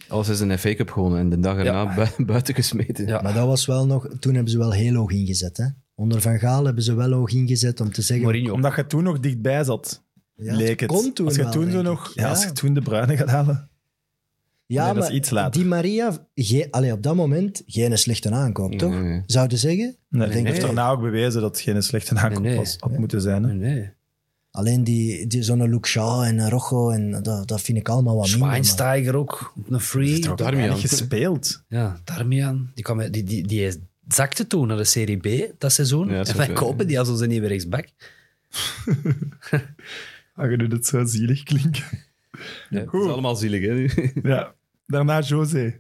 D: Alles is een F A Cup gewonnen en de dag erna
C: Ja.
D: bu- buiten gesmeten.
C: Ja.
E: Maar dat was wel nog... Toen hebben ze wel heel hoog ingezet. Hè? Onder Van Gaal hebben ze wel hoog ingezet om te zeggen...
C: Mourinho.
B: Omdat je toen nog dichtbij zat,
E: Ja,
B: leek het.
E: kon toen
B: als je
E: wel,
B: toen zo
E: denk
B: nog...
E: ik.
B: Ja, als je toen de Bruyne gaat halen...
E: Ja,
B: Nee, dat
E: maar
B: is iets later.
E: Di Maria, ge, allee, op dat moment, geen slechte aankoop, toch?
D: Nee, nee.
E: Zouden zeggen?
B: Nee,
E: denk
B: hij heeft
C: nee.
B: daarna ook bewezen dat het geen slechte aankoop
C: Nee, nee.
B: was, had moeten zijn. Hè.
C: Nee, nee.
E: Alleen die, die, zo'n Luke Shaw en een Rojo, en dat, dat vind ik allemaal wat minder. maar-
C: Schweinsteiger ook, op een free.
B: Hij heeft
D: Darmian.
B: weinig gespeeld.
C: Ja, Darmian. Die, kwam, die, die, die zakte toen naar de Serie B, dat seizoen.
D: Ja, dat is
C: en wij
D: ook,
C: kopen die als onze nieuwe rechtsback.
B: Ah, je doet het zo zielig klinken.
D: Ja, het
B: Goed.
D: is allemaal zielig, hè? nu.
B: Ja. Daarna José.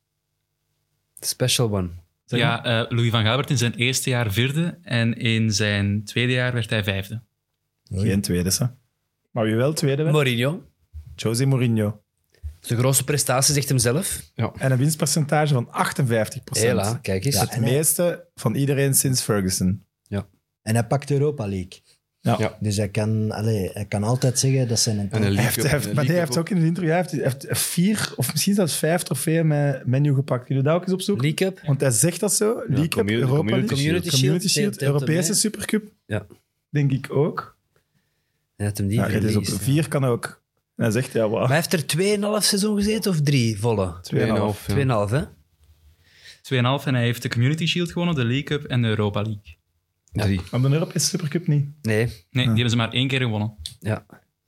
C: Special one.
B: Zeg
F: Ja, eh, Louis van Gaal werd in zijn eerste jaar vierde en in zijn tweede jaar werd hij vijfde.
B: Geen tweede, hè. Maar wie wel tweede werd?
C: Mourinho.
B: José Mourinho.
C: De grootste prestatie, zegt hem zelf.
B: En een winstpercentage van achtenvijftig procent.
C: Hela, kijk eens.
E: Ja,
B: Het
E: en hij-
B: meeste van iedereen sinds Ferguson.
E: En hij pakt de Europa League.
B: Ja.
D: Ja.
E: Dus hij kan, allee, hij kan altijd zeggen dat zijn een...
D: En een
B: Hij
D: League
B: heeft,
D: Cup-
B: hij heeft,
D: een
B: maar nee, hij
D: League
B: heeft ook in het interview hij heeft, hij heeft vier of misschien zelfs vijf trofeeën met menu gepakt. Kun je dat ook eens opzoeken?
C: League Cup.
B: Want hij zegt dat zo. League Cup,
D: community-
B: Europa
D: community
B: League,
C: Community Shield.
B: Community Shield,
C: Telt- telt
B: Europese
C: erbij.
B: Supercup.
C: Ja.
B: Denk ik ook.
C: Hij had hem die
B: Ja, het is op
C: verliest, ja.
B: vier kan ook. En hij zegt, ja,
C: Maar
B: wat?
C: hij heeft er tweeënhalf seizoen gezeten of drie volle?
B: Tweeënhalf.
D: ja.
C: Tweeënhalf, hè?
F: tweeënhalf en hij heeft de Community Shield gewonnen, de League Cup en de Europa League.
D: Drie.
B: Maar de Europese Supercup niet.
C: Nee.
F: Nee, die hebben ze maar één keer gewonnen.
C: Ja.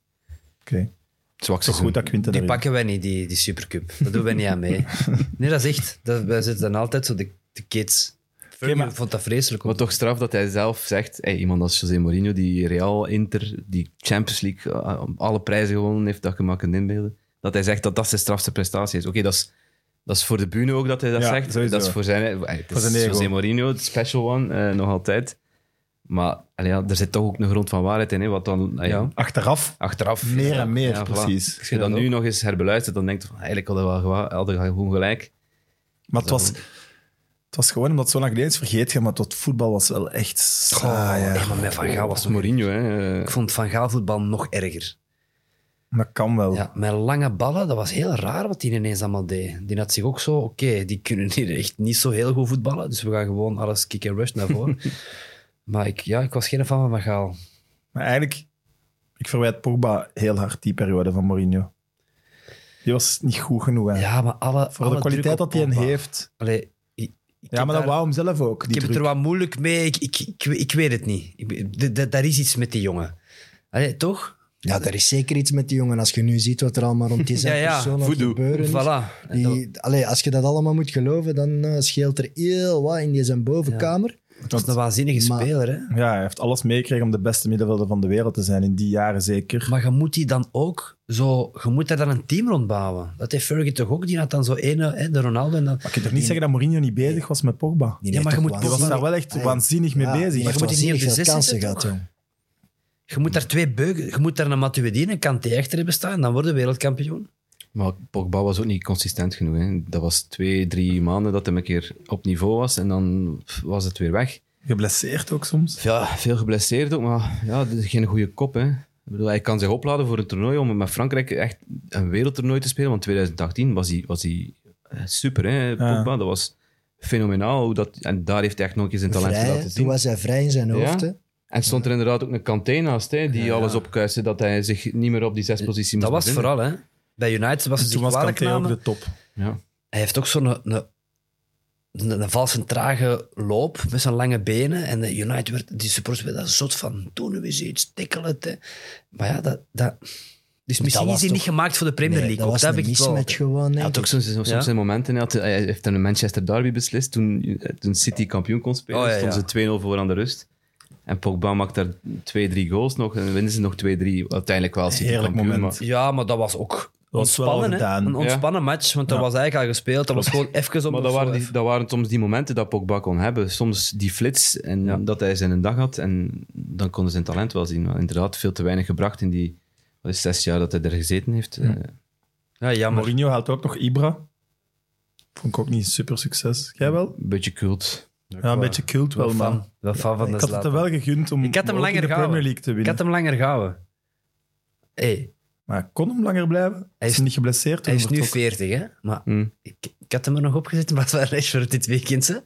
B: Oké.
D: Zwak
B: Toch goed dat Quinten
C: Die
B: erin.
C: pakken wij niet, die, die Supercup. Daar doen wij niet aan mee. Nee, dat is echt... Dat, wij zitten dan altijd zo de, de kids. Fergie
B: maar-
C: vond dat vreselijk.
D: Maar toch straf dat hij zelf zegt, hey, iemand als José Mourinho, die Real, Inter, die Champions League, uh, alle prijzen gewonnen heeft, dat je maar kunt inbeelden, dat hij zegt dat dat zijn strafste prestatie is. Oké, dat is dat is voor de bühne ook dat hij dat
B: Ja,
D: zegt.
B: sowieso.
D: Dat is voor zijn... eh, Het
B: Voor
D: is
B: zijn ego.
D: José Mourinho, het special one, eh, nog altijd. Maar allee, ja, er zit toch ook een grond van waarheid in, hè, wat dan... ah, ja,
C: Ja.
B: Achteraf
D: achteraf...
B: meer
D: ja,
B: en meer,
D: ja, voilà.
B: precies.
D: Als je dat nu nog eens herbeluistert, dan denk je van, eigenlijk hadden we wel gewa- hadden we gewoon gelijk.
B: Maar het was, het was gewoon omdat het zo lang geleden is, vergeet je, maar tot voetbal was wel echt saai. hè.
C: Nee, maar met Van Gaal was
D: Dat is
C: het...
D: Mourinho, hè. eh.
C: Ik vond Van Gaal voetbal nog erger.
B: Dat kan wel.
C: Ja, met lange ballen, dat was heel raar wat hij ineens allemaal deed. Die had zich ook zo, oké, die kunnen hier echt niet zo heel goed voetballen, dus we gaan gewoon alles kick en rush naar voren. Maar ik, ja, ik was geen fan van Van Gaal.
B: Maar eigenlijk, ik verwijt Pogba heel hard die periode van Mourinho. Die was niet goed genoeg. Hè.
C: Ja, maar alle
B: Voor
C: alle
B: de kwaliteit
C: druk op
B: dat hij
C: Pogba.
B: heeft.
C: Allee, ik, ik
B: Ja,
C: heb
B: maar dat
C: daar-
B: wou hem zelf ook.
C: Ik
B: Die
C: heb het er
B: druk.
C: wat moeilijk mee. Ik, ik, ik, ik weet het niet. Ik, d- d- daar is iets met die jongen. Allee, toch?
E: Ja, er is zeker iets met die jongen. Als je nu ziet wat er allemaal rond die zijn
C: Ja, ja.
E: persoon aan het
D: Voodoo.
E: gebeuren is.
C: Voilà. En
E: Die, allee, als je dat allemaal moet geloven, dan eh, scheelt er heel wat in die zijn bovenkamer.
C: dat was een waanzinnige
E: Maar-
C: speler, hè?
B: Ja, hij heeft alles meegekregen om de beste middenvelder van de wereld te zijn. In die jaren zeker.
C: Maar je moet die dan ook zo... Je moet daar dan een team rondbouwen. Dat heeft Fergie toch ook? Die had dan zo ene, hè, de Ronaldo en dan...
B: Maar je kunt toch niet zeggen dat Mourinho niet bezig was met Pogba?
E: Die
C: Ja,
E: heeft
C: maar je
E: ook
C: moet-
B: Die was
E: waanzinnig-
B: daar wel echt
E: Ah, ja.
B: waanzinnig mee
E: Ja,
B: bezig.
E: die
C: Maar
E: heeft
C: je moet die niet op
E: waanzinnig
C: de
E: veel
C: zes
E: kansen
C: zetten,
E: gehad,
C: toch?
E: jong.
C: Je moet daar twee beugen... Je moet daar een Matuidi en een Kanté achter hebben staan en dan worden we wereldkampioen.
D: Maar Pogba was ook niet consistent genoeg. Hè. Dat was twee, drie maanden dat hij een keer op niveau was en dan pff, was het weer weg.
B: Geblesseerd ook soms.
D: Ja, veel geblesseerd ook, maar ja, dat is geen goede kop. Hè. Ik bedoel, hij kan zich opladen voor een toernooi om met Frankrijk echt een wereldtoernooi te spelen. Want twintig achttien was hij, was hij eh, super, hè, Pogba. Dat was fenomenaal. Hoe dat, en daar heeft hij echt nog eens zijn talent
E: Vrij,
D: laten
E: toen
D: zien.
E: was hij vrij in zijn
D: Ja.
E: hoofd. hè.
D: En stond er inderdaad ook een Kanté naast, hè, die
C: Ja, ja.
D: alles opkuiste, dat hij zich niet meer op die zes positie moest
C: Dat was
D: bevinden.
C: vooral, hè. Bij United was
B: En
C: het
B: toen
C: zich
B: was
C: kwalijk
B: Kanté ook
C: namen.
B: de top.
D: Ja.
C: Hij heeft ook zo'n een, een, een, een valse trage loop met zijn lange benen. En de United werd, die supporters werden daar zot van. Doen we eens iets, tikkel het. Hè. Maar ja, dat... dat dus misschien
E: was
C: is hij
E: toch-
C: niet gemaakt voor de Premier
E: Nee,
C: League.
E: dat
C: ook.
E: was
C: Dat
E: een
C: heb ik wel.
E: mismatch gewoon.
D: Hij
E: denk
D: had ook
E: ik.
D: soms, soms
C: Ja.
D: zijn momenten. Hij, had, hij heeft dan een Manchester Derby beslist toen, toen City kampioen kon spelen.
C: Oh, ja,
D: Stonden
C: ja.
D: ze twee nul voor aan de rust. En Pogba maakt daar twee, drie goals nog. En winnen ze nog twee, drie. Uiteindelijk wel City
B: Heerlijk
D: kampioen.
B: moment.
D: Maar,
C: Ja, maar dat was ook
B: was wel
C: ontspannen. hè.
B: gedaan.
C: Een ontspannen match, want dat
B: Ja.
C: was eigenlijk al gespeeld. Dat was gewoon even om...
D: maar dat
C: zo
D: waren, die,
C: even-
D: dat waren soms die momenten dat Pogba kon hebben. Soms die flits en
C: Ja.
D: dat hij zijn dag had. En dan konden ze zijn talent wel zien. Maar inderdaad, veel te weinig gebracht in die wat is, zes jaar dat hij er gezeten heeft. Eh,
C: Ja, jammer.
B: Mourinho haalt ook nog Ibra. Vond ik ook niet super succes. Jij wel?
D: Een beetje cult.
B: Ja, een beetje cult wel,
C: Wel
B: man.
C: fan. Wel fan van de
B: Ik had het er
C: Zlatan.
B: wel gegund om
C: Ik had hem
B: ook in
C: langer
B: de Premier
C: gehouden.
B: League te
C: Ik
B: winnen.
C: had hem langer gehouden. Hey.
B: Maar kon hem langer blijven? Hij
C: Hij
B: is
C: is-
B: niet geblesseerd.
C: Hij
B: toen
C: is nu
B: vertrok.
C: veertig, hè? Maar
D: Hmm.
C: ik, ik had hem er nog opgezet, maar het was Rashford dit weekend, hè?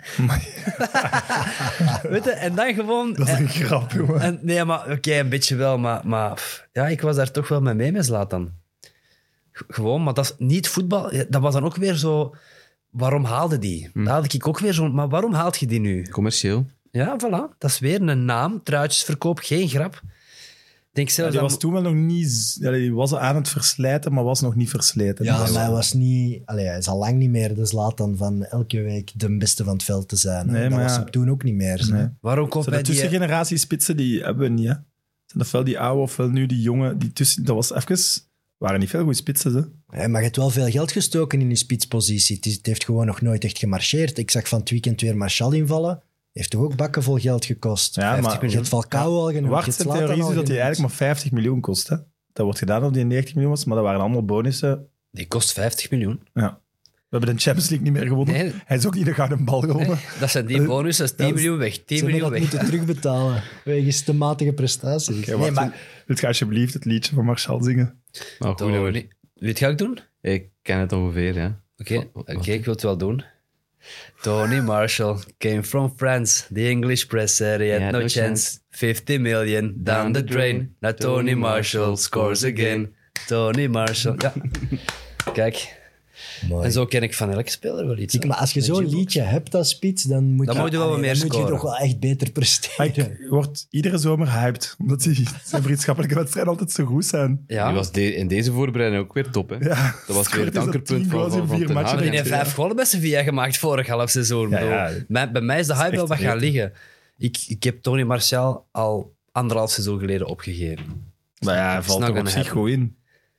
C: Weet je, en dan gewoon...
B: Dat is een grap, jongen.
C: En, nee, maar oké, een beetje wel, maar, maar pff, ja, ik was daar toch wel mee mee met Zlatan. G- Gewoon, maar dat is niet voetbal. Ja, dat was dan ook weer zo... Waarom haalde die?
D: Hm.
C: Daar had ik ook weer zo... Maar waarom haalt je die nu?
D: Commercieel.
C: Ja, voilà. Dat is weer een naam, truitjesverkoop, geen grap. Ik denk
B: Ja,
C: zelfs
B: die
C: dat-
B: was toen wel nog niet... z- Ja, die was aan het verslijten, maar was nog niet versleten.
E: Ja,
B: Dus-
E: maar hij was niet... Allee, hij is al lang niet meer de Zlatan van elke week de beste van het veld te zijn. hè.
B: Nee,
E: dat
B: maar
E: was
B: ja.
E: hem toen ook niet meer.
B: Nee.
E: hè.
C: Waarom komt
B: Zo,
C: bij
B: de
C: die...
B: tussengeneratie spitsen, die hebben we niet, hè. Zijn dat wel die oude of wel nu die jonge? Die tussen, dat was even... waren niet veel goede spitsen, hè.
E: Ja, maar je hebt wel veel geld gestoken in die spitspositie. Het, is- het heeft gewoon nog nooit echt gemarcheerd. Ik zag van het weekend weer Martial invallen. Heeft toch ook bakken vol geld gekost.
B: Ja,
C: vijftig
B: maar...
E: Je hebt Falcao al genoemd. je
B: Wacht,
E: hebt
B: zijn
E: Zlatan
B: theorie is
E: al
B: dat hij
E: genoemd.
B: eigenlijk maar vijftig miljoen kost, hè. Dat wordt gedaan op die negentig miljoen was, maar dat waren allemaal bonussen.
C: Die kost vijftig miljoen.
B: Ja. We hebben de Champions League niet meer gewonnen.
C: Nee.
B: Hij is ook niet de gouden bal gewonnen.
C: Nee, dat zijn die bonussen, dat is tien
B: dat is-
C: miljoen weg, tien
E: Ze hebben
C: miljoen
E: dat
C: weg.
E: moeten terugbetalen. Wegens te matige prestaties.
B: Oké,
E: nee,
B: wacht,
E: maar
B: wilt je alsjeblieft het liedje van Martial zingen?
D: Maar goed,
C: Tony.
D: hoor.
C: Weet je wat ik doen?
D: Ik ken het ongeveer, ja.
C: Oké,
D: Wat-
C: oké, ik wil het wel doen. Tony Marshall came from France. The English press said he had
D: He had
C: no,
D: no
C: chance.
D: chance.
C: fifty million down the drain. Now Tony Marshall scores again. Tony Marshall. Ja. Kijk,
E: mooi.
C: en zo ken ik van elke speler wel iets.
E: Kijk,
C: hè.
E: maar als je zo'n liedje hebt als spits, dan moet
C: Dan
E: je,
C: moet je wel wat
E: allee,
C: meer
E: dan moet je
C: scoren.
E: toch wel echt beter
B: Maar
E: presteren.
B: ik word iedere zomer hyped, omdat die, zijn vriendschappelijke wedstrijden altijd zo goed zijn.
C: Ja,
D: Die was de- in deze voorbereiding ook weer top, hè.
B: Ja.
D: Dat was weer het
B: Scoort is dat
D: ankerpunt
B: tien
D: van,
B: goals in
D: van, van
B: vier
D: Ten
B: matchen,
D: Hag.
C: die
B: denk
C: heeft
B: ik.
C: vijf goalen bij Sevilla gemaakt vorig half seizoen.
B: Ja,
C: Bedoel,
B: ja.
C: Bij, bij mij is de hype
B: echt
C: wel wat gaan
B: beter.
C: liggen. Ik, ik heb Tony Martial al anderhalf seizoen geleden opgegeven.
B: Maar ja, hij
C: It's
B: valt
C: not
B: er op
C: gonna
B: zich
C: happen.
B: goed in.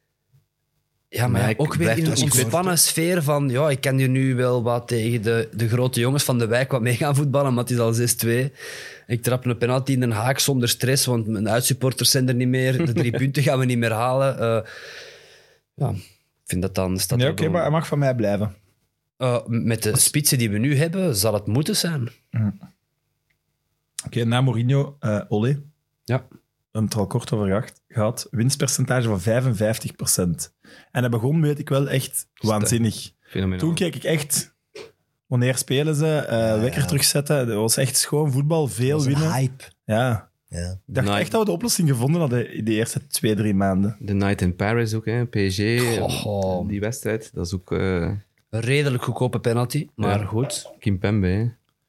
C: Ja, maar
D: Maar
C: ja,
D: ik
C: ook weer
D: blijf
C: in een
D: toch niet
C: ontspannen sfeer van... Ja, ik kan hier nu wel wat tegen de, de grote jongens van de wijk wat mee gaan voetballen, maar het is al zes twee. Ik trap een penalty in Den Haag zonder stress, want mijn uitsupporters zijn er niet meer. De drie punten gaan we niet meer halen. Eh, ja, ik vind dat dan... Staat
B: Ja,
C: er
B: oké,
C: dan-
B: maar hij mag van mij blijven.
C: Eh, met de spitsen die we nu hebben, zal het moeten zijn.
B: Oké, na Mourinho, eh Ole.
C: Ja.
B: We hebben het er al kort over gehad- gehad. Winstpercentage van vijfenvijftig procent. En hij begon, weet ik wel, echt waanzinnig.
D: Fenomenaal.
B: Toen keek ik echt... Wanneer spelen ze? eh, wekker
E: ja.
B: terugzetten. Dat was echt schoon voetbal, veel
E: Dat is een
B: winnen.
E: hype.
B: Ja.
E: Ja.
B: Ik dacht
D: Night.
B: echt dat we de oplossing gevonden hadden in de eerste twee, drie maanden.
D: The Night in Paris ook, hè. P S G,
C: Goh.
D: die wedstrijd. Dat is ook eh
C: Een redelijk goedkope penalty, maar
D: Ja.
C: goed.
D: Kimpembe, hè.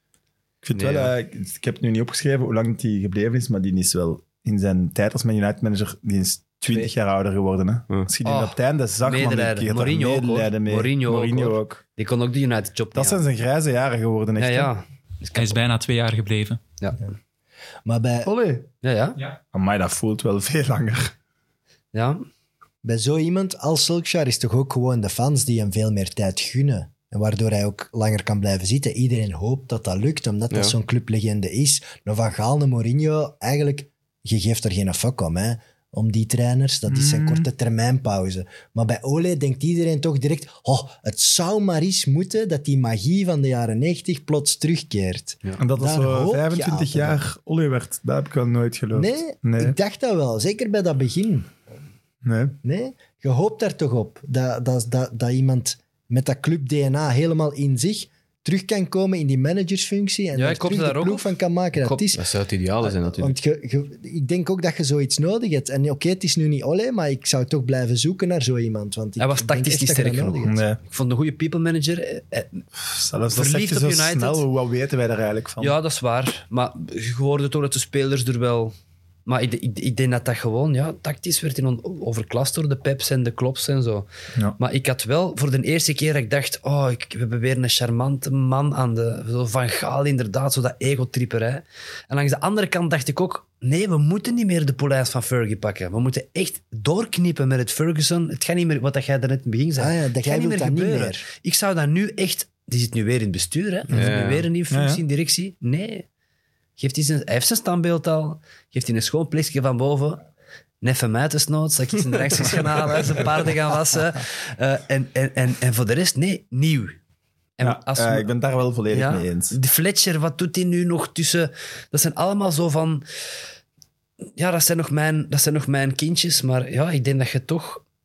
B: Ik vind
D: Nee,
B: wel,
D: ja.
B: eh, ik ik heb het nu niet opgeschreven hoe lang hij gebleven is, maar die is wel in zijn tijd als Man United manager, die is twintig jaar ouder geworden. Hè.
D: Ja.
B: Als je die
C: Oh,
B: op het einde zag, man,
C: medelijden.
B: ik had daar
C: Mourinho ook, hoor.
B: medelijden mee.
C: Mourinho ook, hoor.
B: ook.
C: Die kon ook de United-job
B: Dat zijn zijn grijze jaren geworden, echt.
C: Ja,
B: hè.
C: ja.
F: Hij is bijna twee jaar gebleven.
C: Ja,
E: Maar bij,
B: Olé.
C: ja. ja.
B: Amai, dat voelt wel veel langer.
C: ja.
E: bij zo iemand als Solskjaer is toch ook gewoon de fans die hem veel meer tijd gunnen. En waardoor hij ook langer kan blijven zitten. Iedereen hoopt dat dat lukt, omdat dat
D: Ja.
E: zo'n clublegende is. Nou, Van Gaal en Mourinho, eigenlijk, je geeft er geen fuck om, hè. Om die trainers, dat is een
B: Mm.
E: korte termijnpauze. Maar bij Ole denkt iedereen toch direct, oh, het zou maar eens moeten dat die magie van de jaren negentig plots terugkeert.
B: En dat was
E: Daar
B: zo
E: hoop je
B: vijfentwintig
E: altijd
B: jaar Olé werd. Dat heb ik wel nooit geloofd.
E: Nee,
B: Nee.
E: ik dacht dat wel. Zeker bij dat begin.
B: Nee.
E: Nee, je hoopt daar toch op dat, dat, dat, dat iemand met dat club-D N A helemaal in zich terug kan komen in die managersfunctie en
C: Ja,
E: daar
C: ik hoop
E: terug
C: daar
E: de
C: ook
E: ploeg
C: op.
E: van kan maken. Dat
C: hoop-
E: is,
D: Dat zou het ideale zijn, natuurlijk.
E: want je, je- ik denk ook dat je zoiets nodig hebt. En oké, het is nu niet Ole, maar ik zou toch blijven zoeken naar zo iemand. Want ik,
C: Hij was
E: ik denk
C: tactisch
E: echt
C: niet
E: dat je
C: sterk
E: dat nodig
C: genoeg.
E: hebt.
B: Nee.
C: Ik vond een goede people manager. eh, eh,
B: Zelfs dat
C: Verliefd
B: zegt je
C: op
B: zo
C: United.
B: snel. Wat weten wij daar eigenlijk van?
C: Ja, dat is waar. Maar je hoorde toch dat de spelers er wel... Maar ik, ik, ik denk dat dat gewoon... Ja, tactisch werd hij on- overklast door de Peps en de Klops en zo.
B: Ja.
C: Maar ik had wel voor de eerste keer dat ik dacht... Oh, ik, we hebben weer een charmante man aan de... Zo Van Gaal, inderdaad, zo dat ego-tripperij. En langs de andere kant dacht ik ook... Nee, we moeten niet meer de polijs van Fergie pakken. We moeten echt doorknippen met het Ferguson. Het gaat niet meer... Wat dat jij daarnet in het begin zei.
E: Ah ja, dat
C: het
E: jij
C: gaat niet
E: wilt
C: meer
E: dat niet
C: gebeuren.
E: meer.
C: Ik zou dat nu echt... Die zit nu weer in het bestuur, hè? Hij zit
D: Ja,
C: nu
D: ja.
C: weer een nieuwe
B: Ja, ja.
C: functie in directie. Nee. Geeft hij, zijn, hij heeft zijn standbeeld al. Geeft hij een schoon plekje van boven. Neffe muitensnood, dat ik zijn drankjes gaan halen, zijn paarden gaan wassen. Uh, en, en, en, en voor de rest, nee, nieuw. En
B: Ja,
C: als
B: eh,
C: we-
B: ik ben het daar wel volledig
C: ja,
B: mee eens.
C: de Fletcher, wat doet hij nu nog tussen... Dat zijn allemaal zo van... Ja, dat zijn nog mijn, dat zijn nog mijn kindjes, maar ja, ik denk dat je toch...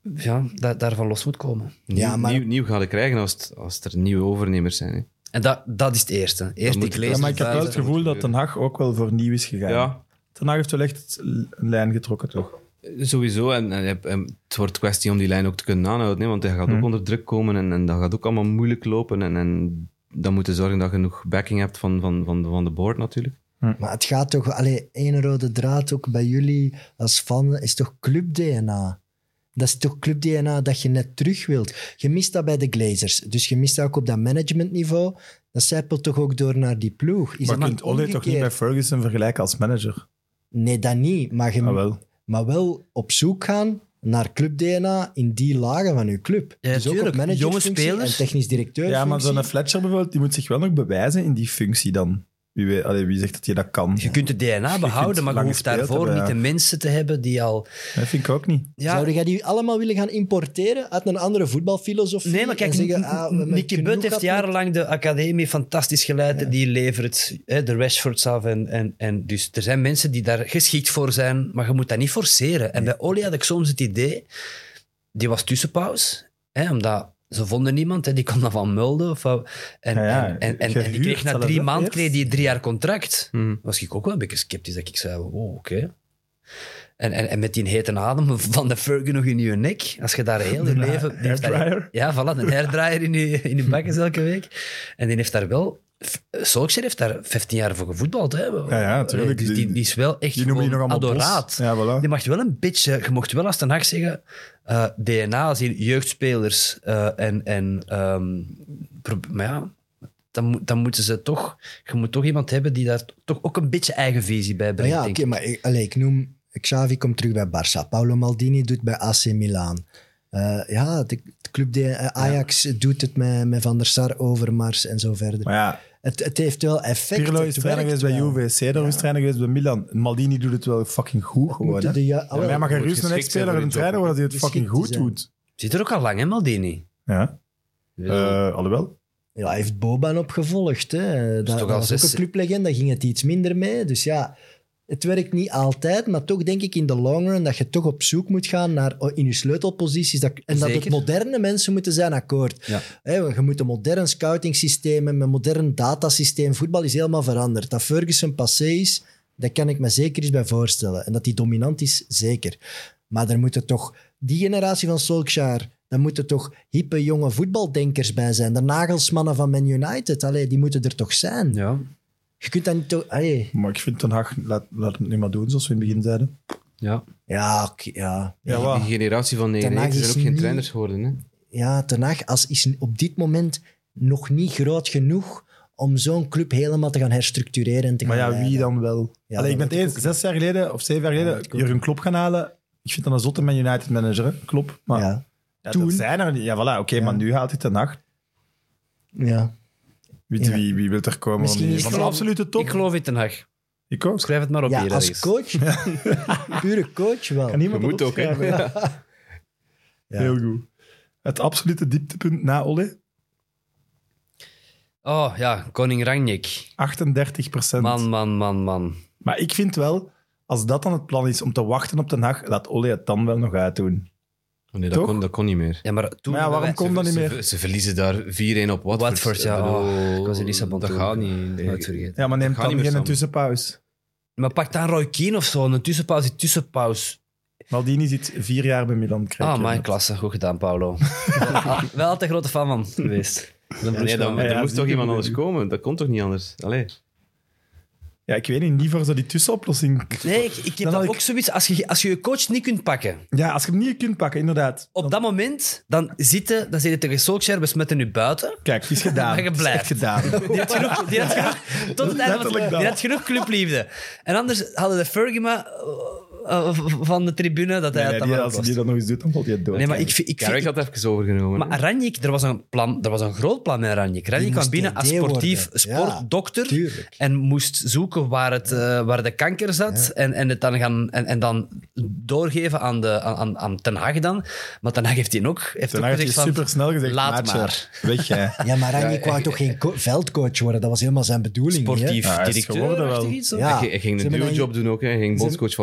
C: ja, da- daarvan los moet komen.
D: Nieuw,
E: Ja, maar-
D: nieuw, nieuw gaan we krijgen als, het, als er nieuwe overnemers zijn. Hè.
C: En dat, dat is het eerste. Eerst
D: moet
C: die
D: je-
B: Ja,
C: Glazers
B: maar ik heb wel het
C: buiten.
B: gevoel dat Ten Hag ook wel voor nieuw is gegaan.
D: Ja,
B: Ten Hag heeft wel echt een lijn getrokken, toch?
D: sowieso. En, en, en het wordt kwestie om die lijn ook te kunnen aanhouden. Hè, want hij gaat
B: Hmm.
D: ook onder druk komen en, en dat gaat ook allemaal moeilijk lopen. En, en dan moet je zorgen dat je genoeg backing hebt van, van, van, van de board natuurlijk.
E: Maar het gaat toch... Allee, één rode draad ook bij jullie als fan is toch club-D N A? Dat is toch club-D N A dat je net terug wilt? Je mist dat bij de Glazers. Dus je mist dat ook op dat managementniveau. Dat zijpelt toch ook door naar die ploeg? Is
B: Maar
E: dat
B: je kunt
E: niet
B: Ole toch niet bij
E: omgekeerd?
B: Ferguson vergelijken als manager?
E: Nee, dat niet. Maar, je,
B: Ah, wel.
E: maar wel op zoek gaan naar club-D N A in die lagen van je club.
C: Ja,
E: dus ook op
C: tuurlijk.
E: managerfunctie
C: Jonge spelers.
E: en technisch directeur.
B: Ja, maar zo'n Fletcher bijvoorbeeld, die moet zich wel nog bewijzen in die functie dan. Wie, weet, allee, wie zegt dat je dat kan?
C: Je kunt het D N A
B: kunt
C: behouden, maar je
B: lang
C: hoeft
B: gespeeld
C: daarvoor
B: hebben,
C: niet
B: ja.
C: de mensen te hebben die al...
B: Dat vind ik ook niet.
C: Ja,
E: Zou jij die allemaal willen gaan importeren uit een andere voetbalfilosofie?
C: nee, maar kijk,
E: en zeggen, ah, we hebben
C: Nicky
E: genoeg
C: Butt heeft
E: gehad met-
C: jarenlang de academie fantastisch geleid. Die levert hè, de Rashfords af. En, en, en dus er zijn mensen die daar geschikt voor zijn, maar je moet dat niet forceren. En bij Oli had ik soms het idee, die was tussenpauze, hè, omdat ze vonden niemand, hè, die kwam dan van Mulde. Of, van- en,
B: Ja, ja,
C: en, en, en,
B: gehuurd
C: en die kreeg na
B: zelfs,
C: drie
B: hè,
C: maanden
B: eerst.
C: kreeg die drie jaar contract.
D: Mhm.
C: Was ik ook wel een beetje sceptisch, dat ik zei, oh, oké. En, en, en met die hete adem van de Fergie nog in je nek, als je daar heel je
B: De
C: leven... die heeft daar-
B: hairdryer.
C: Ja, voilà, een hairdryer in je, in je bakkes elke week. En die heeft daar wel... Solskjaer heeft daar vijftien jaar voor gevoetbald. Hè.
B: Ja, ja, natuurlijk.
C: Dus die, die is wel echt
B: Die noemen die nog
C: gewoon
B: allemaal
C: adoraat.
B: Bos. Ja, voilà.
C: Die mag wel een beetje... Je mocht wel als Ten Hag zeggen... eh, D N A, als in jeugdspelers eh, en... en ehm, pro- maar ja... Dan, moet- dan moeten ze toch... Je moet toch iemand hebben die daar toch ook een beetje eigen visie bij
E: Maar
C: brengt,
E: ja, oké,
C: denk ik.
E: maar ik, allee, ik noem... Xavi komt terug bij Barça. Paolo Maldini doet bij A C Milan. Eh, ja, de, de club de, eh, Ajax doet het met, met Van der Sar, Overmars en zo verder.
B: Maar ja,
E: Het, het heeft wel effect.
B: Pirlo
E: het
B: is trainer
E: werkt
B: geweest bij
E: wel.
B: Juve, Cedar is trainer geweest bij Milan. Maldini doet het wel fucking goed gewoon.
E: Moeten
B: Hè?
E: de ja-
B: Ja,
E: ah,
B: maar hij mag
D: moet
B: een rust een
D: geschikt zijn
B: speler
D: voor
B: en een
D: die
B: trainer
D: job.
B: worden die het fucking
E: Geschikt te
B: goed
E: zijn.
B: doet.
C: Zit er ook al lang, hè, Maldini?
B: Ja, Eh alhoewel.
E: Ja, hij heeft Boban opgevolgd. Hè. Dat,
C: toch
E: dat
C: al
E: was
C: zes-
E: ook een clublegende, daar ging het iets minder mee. Dus ja, het werkt niet altijd, maar toch denk ik in de long run dat je toch op zoek moet gaan naar in je sleutelposities. Dat, en dat het
C: Zeker.
E: moderne mensen moeten zijn, akkoord.
C: Ja.
E: Hè, je moet een modern scouting systeem hebben, een modern datasysteem. Voetbal is helemaal veranderd. Dat Ferguson passé is, daar kan ik me zeker eens bij voorstellen. En dat die dominant is, zeker. Maar er moeten toch, die generatie van Solskjaer, daar moeten toch hippe jonge voetbaldenkers bij zijn. De Nagelsmannen van Man United, allee, die moeten er toch zijn.
C: Ja.
E: Je kunt dat niet toch... Allee.
B: Maar ik vind Ten Hag, laat, laat het nu maar doen, zoals we in het begin zeiden.
C: Ja.
E: Ja, oké, ja.
B: Ja,
D: Die
B: wat?
D: generatie van
E: Ten Hag
D: negenennegentig zijn
E: is
D: ook geen
E: niet-
D: trainers geworden. Hè?
E: Ja, Ten Hag als is op dit moment nog niet groot genoeg om zo'n club helemaal te gaan herstructureren en te
B: Maar
E: gaan
B: ja, wie
E: leiden.
B: dan wel?
E: Ja,
B: Allee, ik
E: dat
B: ben
E: weet
B: het
E: ik
B: eens, zes jaar geleden of zeven jaar
E: Ja,
B: geleden
E: dat weet ik
B: Jurgen Klopp gaan halen. Ik vind dat een zotte Man United manager, hè? Klopp. Maar ja.
E: Ja,
B: dat
E: Toen.
B: zijn er niet. Ja, voilà, oké,
E: Ja.
B: maar nu haalt hij Ten Hag.
E: ja.
B: Weet je
E: Ja.
B: wie, wie wil er komen?
E: Misschien
B: van die-
E: is
B: van de
E: het-
B: absolute top.
C: Ik geloof in Ten Hag.
B: Ik ook.
C: Schrijf het maar op
E: ja
C: hier
E: als
C: ergens.
E: coach, pure coach wel.
B: Kan niemand
D: Je
B: dat
D: moet ook, hè.
B: opschrijven? Ja.
E: Ja.
B: Heel goed. Het absolute dieptepunt na Ole?
C: Oh ja, koning Ranjik.
B: achtendertig procent.
C: Man, man, man, man.
B: Maar ik vind wel, als dat dan het plan is om te wachten op Ten Hag, laat Ole het dan wel nog uitdoen.
D: Oh, nee, dat
B: Toch?
D: kon, dat kon niet meer.
C: Ja, maar toen
B: Maar ja, waarom
C: wij-
B: kon dat niet
D: Ze,
B: meer?
D: ze verliezen daar vier-één op Watford.
C: Watford, ja.
D: Ik bedoel,
C: Oh, ik was in Lissabon
D: Dat
C: toen.
D: gaat niet. Nee.
C: Nooit vergeten.
B: Ja, maar neem
D: Dat gaat
B: dan
D: niet meer
B: geen
D: samen.
B: tussenpauze.
C: Maar pak dan Roy Keane of zo, een tussenpauze, die tussenpauze.
B: Maldini zit vier jaar bij Milan. krijg
C: Ah,
B: je
C: mijn
B: net.
C: klasse. Goed gedaan, Paulo. wel, wel altijd grote fan van geweest.
D: Ja, nee, dan,
B: Ja,
D: er
B: ja,
D: moest
B: die
D: toch iemand
B: doen we
D: anders
B: nu.
D: komen? Dat kon toch niet anders? Allee.
B: Ja, ik weet niet, niet voor zo die tussenoplossing.
C: Nee, ik, ik heb
B: Dan
C: dat
B: had
C: ook zoiets. Als je, als je je coach niet kunt pakken,
B: Ja, als je hem niet kunt pakken, inderdaad.
C: op
B: Dan-
C: dat moment, dan zitten, dan zit je tegen Solskjaer, we smetten nu buiten.
B: Kijk, het is gedaan.
C: Maar je
B: Het is
C: blijft.
B: echt gedaan.
C: Die had genoeg, die had genoeg, tot het einde van
B: Letterlijk
C: het,
B: dat.
C: die had genoeg clubliefde. En anders hadden de Fergie maar, uh, uh, van de tribune dat hij
B: Nee, nee,
C: het dan
B: die,
C: wel
B: als hij
C: oplost.
B: die dat nog eens doet, dan valt hij het dood.
C: Nee, maar ik vind... Ik
D: Carrick
C: vind
D: had even overgenomen.
C: maar Ranjik, er was een plan, er was een groot plan met Ranjik. Ranjik kwam
E: moest
C: binnen als
E: D D
C: sportief
E: worden. Ja,
C: sportdokter
E: tuurlijk.
C: en moest zoeken waar, het, uh, waar de kanker zat en, en, het dan gaan, en, en dan doorgeven aan, de, aan, aan Ten Hag dan. Maar Ten Hag heeft hij ook, heeft
B: Ten
C: ook
B: Hag heeft
C: gezegd
B: hij
C: van...
B: super snel gezegd,
C: laat
B: maatje,
C: maar.
B: weg jij.
E: Ja, maar Ranjik
D: Ja,
E: wou
D: ik-
E: toch geen co- veldcoach worden? Dat was helemaal zijn bedoeling. niet, hè?
C: Sportief
B: Ja, hij is
C: directeur.
B: geworden wel.
C: Iets, of?
E: Ja.
D: hij, hij ging
E: Ze
D: een
E: hebben
D: duo-job doen ook. Hè. Hij ging bondscoach van Oostenrijk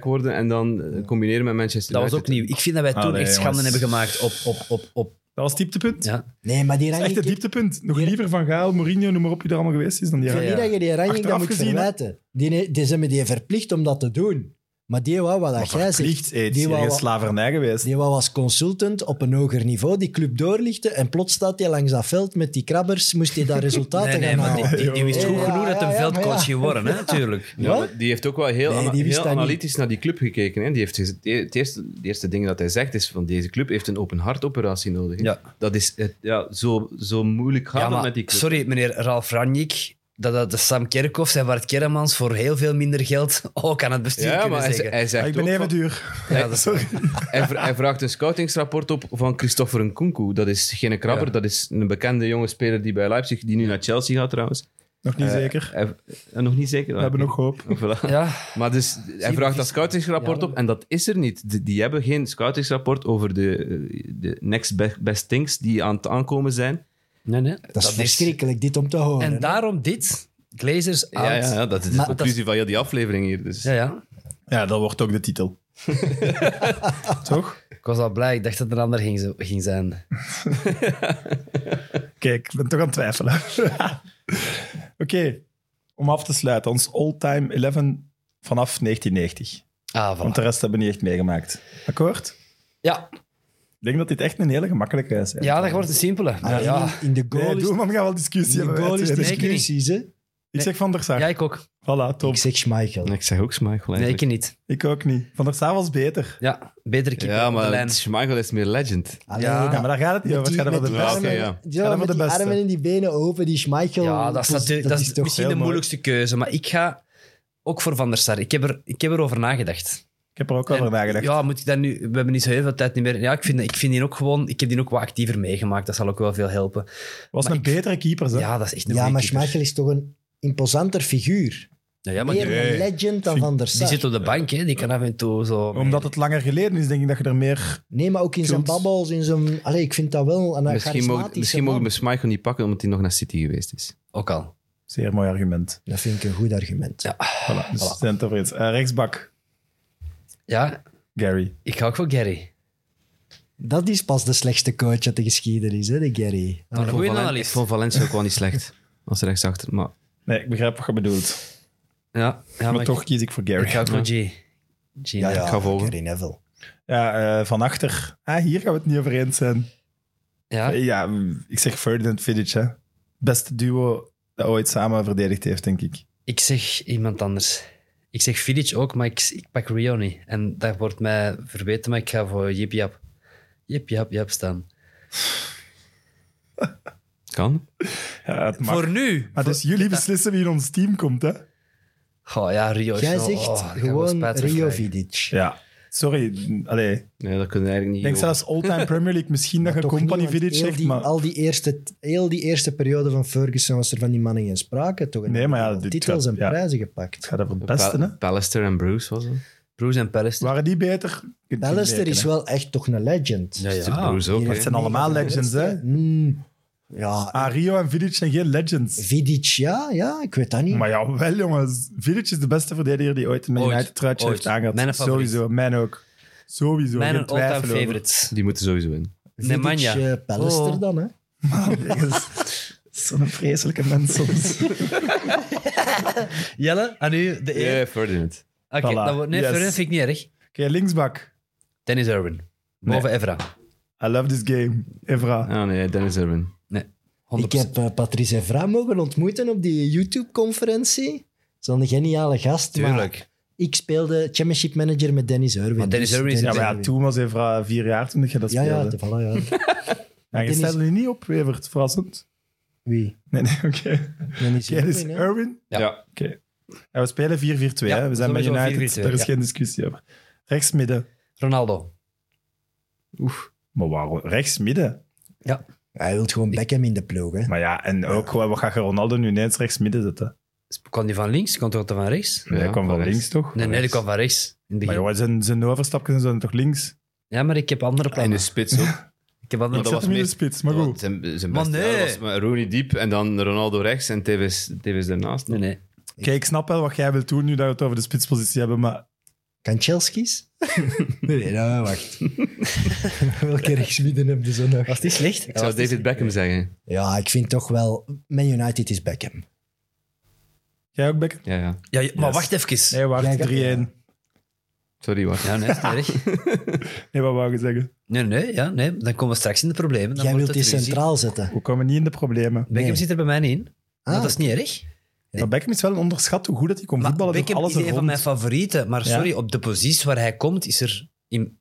D: worden en dan eh, combineren met Manchester
C: Dat was
D: United.
C: ook nieuw. Ik vind dat wij toen
B: Allee,
C: echt schande
B: jongens.
C: hebben gemaakt op... op, op, op
B: Dat was het dieptepunt.
C: ja.
E: Nee, maar die
B: Dat is echt
E: Rangnick...
B: het dieptepunt. Nog
E: Die-
B: liever Van Gaal, Mourinho, noem maar op wie er allemaal geweest is dan die
E: Ik vind
B: Rangnick.
E: niet dat je die Rangnick dat
B: Achteraf
E: moet
B: gezien, hè.
E: verwijten. Die, die zijn me die verplicht om dat te doen. Maar die wou wat dat jij
B: Verplicht,
E: zegt.
B: hey, het is
E: Die
B: hier
E: wou,
B: geen slavernij geweest.
E: die wou als consultant op een hoger niveau die club doorlichten en plots staat hij langs dat veld met die krabbers, moest hij daar resultaten
C: Nee, nee,
E: gaan
C: maar
E: halen.
C: die, die, die wist
E: Ja,
C: goed
E: ja,
C: genoeg dat
E: ja,
C: een
E: ja,
C: veldcoach
E: maar ja.
C: geworden, hè, natuurlijk.
D: Ja,
E: Wat?
D: maar die heeft ook wel heel,
E: Nee,
D: ana-
E: die wist
D: heel
E: dat niet.
D: analytisch naar die club gekeken. Hè. Die heeft gez- het, eerste, het eerste ding dat hij zegt is van deze club heeft een open hartoperatie nodig. Hè.
C: Ja.
D: Dat is het, ja, zo, zo moeilijk gaat
C: Ja,
D: het
C: maar,
D: met die club.
C: sorry, meneer Ralf Rangnick, dat, dat de Sam Kerkhoffs en Bart Kermans voor heel veel minder geld ook aan het bestuur
D: Ja,
C: kunnen
D: maar hij,
C: zeggen.
D: hij zegt
B: Ah, ik ben
D: ook
B: even
D: van-
B: duur.
C: Ja, dat is
B: Sorry.
D: hij, vra- hij vraagt een scoutingsrapport op van Christopher Nkunku. Dat is geen krabber,
C: Ja.
D: dat is een bekende jonge speler die bij Leipzig, die nu naar Chelsea gaat trouwens.
B: Nog niet
D: Eh,
B: zeker.
D: hij- eh, nog niet zeker?
B: We hebben nog hoop.
D: Voilà.
C: Ja,
D: Maar dus, hij vraagt dat scoutingsrapport
E: Ja.
D: op en dat is er niet. Die, die hebben geen scoutingsrapport over de, eh, de next be- best things die aan het aankomen zijn.
C: nee, nee.
E: Dat is verschrikkelijk, dit om te horen.
C: En
E: hè.
C: daarom dit, Glazers out.
D: Ja, ja, ja, dat is de
E: Maar-
D: conclusie van heel die aflevering hier. Dus.
C: Ja, ja.
B: Ja, dat wordt ook de titel. Toch?
C: Ik was al blij, ik dacht dat er een ander ging, zo- ging zijn.
B: Kijk, ik ben toch aan het twijfelen. Oké, om af te sluiten. Ons all-time elf vanaf negentien negentig.
C: Ah,
B: Want
C: voilà.
B: de rest hebben we niet echt meegemaakt. Akkoord?
C: Ja,
B: Ik denk dat dit echt een hele gemakkelijke is. hè.
C: ja, dat wordt een simpele.
E: Ah,
C: Ja,
E: in, in de goal
B: Nee,
E: is,
B: doe maar, we gaan wel discussie
E: in de
B: hebben.
E: goal is
B: wij twee.
C: Nee, ik
E: discussies, hè.
B: Ik zeg Van der Sar.
C: ja ik ook.
B: Voilà, top.
E: Ik zeg Schmeichel.
D: Ik zeg ook Schmeichel
C: Nee,
D: eigenlijk.
C: ik niet.
B: Ik ook niet. Van der Sar was beter.
C: Ja, betere keeper
D: Ja,
C: op de
D: maar
C: lijn.
D: Schmeichel is meer legend.
E: Allee,
C: Ja,
E: dat-
B: Ja, maar daar gaat het niet
E: met
B: over. Het
E: die,
B: gaat over
E: met
B: de
E: die
B: beste.
D: oké,
E: armen,
D: ja.
E: ja,
B: Gaat over
E: met
B: de
E: die
B: beste.
E: armen en die benen open, die Schmeichel.
C: Ja, dat is, natuurlijk, dat is
E: toch
C: misschien
B: heel
C: de
B: mooi.
C: moeilijkste keuze, maar ik ga ook voor Van der Sar. Ik heb, er, ik heb erover nagedacht.
B: Ik heb er ook
C: En,
B: over nagedacht.
C: Ja, moet ik daar nu... We hebben niet zo heel veel tijd niet meer. Ja, ik vind, ik vind die ook gewoon... Ik heb die ook wat actiever meegemaakt. Dat zal ook wel veel helpen.
B: was
C: maar
B: een
C: ik-
B: betere keeper, hè?
C: Ja, dat is echt een
E: Ja,
C: goeie
E: maar
C: keeper.
E: Schmeichel is toch een imposanter figuur.
C: Ja, ja, maar
E: Meer
C: die,
E: een legend dan
B: Vind-
E: Van der
C: die
E: Sar.
C: zit op de bank, hè. Die kan af en toe zo...
B: Omdat het langer geleden is, denk ik dat je er meer...
E: Nee, maar ook in zijn
B: Cult.
E: babbels, in zijn... Allee, ik vind dat wel een
D: Misschien, mogen,
E: charismatische
D: misschien mogen
E: man.
D: we Schmeichel niet pakken omdat hij nog naar City geweest is.
C: Ook al.
B: Zeer mooi argument.
E: Dat vind ik een goed argument.
C: Ja.
B: Voilà, dus we zijn het over eens. Eh, rechtsbak,
C: Ja,
B: Gary.
C: ik ga ook voor Gary.
E: Dat is pas de slechtste coach uit de geschiedenis, hè, de Gary.
C: Maar een
D: Ik
C: goede
D: vond Valen-
C: analist.
D: Ik vond Valencia ook wel niet slecht. Als rechtsachter, maar...
B: Nee, ik begrijp wat je bedoelt.
C: Ja, ja
B: maar,
C: maar,
B: toch
C: ik,
B: kies ik voor
C: ik
B: Gary.
C: ga ook voor G. G.
E: Ja, ja,
D: Ik ga volgen.
E: Gary Neville.
B: Ja, eh, van achter. Ah, hier gaan we het niet over eens zijn.
C: Ja?
B: Eh, Ja, ik zeg Ferdinand Vidic, hè. Beste duo dat ooit samen verdedigd heeft, denk ik.
C: Ik zeg iemand anders. Ik zeg Vidic ook, maar ik, ik pak Rio niet. En dat wordt mij verweten, maar ik ga voor Jip Jap. Jip Jap Jap staan.
D: Kan.
B: Ja, het mag.
C: Voor nu.
B: Maar dus jullie beslissen wie in ons team komt, hè?
C: Oh ja, Rio is
E: Jij
C: wel-
E: zegt
C: oh, ik ga wel
E: gewoon
C: spijt van
E: Rio
C: krijgen.
E: Vidic.
B: Ja. Sorry, allee.
D: Nee, dat kunnen we eigenlijk niet.
B: Ik denk
D: over.
B: zelfs all-time Premier League misschien dat je
E: Toch
B: Company
E: niet, want
B: Vidic
E: heel
B: zegt,
E: die,
B: maar...
E: Al die eerste, heel die eerste periode van Ferguson was er van die mannen geen sprake. Toch? En
B: Nee, maar ja,
E: die hebben
B: dit
E: titels
B: gaat-
E: en
B: ja.
E: prijzen
B: Het
E: gepakt.
B: gaat over het beste, hè?
D: Pa- Pallister en Bruce was het.
C: Bruce en Pallister.
B: Waren die beter?
E: Pallister is wel echt toch een legend.
C: Ja, ja.
D: Bruce ook.
E: Die
D: hè.
B: Het zijn allemaal legends, hè?
E: Mm, ja,
B: Ah, Rio en Vidic zijn geen legends.
E: Vidic, ja, ja, ik weet dat niet.
B: Maar ja, wel jongens. Vidic is de beste verdediger die ooit een Man
C: Ooit.
B: United truitje
C: Ooit.
B: heeft aangehad.
C: Mijn favoriet.
B: Sowieso, mijn ook. Sowieso,
C: Mijn
B: geen
C: all-time
B: twijfel over.
C: favorite.
D: Die moeten sowieso winnen.
E: Vidic,
C: Nemanja.
E: eh, Pallister
C: Oh.
E: dan, hè?
B: Zo'n vreselijke mens soms.
C: Jelle, aan u de eer.
D: Ja, Ferdinand.
C: Oké,
B: Voilà.
C: dat wordt- nee,
B: Yes.
C: voor hen vind ik niet erg.
B: Oké, linksbak.
C: Dennis Irwin. Boven Evra.
B: I love this game. Evra.
D: Ah nee, Dennis Irwin.
C: Nee,
E: Ik
C: honderd procent.
E: heb eh, Patrice Evra mogen ontmoeten op die YouTube-conferentie. Zo'n geniale gast. Maar
C: Tuurlijk.
E: ik speelde Championship Manager met Dennis Irwin.
C: Maar Dennis
E: Dus
C: Irwin is-
B: Ja, maar ja,
E: Irwin.
B: toen was Evra vier jaar toen je dat
E: Ja, ja,
B: speelde.
E: te vallen, ja.
B: Ja, je
E: Dennis-
B: stelde die niet op, Wevert. Verrassend.
E: Wie?
B: Nee, nee, oké.
E: Dennis
B: Oké, dus
E: Irwin, hè?
B: Irwin.
C: Ja.
B: Oké. Ja, we spelen vier vier twee.
C: Ja,
B: hè. We zijn bij
C: sowieso
B: United.
C: vier vier twee,
B: Daar is
C: ja.
B: geen discussie over. Rechts midden.
C: Ronaldo.
B: Oef. Maar waarom? Rechts midden?
E: Hij wil gewoon Beckham in de ploeg, hè?
B: Maar ja, en ook, gewoon, wat gaat je Ronaldo nu ineens rechts midden zetten?
C: Kwam die van links? Kwam toch van rechts?
B: Nee, hij kwam van
D: rechts.
B: links, toch?
C: Nee, nee, die kwam van rechts. In het
B: Maar
C: begin.
B: jongen, zijn, zijn overstapjes zijn toch links?
C: Ja, maar ik heb andere
D: En
C: plannen.
D: de spits ook.
C: Ik heb andere
B: Ik
D: dat
B: zet
D: was
B: hem in de
D: meer-
B: spits, maar goed.
D: Zijn, zijn
C: Maar
D: beste
C: nee.
D: jaar was met Rooney diep en dan Ronaldo rechts en Tevez, Tevez daarnaast.
C: Nee, nee.
B: Kijk, ik snap wel wat jij wilt doen nu dat we het over de spitspositie hebben, maar
E: Kanchelskis? nee, nee, nou, wacht. Welke rechtsmidden heb je zo nog?
C: Was het niet slecht?
D: Ik zou David Beckham zeggen.
E: Ja, ik vind toch wel... Man United is Beckham.
B: Jij ook, Beck?
D: Ja, ja.
C: Ja, ja, maar
B: Yes.
C: wacht even.
B: Nee, wacht,
E: Jij-
B: drie-één.
D: Sorry, wacht.
C: Ja, nee, is niet erg.
B: Nee, wat wou je zeggen?
C: Nee, nee, ja, nee, dan komen we straks in de problemen. Dan
E: Jij
C: wordt
E: wilt die
C: het ruzie.
E: centraal zetten.
B: We komen niet in de problemen.
C: Beckham
E: Nee.
C: zit er bij mij niet in.
E: Ah,
C: Maar dat is niet erg.
B: Maar Beckham is wel een onderschat hoe goed dat hij kon
C: Maar
B: voetballen door
C: Beckham
B: alles
C: is
B: er
C: een van mijn
B: rond.
C: favorieten. Maar
B: Ja?
C: sorry, op de positie waar hij komt, is er... In...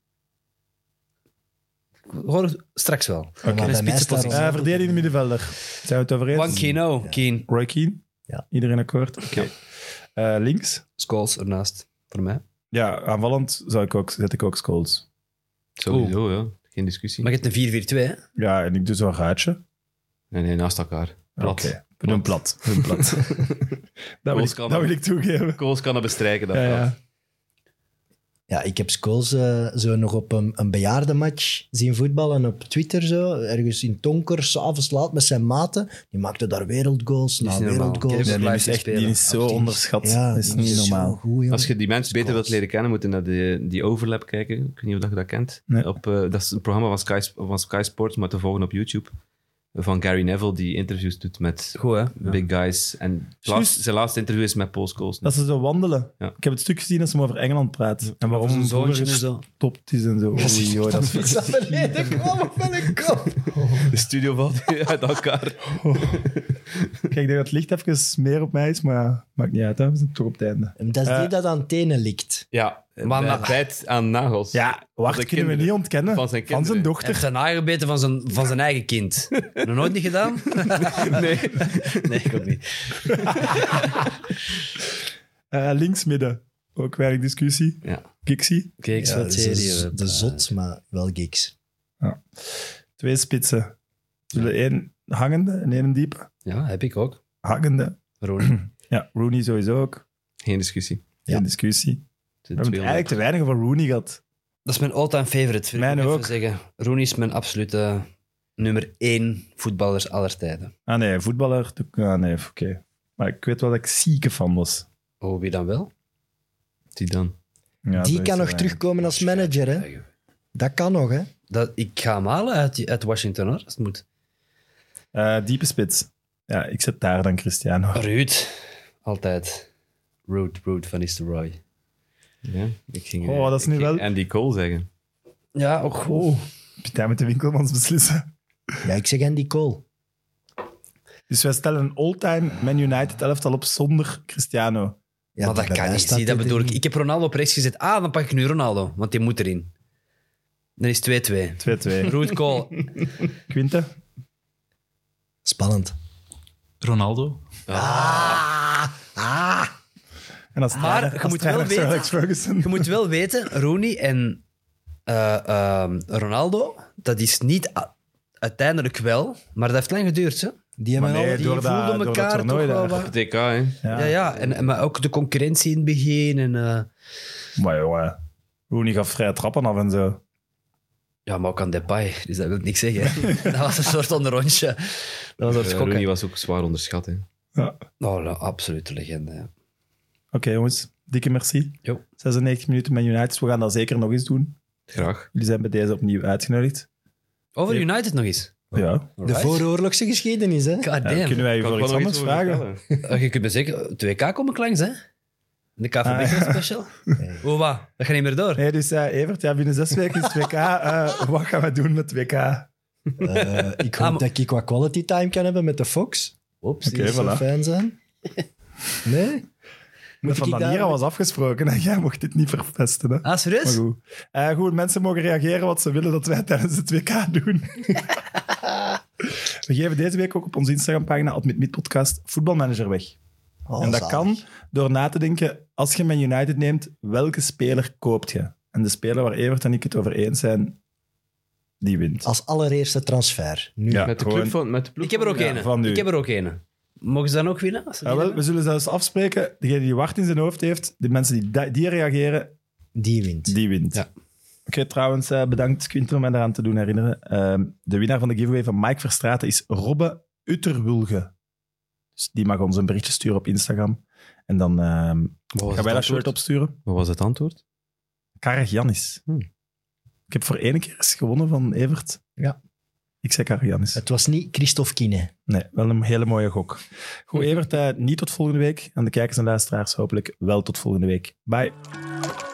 C: Ik hoor het straks wel.
E: maar bij mij staat
C: spitsenpositie.
B: Uh, verdedigende middenvelder. Zijn we het over eens?
C: One Keno, Keane.
B: Roy Keane?
E: Ja.
B: Iedereen akkoord? Oké. Eh, links?
C: Scholes ernaast, voor mij.
B: Ja, aanvallend zou ik ook, zet ik ook Scholes.
D: Sowieso, ja. Geen discussie.
C: Maar je hebt een vier vier twee, hè?
B: Ja, en ik doe zo'n ruitje.
D: Nee, nee, naast elkaar. Plat.
B: Oké, we doen plat. We doen plat. dat wil,
D: Scholes
B: ik,
D: kan
B: dat
D: dat.
B: wil ik toegeven.
D: Kools kan dat bestrijken, dat
B: Ja,
D: veld.
B: ja.
E: Ja, ik heb Scholes eh, zo nog op een, een bejaardenmatch zien voetballen op Twitter. Zo, ergens in Tonker, s'avonds laat met zijn maten. Die maakte daar wereldgoals
C: Die is
E: na
C: niet normaal.
E: wereldgoals.
C: Ik
B: Ja,
C: heb
B: die
C: live
B: is
C: zien
B: echt
C: spelen.
B: die is zo
E: Ja, die is-
B: onderschat.
E: Ja,
B: dat is
E: die
B: niet
E: zo
B: normaal.
E: goed, jongen.
D: Als je die mensen beter
E: Scholes.
D: wilt leren kennen, moet je naar die, die Overlap kijken. Ik weet niet of dat je dat kent.
B: Nee.
D: Op, eh, dat is een programma van Sky, van Sky Sports, maar te volgen op YouTube. Van Gary Neville, die interviews doet met
C: Goed, hè? Ja.
D: big guys. En het laatste- zijn laatste interview is met Paul Scholes.
B: Dat ze zo wandelen.
D: Ja.
B: Ik heb het stuk gezien dat ze over Engeland praten. En waarom
C: Zijn
B: vroeger
C: zoontje en zo.
B: gestopt is en zo. Oei, joh, dat is
E: Ik zat beneden kwam van een kop.
D: De studio valt uit elkaar.
B: Kijk, ik denk dat het licht even meer op mij is, maar ja, maakt niet uit. Hè. We zijn toch op het einde.
E: Dat is
B: Eh.
E: die dat aan tenen likt.
D: Ja,
C: Maar
D: maar
C: na-
D: bijt aan nagels.
B: Ja, wacht,
D: de
B: kunnen we
D: kinderen.
B: niet ontkennen.
D: Van zijn
B: Van zijn
D: kinderen.
C: Hij
B: dochter.
C: heeft een aangebeten van zijn, van zijn eigen kind. Nog nooit niet gedaan?
D: Nee.
C: Nee, ik ook niet.
B: Eh, linksmidden. Ook weinig discussie.
D: Ja.
B: Gixie.
C: Kijk,
E: Ja,
C: wat
E: dat
C: serie.
E: is
C: we
E: de
C: hebben.
E: zot, maar wel gigs.
B: Twee spitsen. Zullen één hangende en één diepe?
C: Ja, heb ik ook.
B: Hangende.
C: Rooney.
B: Ja, Rooney sowieso ook.
D: Geen discussie.
B: Geen
E: Ja.
B: discussie.
D: Het
B: We
D: zijn
B: hebben
D: twee
B: eigenlijk te weinig over Rooney gehad.
C: Dat is mijn all-time favorite. Wil
B: Mijn
C: ik even
B: ook.
C: zeggen. Rooney is mijn absolute nummer één voetballers aller tijden.
B: Ah nee, voetballer. Ah nee, oké. Maar ik weet wel dat ik zieke fan was.
C: Oh, wie dan wel?
D: Die dan.
B: Ja,
E: Die
B: zo is
E: kan nog
B: er,
E: terugkomen als manager, hè? Dat kan nog, hè?
C: Dat, ik ga hem halen uit, uit Washington, hoor, als het moet.
B: eh. Eh, diepe spits. Ja, ik zet daar dan Cristiano.
C: Ruud. Altijd. Ruud, Ruud van Nistelrooy.
D: Ja, ik ging,
B: Oh,
D: eh,
B: dat is
D: ik
B: nu
D: ging
B: wel-
D: Andy Cole zeggen.
C: Ja, ook goed.
B: Oh, moet jij met de winkelmans beslissen.
E: Ja, ik zeg Andy Cole.
B: Dus wij stellen een all-time Man United elftal op zonder Cristiano.
E: Ja,
C: maar dat
E: bij
C: kan
E: mij
C: niet.
E: staat
C: Zie, dat
E: hij er
C: bedoel ik.
E: niet.
C: Ik heb Ronaldo op rechts gezet. Ah, dan pak ik nu Ronaldo, want die moet erin. Dan is twee twee.
B: twee-twee.
C: Ruud Cole.
B: Quinte?
E: Spannend.
F: Ronaldo.
E: Ah, ah.
B: En als
C: Maar
B: trainer,
C: je
B: als
C: moet
B: trainer
C: wel
B: Sir
C: weten-
B: Alex Ferguson.
C: Je moet wel weten, Rooney en eh, ehm, Ronaldo, dat is niet a- uiteindelijk wel, maar dat heeft lang geduurd. Hè?
E: Die hebben
B: Maar nee,
E: al...
C: Die
B: door dat-
C: voelden
B: door dat
C: elkaar toch
B: toernooi
C: wel
B: daar.
C: wat.
D: Op het T K, hè.
B: Ja,
C: Ja, ja. En, en, maar ook de concurrentie in het begin. En, eh,
B: Maar jongen, Rooney gaf vrije trappen af en zo.
C: ja, maar ook aan Depay, dus dat wil ik niks zeggen. Hè. Dat was een soort onderrondje. Dat was een soort
D: Eh,
C: schokken.
D: Rooney was ook zwaar onderschat. Hè.
B: Ja.
C: Oh, nou, absolute legende. Ja.
B: Oké jongens, dikke merci.
C: Jo.
B: zesennegentig minuten met United. We gaan dat zeker nog eens doen.
D: Graag.
B: Jullie zijn bij deze opnieuw uitgenodigd.
C: Over
B: Ja.
C: United nog eens.
B: Ja.
E: De
C: Alright.
E: vooroorlogse geschiedenis, hè?
C: God
B: Ja,
C: damn.
B: kunnen wij je
D: Kan
B: voor
D: ik
B: iets
D: wel nog
B: anders
D: iets over
B: vragen?
D: vertellen?
C: Uh, je kunt me zeggen, twee K kom ik langs, hè? De K V B
B: Ah.
C: special. Hoe wat? Dat gaat niet meer door.
B: Nee, dus uh, Evert, ja, binnen zes weken is het W K. Uh, wat gaan we doen met het W K?
E: Uh, ik hoop
C: Ah, maar-
E: dat ik wat quality time kan hebben met de Fox.
C: Oeps.
B: Oké,
E: Die zou
B: voilà.
E: fijn zijn. Nee?
B: Met Van
E: ik daar-
B: Daniera was afgesproken en jij mocht dit niet verpesten. Hè?
C: Ah,
B: Maar
C: serieus?
B: goed. Uh, goed, mensen mogen reageren wat ze willen dat wij tijdens het W K doen. We geven deze week ook op onze Instagram-pagina, @midmidpodcast, voetbalmanager weg.
E: Oh,
B: en dat
E: zalig.
B: kan door na te denken, als je Man United neemt, welke speler koopt je? En de speler waar Evert en ik het over eens zijn, die wint.
E: Als allereerste transfer. Nu.
B: Ja,
D: Met de
B: gewoon-
D: club van... Met de ploeg
C: Ik heb er ook
B: Ja,
C: een.
B: van nu.
C: Ik heb er ook een. Mogen ze dan ook winnen? Als ze die
B: Ja, wel,
C: hebben?
B: we zullen zelfs afspreken, degene die Wart in zijn hoofd heeft, de mensen die, da- die reageren,
E: Die wint.
B: die wint.
C: Ja.
B: Oké, trouwens, eh, bedankt Quinten om mij daaraan te doen herinneren. Ehm, de winnaar van de giveaway van Mike Verstraeten is Robbe Utterwulge. Dus die mag ons een berichtje sturen op Instagram. En dan ehm,
D: Wat was
B: gaan
D: het
B: wij dat shirt
D: antwoord?
B: opsturen.
D: Wat was het antwoord?
B: Karagiannis.
D: Hmm.
B: Ik heb voor één keer eens gewonnen van Evert.
E: Ja.
B: Ik zei Karagiannis.
E: Het was niet Christophe Kine.
B: Nee, wel een hele mooie gok. Goed, Evert, eh, niet tot volgende week. En de kijkers en luisteraars hopelijk wel tot volgende week. Bye.